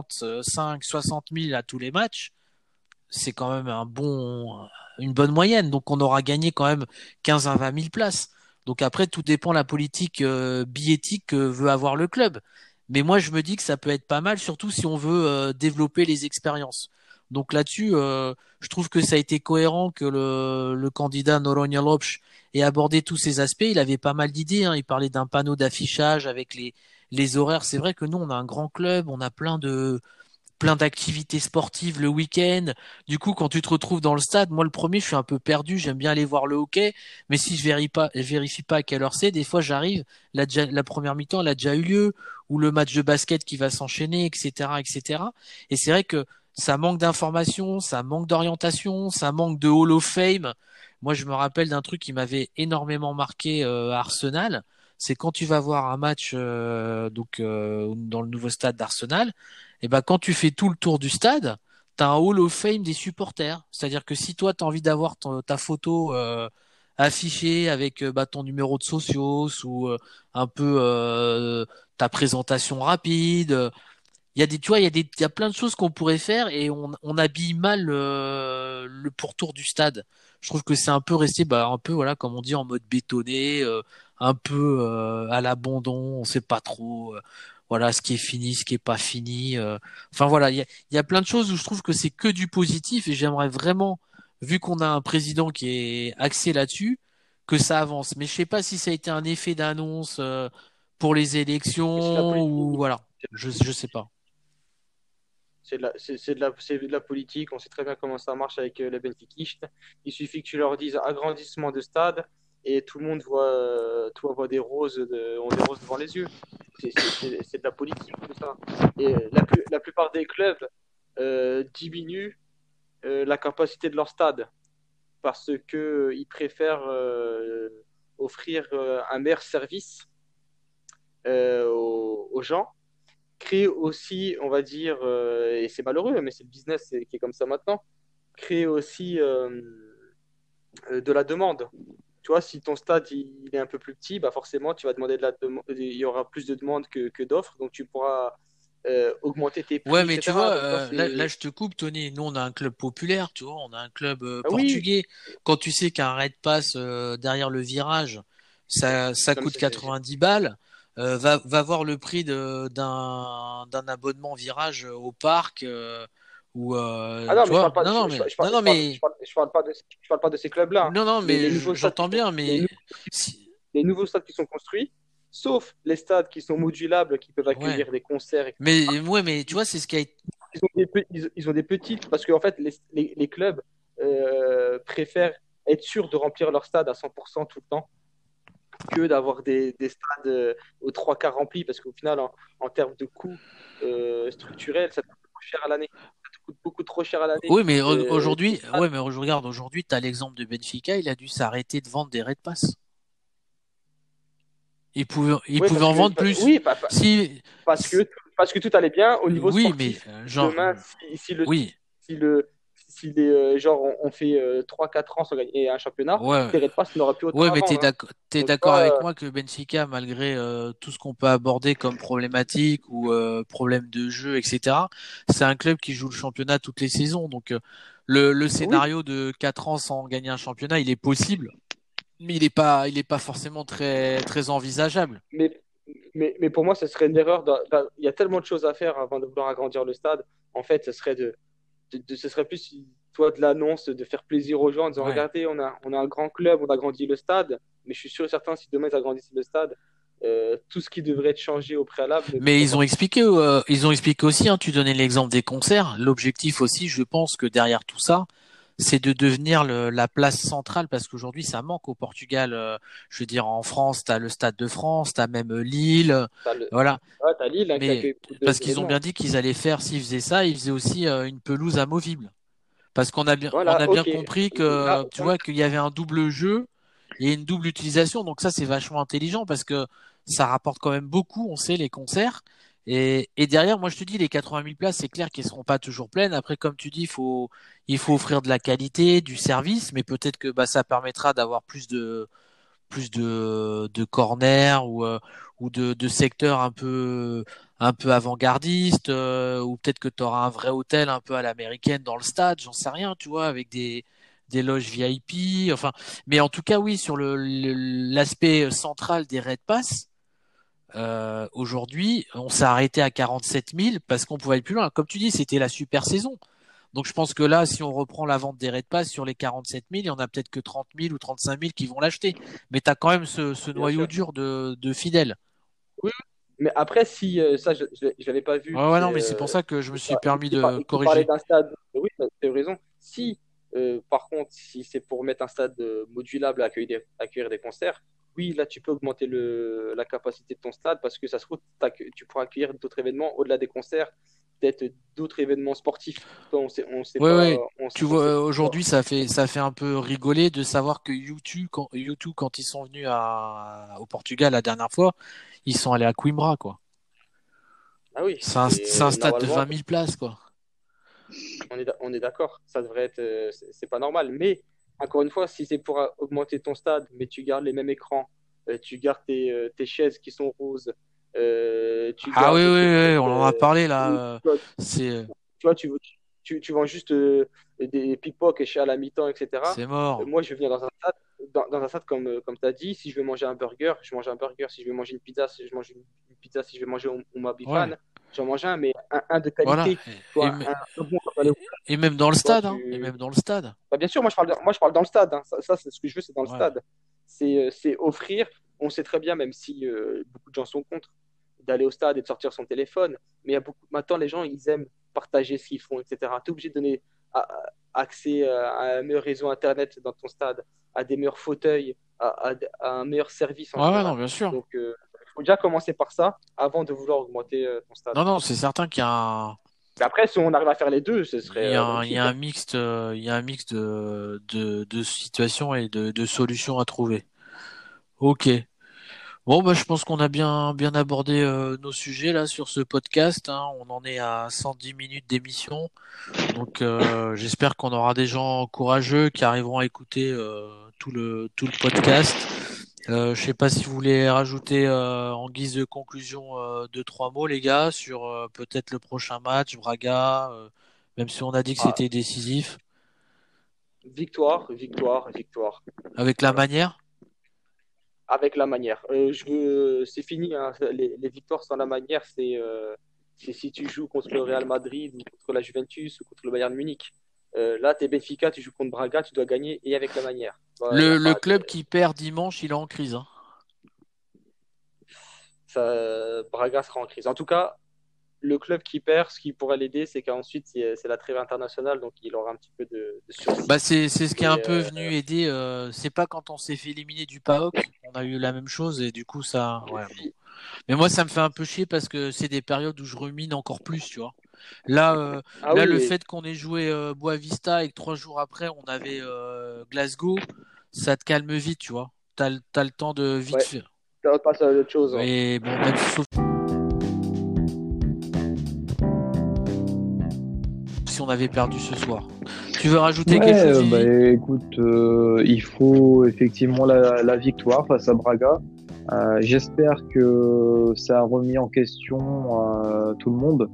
60 000 à tous les matchs, c'est quand même une bonne moyenne. Donc on aura gagné quand même 15 à 20 000 places. Donc après, tout dépend de la politique billettique que veut avoir le club. Mais moi, je me dis que ça peut être pas mal, surtout si on veut développer les expériences. Donc là-dessus, je trouve que ça a été cohérent que le candidat Noronha Lopes ait abordé tous ces aspects. Il avait pas mal d'idées, hein. Il parlait d'un panneau d'affichage avec les horaires. C'est vrai que nous, on a un grand club, on a plein d'activités sportives le week-end. Du coup, quand tu te retrouves dans le stade, moi le premier, je suis un peu perdu. J'aime bien aller voir le hockey, mais si je vérifie pas à quelle heure c'est, des fois j'arrive, la première mi-temps, elle a déjà eu lieu, ou le match de basket qui va s'enchaîner, etc., etc. Et c'est vrai que ça manque d'informations, ça manque d'orientation, ça manque de Hall of Fame. Moi, je me rappelle d'un truc qui m'avait énormément marqué à Arsenal. C'est quand tu vas voir un match dans le nouveau stade d'Arsenal, et ben quand tu fais tout le tour du stade, t'as un Hall of Fame des supporters. C'est-à-dire que si toi t'as envie d'avoir ta photo affichée avec ton numéro de socios ou un peu ta présentation rapide, il y a des, tu vois, il y a plein de choses qu'on pourrait faire et on habille mal le pourtour du stade. Je trouve que c'est un peu resté, un peu voilà, comme on dit, en mode bétonné, un peu à l'abandon. On sait pas trop, voilà, ce qui est fini, ce qui est pas fini. Enfin voilà, il y a plein de choses où je trouve que c'est que du positif et j'aimerais vraiment, vu qu'on a un président qui est axé là-dessus, que ça avance. Mais je sais pas si ça a été un effet d'annonce pour les Mais c'est de la élections politique. ou voilà, je sais pas. C'est de la politique. On sait très bien comment ça marche avec les Benfiquistes. Il suffit que tu leur dises agrandissement de stade et tout le monde voit ont des roses devant les yeux. C'est de la politique, tout ça. Et la plupart des clubs diminuent la capacité de leur stade parce qu'ils préfèrent offrir un meilleur service aux gens, créer aussi, on va dire, et c'est malheureux, mais c'est le business qui est comme ça maintenant, créer aussi de la demande. Tu vois, si ton stade il est un peu plus petit, bah forcément, tu vas demander il y aura plus de demandes que d'offres, donc tu pourras augmenter tes Ouais, prix, mais tu etc. vois, Donc, tu vois, là, c'est. je te coupe, Tony. Nous, on a un club populaire, tu vois, on a un club Ah oui, portugais. Quand tu sais qu'un raid pass derrière le virage, ça non, mais coûte 90 balles, va voir le prix d'un abonnement virage au parc ou ah non, tu mais je vois. parle pas, Non, non, mais non, non, mais je parle pas je parle pas de ces clubs-là. non, non, mais Les nouveaux stades qui j'entends sont, bien, les, mais nou- si, les nouveaux stades qui sont construits, sauf les stades qui sont modulables, qui peuvent ouais, accueillir des concerts, etc. mais ouais, mais tu vois, c'est ce qui a été. Ils ont des petites, parce qu'en fait, les clubs préfèrent être sûrs de remplir leur stade à 100% tout le temps que d'avoir des stades aux trois quarts remplis, parce qu'au final, en termes de coûts structurels, ça te coûte trop cher à l'année. Ça te coûte beaucoup trop cher à l'année. Oui, mais Tes aujourd'hui, stades, ouais, mais regarde, aujourd'hui, tu as l'exemple de Benfica, il a dû s'arrêter de vendre des Red Pass. Il oui, pouvait en vendre plus. oui, Si, parce que tout allait bien au niveau oui, mais sportif. genre, Demain, oui, si le, si les, genre, on fait 3-4 ans sans gagner un championnat, ouais, les Red Pass n'aura plus autant ouais, à mais vendre. Hein. t'es Donc, tu d'accord vois, avec moi que Benfica, malgré tout ce qu'on peut aborder comme problématique ou problème de jeu, etc., c'est un club qui joue le championnat toutes les saisons. Donc, le oui, scénario de 4 ans sans gagner un championnat, il est possible, mais il est pas forcément très, très envisageable. mais, mais pour moi, ce serait une erreur. Il y a tellement de choses à faire avant de vouloir agrandir le stade. En fait, ce serait plus, toi, de l'annonce, de faire plaisir aux gens en disant, Ouais. regardez, on a un grand club, on a grandi le stade. Mais je suis sûr et certain, si demain ils agrandissent le stade, tout ce qui devrait être changé au préalable ne le Mais sera pas. ils ont expliqué aussi, hein, tu donnais l'exemple des concerts. L'objectif aussi, je pense que derrière tout ça, c'est de devenir la place centrale parce qu'aujourd'hui, ça manque au Portugal. Je veux dire, en France, t'as le Stade de France, t'as même Lille, voilà. Ouais, t'as Lille hein, qui Mais accueille beaucoup parce qu'ils ont bien d'événements. dit qu'ils allaient faire, s'ils faisaient ça, ils faisaient aussi une pelouse amovible. Parce on Voilà, a bien ok. compris Là, que, tu vois, qu'il y avait un double jeu et une double utilisation. Donc ça, c'est vachement intelligent parce que ça rapporte quand même beaucoup, on sait, les concerts. Et derrière, moi, je te dis, les 80 000 places, c'est clair qu'elles seront pas toujours pleines. Après, comme tu dis, il faut offrir de la qualité, du service, mais peut-être que ça permettra d'avoir plus de corners ou de secteurs un peu avant-gardistes ou peut-être que tu auras un vrai hôtel un peu à l'américaine dans le stade, j'en sais rien, tu vois, avec des loges VIP, enfin, mais en tout cas oui, sur l'aspect central des Red Pass, aujourd'hui, on s'est arrêté à 47 000 parce qu'on pouvait aller plus loin. Comme tu dis, c'était la super saison. Donc je pense que là, si on reprend la vente des Red Pass sur les 47 000, il y en a peut-être que 30 000 ou 35 000 qui vont l'acheter. Mais tu as quand même ce bien noyau sûr. dur de fidèles. Oui, oui. Mais après, si ça, je ne l'avais pas vu, Ouais, tu ouais, sais, non, mais c'est pour ça que je me suis permis de et que tu parlais corriger. d'un stade, oui, tu as raison. Si, par contre, si c'est pour mettre un stade modulable à accueillir des concerts, oui, là, tu peux augmenter la capacité de ton stade parce que ça se trouve, tu pourras accueillir d'autres événements au-delà des concerts, peut-être d'autres événements sportifs. Toi, on sait Ouais, pas, ouais. Tu on sait vois, aujourd'hui, pas. ça fait un peu rigoler de savoir que U2, quand ils sont venus au Portugal la dernière fois, ils sont allés à Coimbra, quoi. Ah oui, C'est un stade de normalement, 20 000 places, quoi. on est d'accord, ça devrait être, c'est pas normal. Mais encore une fois, si c'est pour augmenter ton stade, mais tu gardes les mêmes écrans, tu gardes tes chaises qui sont roses, tu Ah oui, gardes oui, peut-être, oui, on en a parlé là. tu vois, C'est, tu vois, tu vends juste des pickpockets chez à la mi-temps, etc. c'est mort. Moi, je veux venir dans un stade comme tu as dit. Si je veux manger un burger, je mange un burger. Si je veux manger une pizza, je mange une pizza. Si je veux manger un Ouais, bifan, j'en mange un, mais un de voilà. qualité. Tu Et, et, vois, un bon comme aller au et même dans le tu vois, stade, hein. Et même dans le stade. bah, bien sûr, moi, je parle dans le stade. Hein. Ça, c'est ce que je veux, c'est dans le Ouais. stade. C'est offrir. On sait très bien, même si beaucoup de gens sont contre, d'aller au stade et de sortir son téléphone. Mais il y a beaucoup. Maintenant, les gens, ils aiment partager ce qu'ils font, etc. Tu es obligé de donner accès à un meilleur réseau Internet dans ton stade, à des meilleurs fauteuils, à un meilleur service en Ouais, ouais, non, général. bien sûr. Donc, il faut déjà commencer par ça avant de vouloir augmenter ton stade. Non, non, c'est certain qu'il y a un, Mais après, si on arrive à faire les deux, ce il serait y a un, il y magnifique. a un Hein. mixte, il y a un mix de situations et de solutions à trouver. Ok. Bon, bah, je pense qu'on a bien abordé nos sujets là sur ce podcast, hein. On en est à 110 minutes d'émission. Donc, j'espère qu'on aura des gens courageux qui arriveront à écouter tout le podcast. Je sais pas si vous voulez rajouter en guise de conclusion deux, trois mots, les gars, sur peut-être le prochain match, Braga, même si on a dit que Ah, c'était décisif, victoire, victoire, victoire. avec la Voilà. manière. Avec la manière. C'est fini. Hein. Les victoires sans la manière, c'est si tu joues contre le Real Madrid ou contre la Juventus ou contre le Bayern Munich. Là, tu es Benfica, tu joues contre Braga, tu dois gagner et avec la manière. Il y a Le pas club de, qui perd dimanche, il est en crise, hein. Braga sera en crise. En tout cas, le club qui perd, ce qui pourrait l'aider, c'est qu'ensuite, c'est la trêve internationale, donc il aura un petit peu de Bah sursis. c'est ce qui est un Mais peu venu aider. C'est pas quand on s'est fait éliminer du PAOK, on a eu la même chose et du coup ça. Ouais, bon. Mais moi ça me fait un peu chier parce que c'est des périodes où je rumine encore plus, tu vois. Là, ah là oui, le fait qu'on ait joué Boavista et que 3 jours après on avait Glasgow, ça te calme vite, tu vois. T'as le temps de vite ouais, faire. on passe à autre chose. Hein. Et bon, même si on avait perdu ce soir. Tu veux rajouter quelque Ouais, chose, bah Vivi? écoute, il faut effectivement la victoire face à Braga. J'espère que ça a remis en question tout le monde.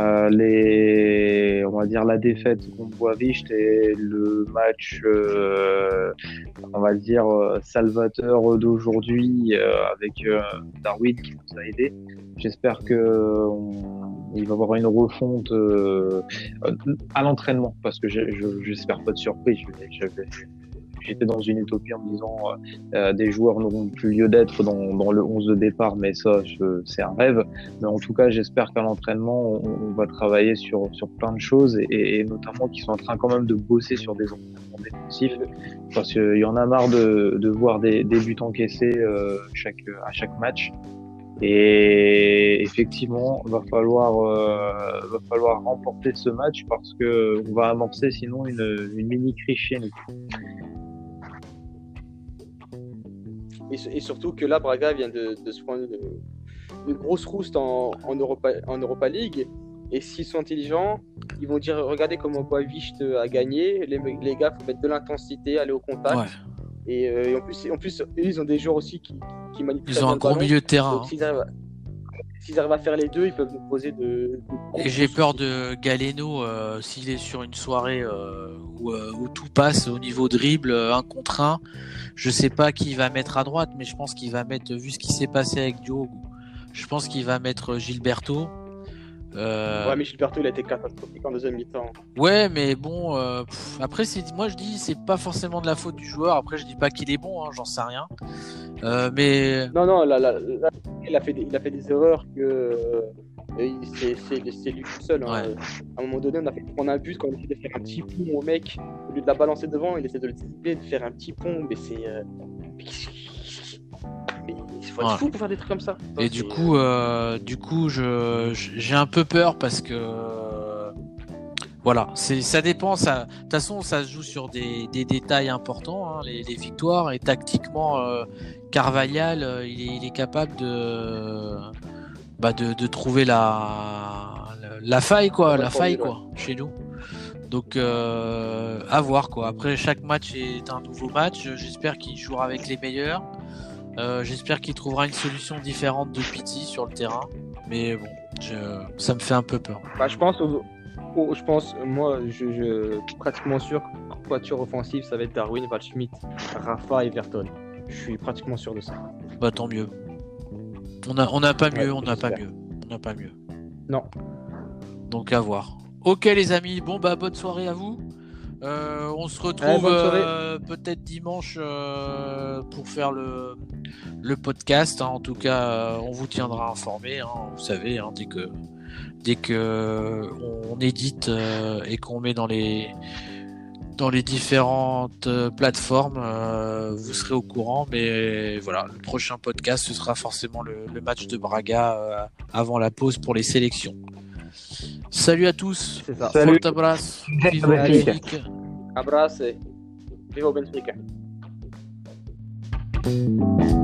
On va dire la défaite contre Boavista et le match, on va dire salvateur d'aujourd'hui avec Darwin qui nous a aidés. J'espère que il va y avoir une refonte à l'entraînement parce que j'espère pas de surprise. J'étais dans une utopie en me disant des joueurs n'auront plus lieu d'être dans le 11 de départ, mais ça, c'est un rêve. Mais en tout cas, j'espère qu'à l'entraînement, on va travailler sur plein de choses et notamment qu'ils sont en train quand même de bosser sur des entraînements défensifs parce qu'il y en a marre de voir des buts encaissés à chaque match. Et effectivement, va falloir remporter ce match parce que on va amorcer sinon une mini crise chez nous. Et surtout que là, Braga vient de se prendre une grosse rouste en Europa League. Et s'ils sont intelligents, ils vont dire regardez comment Boavista a gagné. Les gars, il faut mettre de l'intensité, aller au contact. Ouais. Et en plus, ils ont des joueurs aussi qui manipulent Ils ont un gros milieu de terrain. Donc, s'ils arrivent à faire les deux, ils peuvent nous poser de Et j'ai peur de Galeno s'il est sur une soirée où tout passe au niveau dribble, 1 contre 1. Je sais pas qui il va mettre à droite, mais je pense qu'il va mettre, vu ce qui s'est passé avec Diogo, je pense qu'il va mettre Gilberto. Ouais, mais Gilberto, il a été catastrophique en deuxième mi-temps. Ouais, mais bon, après, moi je dis, c'est pas forcément de la faute du joueur. Après, je dis pas qu'il est bon, hein, j'en sais rien. Mais Non, là, il a fait des erreurs que c'est lui tout seul. Hein. Ouais. À un moment donné, on a vu quand on essaie de faire un petit pont au mec, au lieu de la balancer devant, il essaie de le cibler, de faire un petit pont, mais c'est. Mais il faut être Ouais. fou pour faire des trucs comme ça. Et Non, du coup, j'ai un peu peur parce que voilà, ça dépend. De toute façon, ça se joue sur des détails importants, hein, les victoires. Et tactiquement, Carvajal, il est capable de trouver la faille, quoi, Ouais, la faille, ouais. quoi, chez nous. Donc, à voir, quoi. Après, chaque match est un nouveau match. J'espère qu'il jouera avec les meilleurs. J'espère qu'il trouvera une solution différente de Pity sur le terrain. Mais bon, ça me fait un peu peur. Bah, je pense, moi, je pratiquement sûr que voiture offensive, ça va être Darwin, Waldschmidt, Rafa et Verton. Je suis pratiquement sûr de ça. Bah tant mieux. On n'a pas mieux, Ouais, on n'a pas j'espère. mieux. On n'a pas mieux. Non. Donc à voir. Ok les amis, bon bah bonne soirée à vous. On se retrouve bonne soirée. peut-être dimanche pour faire le podcast. Hein. En tout cas, on vous tiendra informé. Hein. Vous savez, hein, dès que on édite et qu'on met dans les différentes plateformes, vous serez au courant. Mais voilà, le prochain podcast, ce sera forcément le match de Braga avant la pause pour les sélections. Salut à tous. C'est ça. Salut. Forte abraço. Viva o Benfica. Benfica. Abraço. Viva o Benfica.